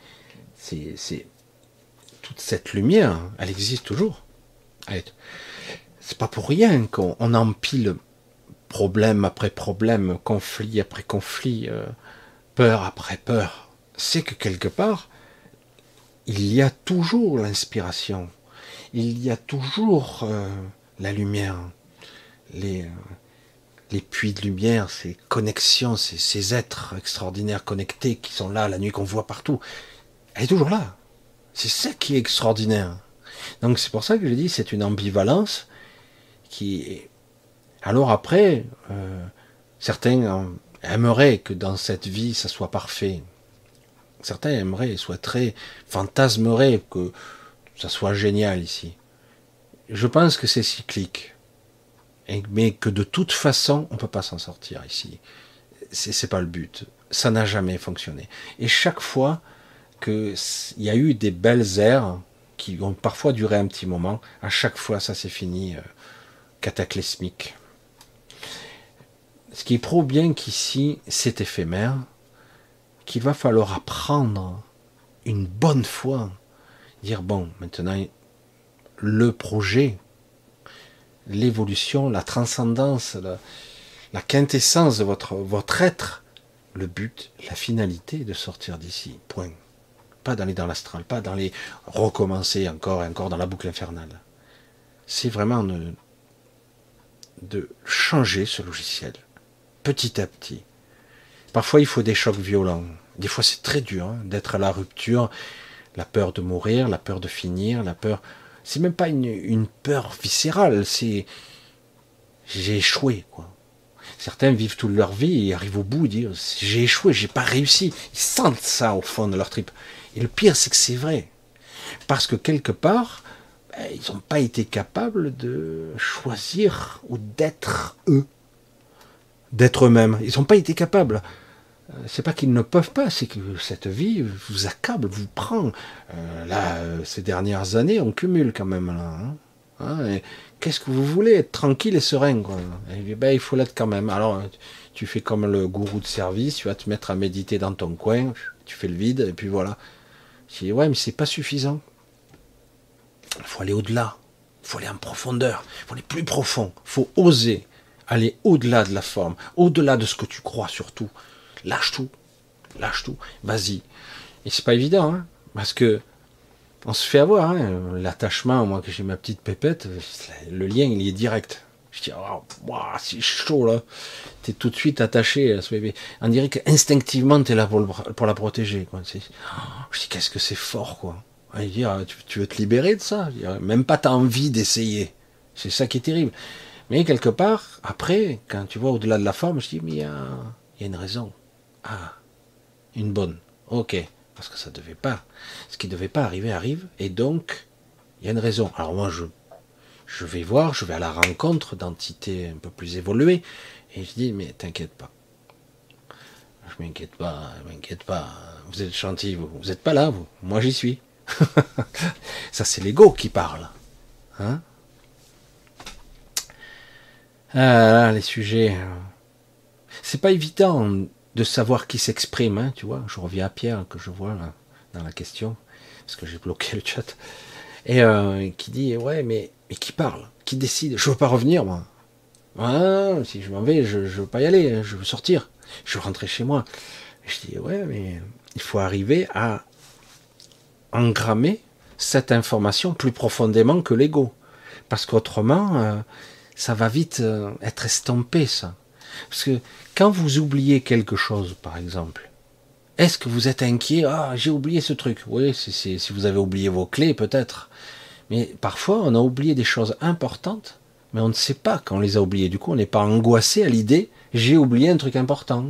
Speaker 1: toute cette lumière, elle existe toujours. C'est pas pour rien qu'on empile problème après problème, conflit après conflit, peur après peur. C'est que quelque part, il y a toujours l'inspiration, il y a toujours la lumière, les puits de lumière, ces connexions, ces êtres extraordinaires connectés qui sont là la nuit, qu'on voit partout. Elle est toujours là. C'est ça qui est extraordinaire. Donc c'est pour ça que je dis, c'est une ambivalence qui... Alors après, certains aimeraient que dans cette vie, ça soit parfait. Certains aimeraient, souhaiteraient, fantasmeraient que ça soit génial ici. Je pense que c'est cyclique. Mais que de toute façon, on ne peut pas s'en sortir ici. C'est pas le but. Ça n'a jamais fonctionné. Et chaque fois, qu'il y a eu des belles ères qui ont parfois duré un petit moment. À chaque fois, ça s'est fini cataclysmique. Ce qui prouve bien qu'ici, c'est éphémère, qu'il va falloir apprendre une bonne fois, dire bon, maintenant, le projet, l'évolution, la transcendance, la quintessence de votre être, le but, la finalité est de sortir d'ici, point. Pas d'aller dans l'astral, pas d'aller recommencer encore et encore dans la boucle infernale. C'est vraiment de changer ce logiciel, petit à petit. Parfois, il faut des chocs violents. Des fois, c'est très dur hein, d'être à la rupture, la peur de mourir, la peur de finir, la peur... C'est même pas une peur viscérale, c'est... J'ai échoué, quoi. Certains vivent toute leur vie et arrivent au bout et disent « J'ai échoué, j'ai pas réussi ». Ils sentent ça au fond de leur trip. Et le pire, c'est que c'est vrai. Parce que quelque part, ils n'ont pas été capables de choisir ou d'être eux. D'être eux-mêmes. Ils n'ont pas été capables. C'est pas qu'ils ne peuvent pas, c'est que cette vie vous accable, vous prend. Ces dernières années, on cumule quand même là. Qu'est-ce que vous voulez? Être tranquille et serein, quoi. Et ben, il faut l'être quand même. Alors, tu fais comme le gourou de service, tu vas te mettre à méditer dans ton coin, tu fais le vide, et puis voilà. Je dis, ouais, mais c'est pas suffisant. Il faut aller au-delà. Il faut aller en profondeur. Il faut aller plus profond. Il faut oser aller au-delà de la forme, au-delà de ce que tu crois surtout. Lâche tout. Lâche tout. Vas-y. Et c'est pas évident, hein, parce que on se fait avoir, hein. L'attachement, moi que j'ai ma petite pépette, le lien il est direct. Je dis, oh, wow, c'est chaud là. T'es tout de suite attaché à ce bébé. On dirait qu'instinctivement t'es là pour la protéger. Quoi. Je dis, qu'est-ce que c'est fort quoi. Et dire, tu veux te libérer de ça? Même pas t'as envie d'essayer. C'est ça qui est terrible. Mais quelque part, après, quand tu vois au-delà de la forme, je dis, mais il y a une raison. Ah, une bonne. Ok. Parce que ça devait pas. Ce qui devait pas arriver arrive. Et donc, il y a une raison. Alors moi, je vais voir, je vais à la rencontre d'entités un peu plus évoluées. Et je dis, mais t'inquiète pas. Je m'inquiète pas. Vous êtes gentil, vous n'êtes pas là, vous. Moi, j'y suis. Ça, c'est l'ego qui parle. Hein? Ah, les sujets. C'est pas évident de savoir qui s'exprime, hein, tu vois. Je reviens à Pierre que je vois là, dans la question, parce que j'ai bloqué le chat, et qui dit ouais, mais qui parle, qui décide. Je veux pas revenir moi. Ah, si je m'en vais, je veux pas y aller, je veux sortir, je veux rentrer chez moi. Et je dis ouais, mais il faut arriver à engrammer cette information plus profondément que l'ego, parce qu'autrement, ça va vite être estompé ça. Parce que quand vous oubliez quelque chose, par exemple, est-ce que vous êtes inquiet? Ah, j'ai oublié ce truc. Oui, si vous avez oublié vos clés, peut-être. Mais parfois, on a oublié des choses importantes, mais on ne sait pas qu'on les a oubliées. Du coup, on n'est pas angoissé à l'idée, j'ai oublié un truc important.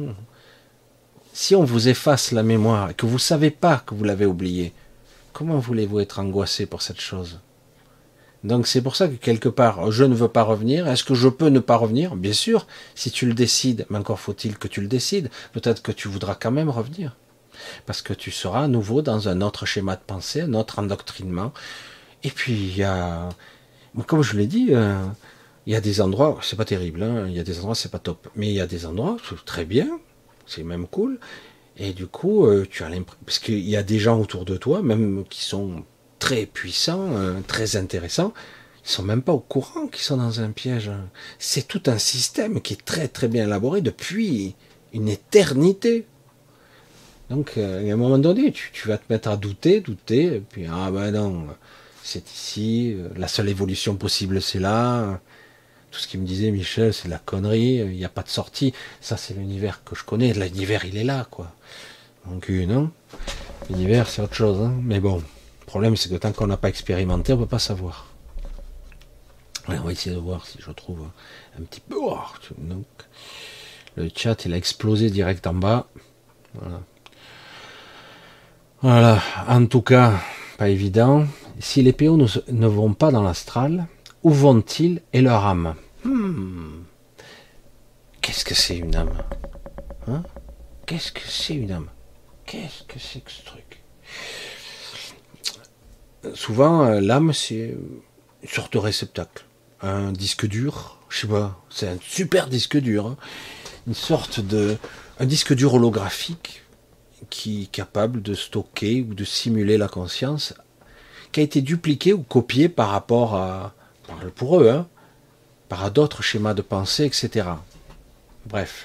Speaker 1: Si on vous efface la mémoire et que vous ne savez pas que vous l'avez oublié, comment voulez-vous être angoissé pour cette chose? Donc c'est pour ça que quelque part, je ne veux pas revenir. Est-ce que je peux ne pas revenir? Bien sûr, si tu le décides, mais encore faut-il que tu le décides. Peut-être que tu voudras quand même revenir. Parce que tu seras à nouveau dans un autre schéma de pensée, un autre endoctrinement. Et puis il y a, comme je l'ai dit, il y a des endroits, c'est pas terrible, hein, il y a des endroits c'est pas top. Mais il y a des endroits, c'est très bien, c'est même cool. Et du coup, tu as l'impression, parce qu'il y a des gens autour de toi, même qui sont très puissants, très intéressants, ils sont même pas au courant qu'ils sont dans un piège. C'est tout un système qui est très très bien élaboré depuis une éternité. Donc, à un moment donné, tu vas te mettre à douter, et puis ah ben non, c'est ici, la seule évolution possible c'est là. Tout ce qu'il me disait Michel, c'est de la connerie, il n'y a pas de sortie. Ça c'est l'univers que je connais, l'univers il est là quoi. Donc non, l'univers c'est autre chose, hein. Mais bon. Le problème, c'est que tant qu'on n'a pas expérimenté, on ne peut pas savoir. Ouais, on va essayer de voir si je trouve un petit peu. Oh, donc, le chat, il a explosé direct en bas. Voilà. Voilà. En tout cas, pas évident. Si les PO ne vont pas dans l'astral, où vont-ils et leur âme? Qu'est-ce que c'est une âme? Hein? Qu'est-ce que c'est une âme? Qu'est-ce que c'est que ce truc? souvent, l'âme, c'est une sorte de réceptacle. Un disque dur, je sais pas, c'est un super disque dur, hein. Une sorte de... Un disque dur holographique qui est capable de stocker ou de simuler la conscience, qui a été dupliqué ou copié par rapport à... Pour eux, hein, par d'autres schémas de pensée, etc. Bref.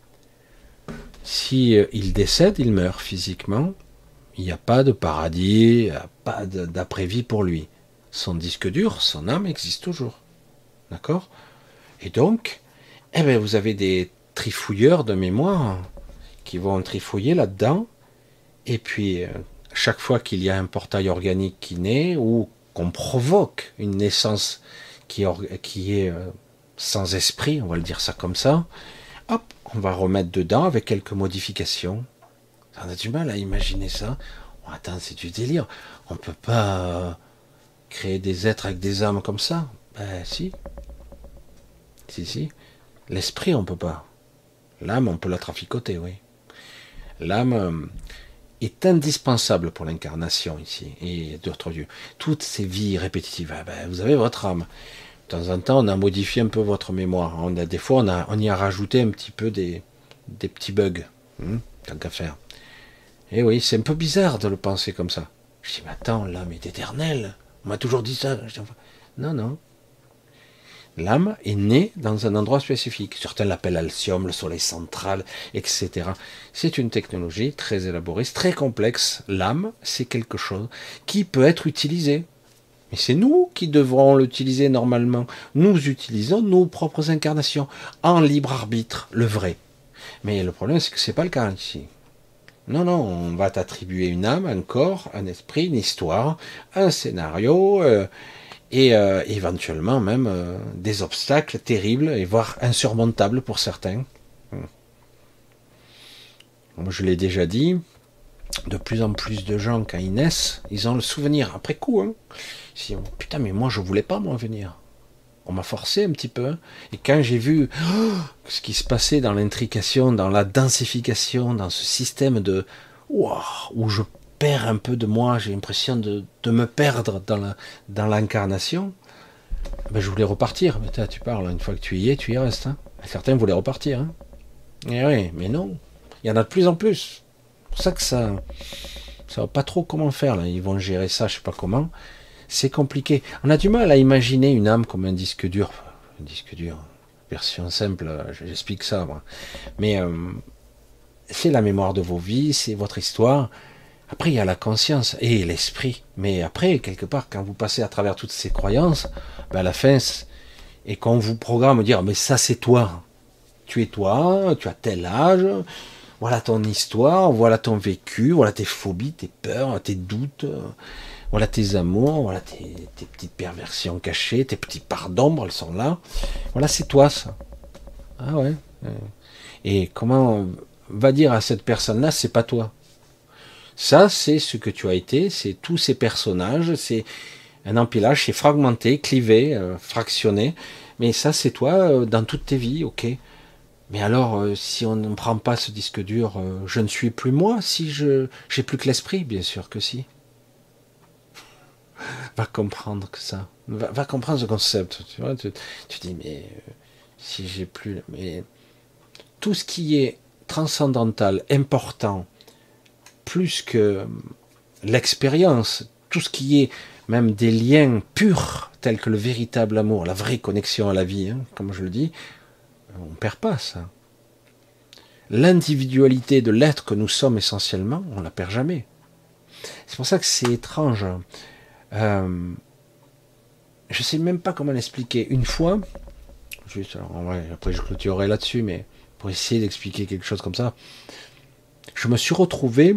Speaker 1: Si il décède, il meurt physiquement, il n'y a pas de paradis, il n'y a pas d'après-vie pour lui. Son disque dur, son âme existe toujours. D'accord? Et donc, eh ben, vous avez des trifouilleurs de mémoire qui vont trifouiller là-dedans. Et puis, chaque fois qu'il y a un portail organique qui naît ou qu'on provoque une naissance qui est sans esprit, on va le dire ça comme ça, hop, on va remettre dedans avec quelques modifications. On a du mal à imaginer ça. Oh, attends, c'est du délire. On peut pas créer des êtres avec des âmes comme ça. Ben si, si. L'esprit, on peut pas. L'âme, on peut la traficoter, oui. L'âme est indispensable pour l'incarnation ici et d'autres dieux. Toutes ces vies répétitives, ben, vous avez votre âme. De temps en temps, on a modifié un peu votre mémoire. Des fois, on y a rajouté un petit peu des petits bugs. Tant qu'à faire. Et oui, c'est un peu bizarre de le penser comme ça. Je dis, mais attends, l'âme est éternelle. On m'a toujours dit ça. Non, non. L'âme est née dans un endroit spécifique. Certains l'appellent Alcium, le soleil central, etc. C'est une technologie très élaborée, très complexe. L'âme, c'est quelque chose qui peut être utilisé. Mais c'est nous qui devrons l'utiliser normalement. Nous utilisons nos propres incarnations en libre arbitre, le vrai. Mais le problème, c'est que c'est pas le cas ici. Non, non, on va t'attribuer une âme, un corps, un esprit, une histoire, un scénario, et éventuellement même des obstacles terribles, et voire insurmontables pour certains. Moi, je l'ai déjà dit, de plus en plus de gens, quand ils naissent, ils ont le souvenir, après coup, hein, ils disent, putain, mais moi, je voulais pas, moi, venir. On m'a forcé un petit peu. Hein. Et quand j'ai vu ce qui se passait dans l'intrication, dans la densification, dans ce système de où je perds un peu de moi, j'ai l'impression de me perdre dans l'incarnation, ben, je voulais repartir. Mais tu parles, une fois que tu y restes. Hein. Certains voulaient repartir. Hein. Et oui, mais non. Il y en a de plus en plus. C'est pour ça que ça va pas trop comment faire. Là. Ils vont gérer ça, je sais pas comment. C'est compliqué. On a du mal à imaginer une âme comme un disque dur. Un disque dur, version simple, j'explique ça. Moi. Mais c'est la mémoire de vos vies, c'est votre histoire. Après, il y a la conscience et l'esprit. Mais après, quelque part, quand vous passez à travers toutes ces croyances, ben à la fin, et qu'on vous programme dire, mais ça c'est toi. Tu es toi, tu as tel âge, voilà ton histoire, voilà ton vécu, voilà tes phobies, tes peurs, tes doutes. Voilà tes amours, voilà tes petites perversions cachées, tes petits parts d'ombre, elles sont là. Voilà, c'est toi ça. Ah ouais. Et comment on va dire à cette personne-là, c'est pas toi. Ça, c'est ce que tu as été, c'est tous ces personnages, c'est un empilage, c'est fragmenté, clivé, fractionné. Mais ça, c'est toi dans toutes tes vies, ok. Mais alors, si on ne prend pas ce disque dur, je ne suis plus moi, si j'ai plus que l'esprit, bien sûr que si. Va comprendre que ça. Va comprendre ce concept. Tu vois, tu dis, mais si j'ai plus. Mais tout ce qui est transcendantal, important, plus que l'expérience, tout ce qui est même des liens purs, tels que le véritable amour, la vraie connexion à la vie, hein, comme je le dis, on ne perd pas ça. L'individualité de l'être que nous sommes essentiellement, on ne la perd jamais. C'est pour ça que c'est étrange. Je ne sais même pas comment l'expliquer. Une fois, juste, alors, en vrai, après je clôturerai là-dessus, mais pour essayer d'expliquer quelque chose comme ça, je me suis retrouvé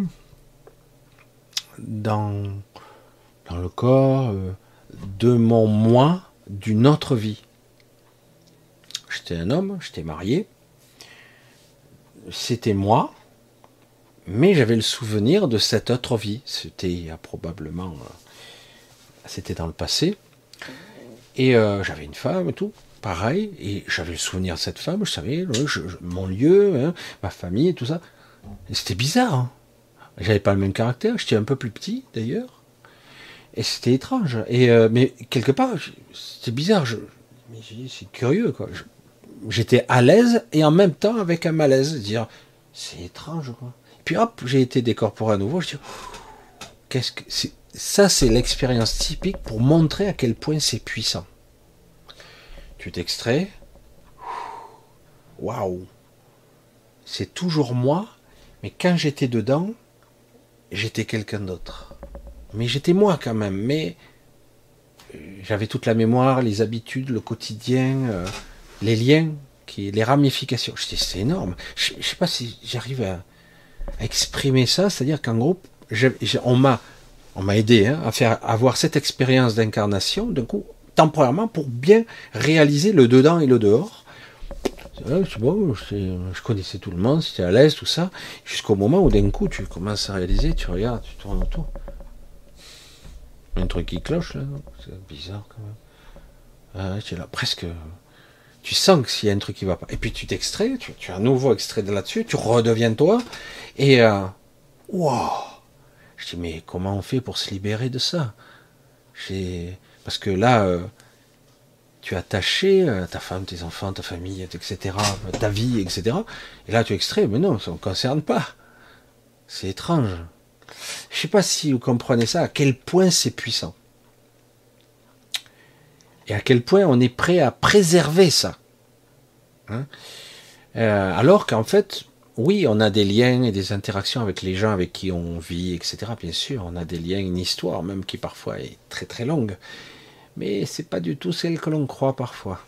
Speaker 1: dans le corps de mon moi d'une autre vie. J'étais un homme, j'étais marié, c'était moi, mais j'avais le souvenir de cette autre vie. C'était il y a probablement... c'était dans le passé. Et j'avais une femme et tout, pareil, et j'avais le souvenir de cette femme, je savais mon lieu, hein, ma famille et tout ça. Et c'était bizarre. Hein. J'avais pas le même caractère, j'étais un peu plus petit d'ailleurs. Et c'était étrange. Mais quelque part, c'était bizarre. Mais c'est curieux, quoi. J'étais à l'aise et en même temps avec un malaise. Dire, c'est étrange, quoi. Puis hop, j'ai été décorporé à nouveau. Je dis, qu'est-ce que c'est? Ça, c'est l'expérience typique pour montrer à quel point c'est puissant. Tu t'extrais. Waouh! C'est toujours moi, mais quand j'étais dedans, j'étais quelqu'un d'autre. Mais j'étais moi quand même, mais j'avais toute la mémoire, les habitudes, le quotidien, les liens, les ramifications. Je dis, c'est énorme. Je sais pas si j'arrive à exprimer ça, c'est-à-dire qu'en gros, on m'a aidé hein, à avoir cette expérience d'incarnation, d'un coup, temporairement, pour bien réaliser le dedans et le dehors. C'est bon, je connaissais tout le monde, c'était à l'aise, tout ça, jusqu'au moment où d'un coup tu commences à réaliser, tu regardes, tu tournes autour. Un truc qui cloche là, c'est bizarre quand même. Tu es là, presque. Tu sens que s'il y a un truc qui va pas. Et puis tu t'extrais, tu as un nouveau extrait de là-dessus, tu redeviens toi, et wow! Je dis, mais comment on fait pour se libérer de ça? Parce que là, tu es attaché à ta femme, tes enfants, ta famille, etc., ta vie, etc. Et là, tu extrais, mais non, ça ne me concerne pas. C'est étrange. Je ne sais pas si vous comprenez ça, à quel point c'est puissant. Et à quel point on est prêt à préserver ça. Hein, alors qu'en fait, oui, on a des liens et des interactions avec les gens avec qui on vit, etc. Bien sûr, on a des liens, une histoire même qui parfois est très très longue. Mais c'est pas du tout celle que l'on croit parfois.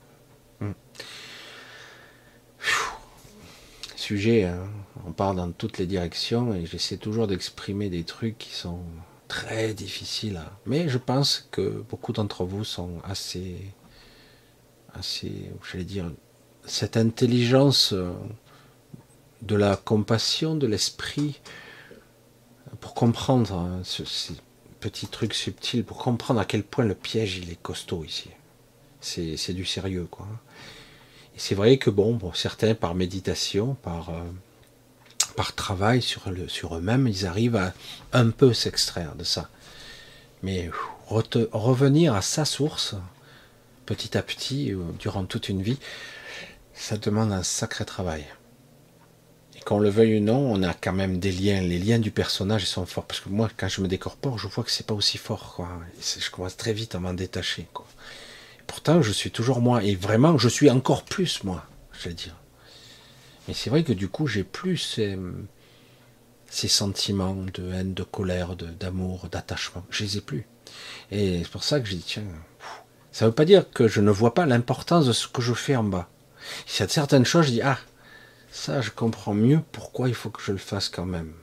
Speaker 1: Sujet, hein, on part dans toutes les directions et j'essaie toujours d'exprimer des trucs qui sont très difficiles. Mais je pense que beaucoup d'entre vous sont assez, j'allais dire, cette intelligence de la compassion, de l'esprit, pour comprendre ces petits trucs subtils, pour comprendre à quel point le piège il est costaud ici. C'est du sérieux, quoi. Et c'est vrai que bon, certains par méditation, par travail sur eux-mêmes, ils arrivent à un peu s'extraire de ça. Mais revenir à sa source, petit à petit, durant toute une vie, ça demande un sacré travail. Et qu'on le veuille ou non, on a quand même des liens. Les liens du personnage ils sont forts. Parce que moi, quand je me décorpore, je vois que c'est pas aussi fort, quoi. Je commence très vite à m'en détacher, quoi. Pourtant, je suis toujours moi. Et vraiment, je suis encore plus moi, je vais dire. Mais c'est vrai que du coup, j'ai plus ces sentiments de haine, de colère, d'amour, d'attachement. Je les ai plus. Et c'est pour ça que j'ai dit, tiens, ça ne veut pas dire que je ne vois pas l'importance de ce que je fais en bas. S'il y a certaines choses, je dis, ah, ça, je comprends mieux pourquoi il faut que je le fasse quand même.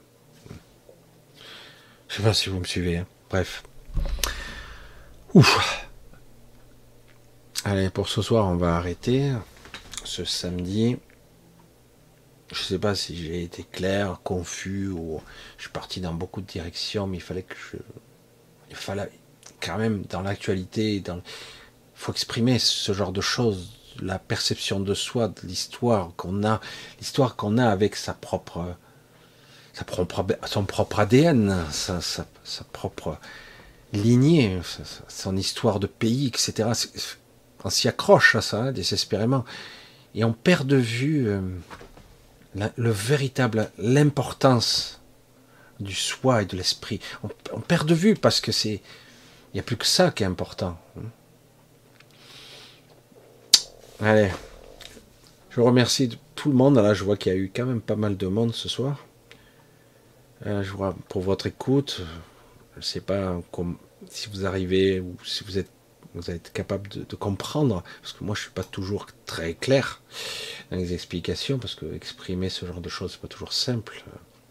Speaker 1: Je sais pas si vous me suivez. Hein. Bref. Ouf. Allez, pour ce soir, on va arrêter. Ce samedi. Je sais pas si j'ai été clair, confus, ou je suis parti dans beaucoup de directions, mais il fallait quand même, dans l'actualité, il faut exprimer ce genre de choses, la perception de soi, de l'histoire qu'on a avec son propre ADN, sa propre lignée, son histoire de pays, etc. On s'y accroche à ça, hein, désespérément. Et on perd de vue l'importance du soi et de l'esprit. On perd de vue parce que il n'y a plus que ça qui est important. Allez, je remercie tout le monde. Là, je vois qu'il y a eu quand même pas mal de monde ce soir. Je vois pour votre écoute. Je ne sais pas si vous arrivez ou si vous êtes capable de comprendre, parce que moi je suis pas toujours très clair dans les explications, parce que exprimer ce genre de choses c'est pas toujours simple.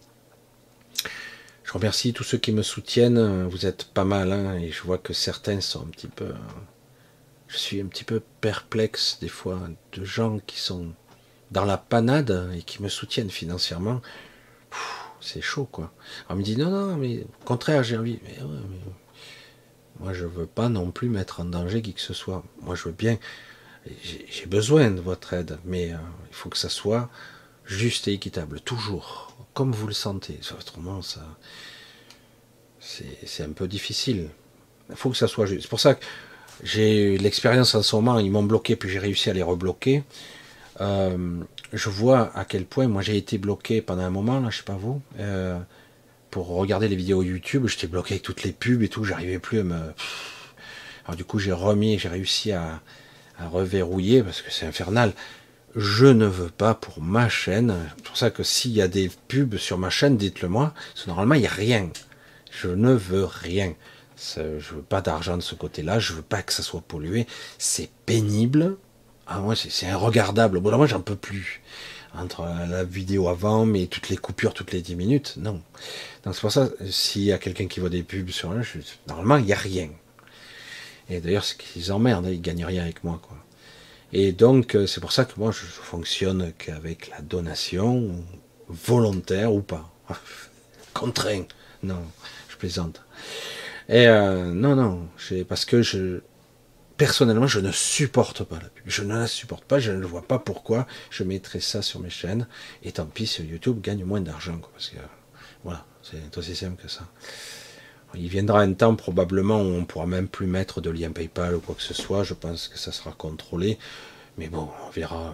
Speaker 1: Je remercie tous ceux qui me soutiennent, vous êtes pas mal, hein, et je vois que certains sont un petit peu... Je suis un petit peu perplexe des fois de gens qui sont dans la panade et qui me soutiennent financièrement. C'est chaud, quoi. On me dit non, mais au contraire, j'ai envie. Mais ouais, mais moi, je veux pas non plus mettre en danger qui que ce soit. Moi, je veux bien. J'ai besoin de votre aide, mais il faut que ça soit juste et équitable, toujours, comme vous le sentez. Autrement, ça, c'est un peu difficile. Il faut que ça soit juste. C'est pour ça que j'ai eu l'expérience en ce moment, ils m'ont bloqué, puis j'ai réussi à les rebloquer. Je vois à quel point, moi j'ai été bloqué pendant un moment, là, je sais pas vous, pour regarder les vidéos YouTube, j'étais bloqué avec toutes les pubs et tout, j'arrivais plus à me... Alors du coup j'ai réussi à reverrouiller, parce que c'est infernal. Je ne veux pas pour ma chaîne, c'est pour ça que s'il y a des pubs sur ma chaîne, dites-le moi, parce que normalement il n'y a rien. Je ne veux rien. Je veux pas d'argent de ce côté-là, je veux pas que ça soit pollué. C'est pénible. Ah ouais, c'est regardable. Au bout d'un moment, j'en peux plus. Entre la vidéo avant, mais toutes les coupures toutes les 10 minutes, non. Donc c'est pour ça, s'il y a quelqu'un qui voit des pubs sur un, normalement, il n'y a rien. Et d'ailleurs, c'est qu'ils emmerdent, ils gagnent rien avec moi, quoi. Et donc, c'est pour ça que moi, je fonctionne qu'avec la donation, volontaire ou pas. Contraint. Non, je plaisante. Et non, non, parce que personnellement, je ne supporte pas la pub. Je ne la supporte pas, je ne vois pas pourquoi je mettrais ça sur mes chaînes. Et tant pis, sur YouTube, gagne moins d'argent, quoi, parce que voilà, c'est aussi simple que ça. Il viendra un temps probablement où on pourra même plus mettre de lien PayPal ou quoi que ce soit. Je pense que ça sera contrôlé, mais bon, on verra.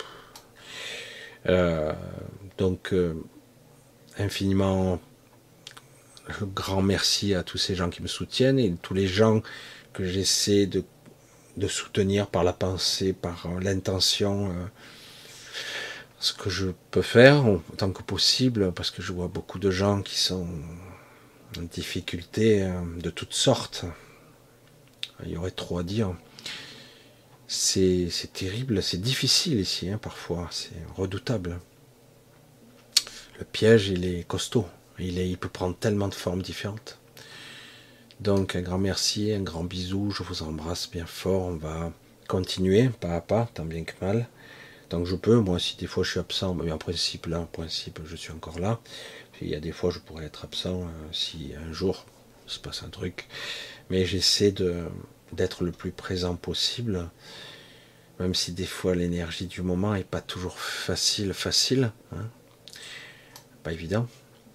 Speaker 1: Euh, donc, infiniment grand merci à tous ces gens qui me soutiennent et tous les gens que j'essaie de soutenir par la pensée, par l'intention, ce que je peux faire autant que possible, parce que je vois beaucoup de gens qui sont en difficulté de toutes sortes. Il y aurait trop à dire. C'est terrible, c'est difficile ici, hein, parfois, c'est redoutable. Le piège, il est costaud, il peut prendre tellement de formes différentes. Donc un grand merci, un grand bisou, je vous embrasse bien fort, on va continuer pas à pas, tant bien que mal. Tant que je peux, moi si des fois je suis absent, mais en principe là, en principe je suis encore là. Puis, il y a des fois je pourrais être absent si un jour il se passe un truc. Mais j'essaie d'être le plus présent possible, même si des fois l'énergie du moment est pas toujours facile, hein, pas évident.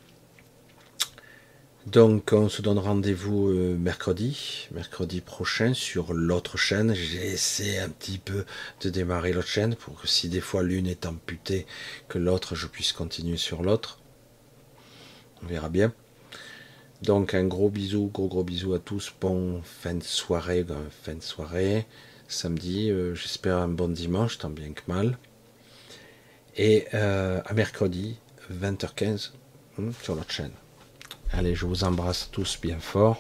Speaker 1: Donc on se donne rendez-vous mercredi prochain sur l'autre chaîne. J'essaie un petit peu de démarrer l'autre chaîne pour que si des fois l'une est amputée, que l'autre je puisse continuer sur l'autre. On verra bien. Donc un gros bisou à tous. Bon fin de soirée. Samedi, j'espère un bon dimanche, tant bien que mal. Et à mercredi, 20h15, sur l'autre chaîne. Allez, je vous embrasse tous bien fort.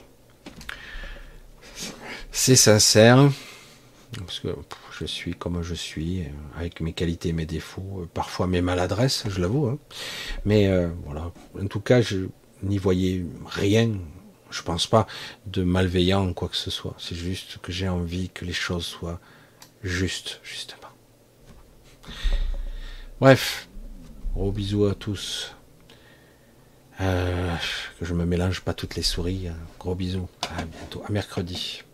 Speaker 1: C'est sincère, parce que je suis comme je suis, avec mes qualités et mes défauts, parfois mes maladresses, je l'avoue. Hein. Mais voilà, en tout cas, je n'y voyais rien, je pense pas, de malveillant ou quoi que ce soit. C'est juste que j'ai envie que les choses soient justement. Bref, gros bisous à tous. Que je me mélange pas toutes les souris. Gros bisous. À bientôt. À mercredi.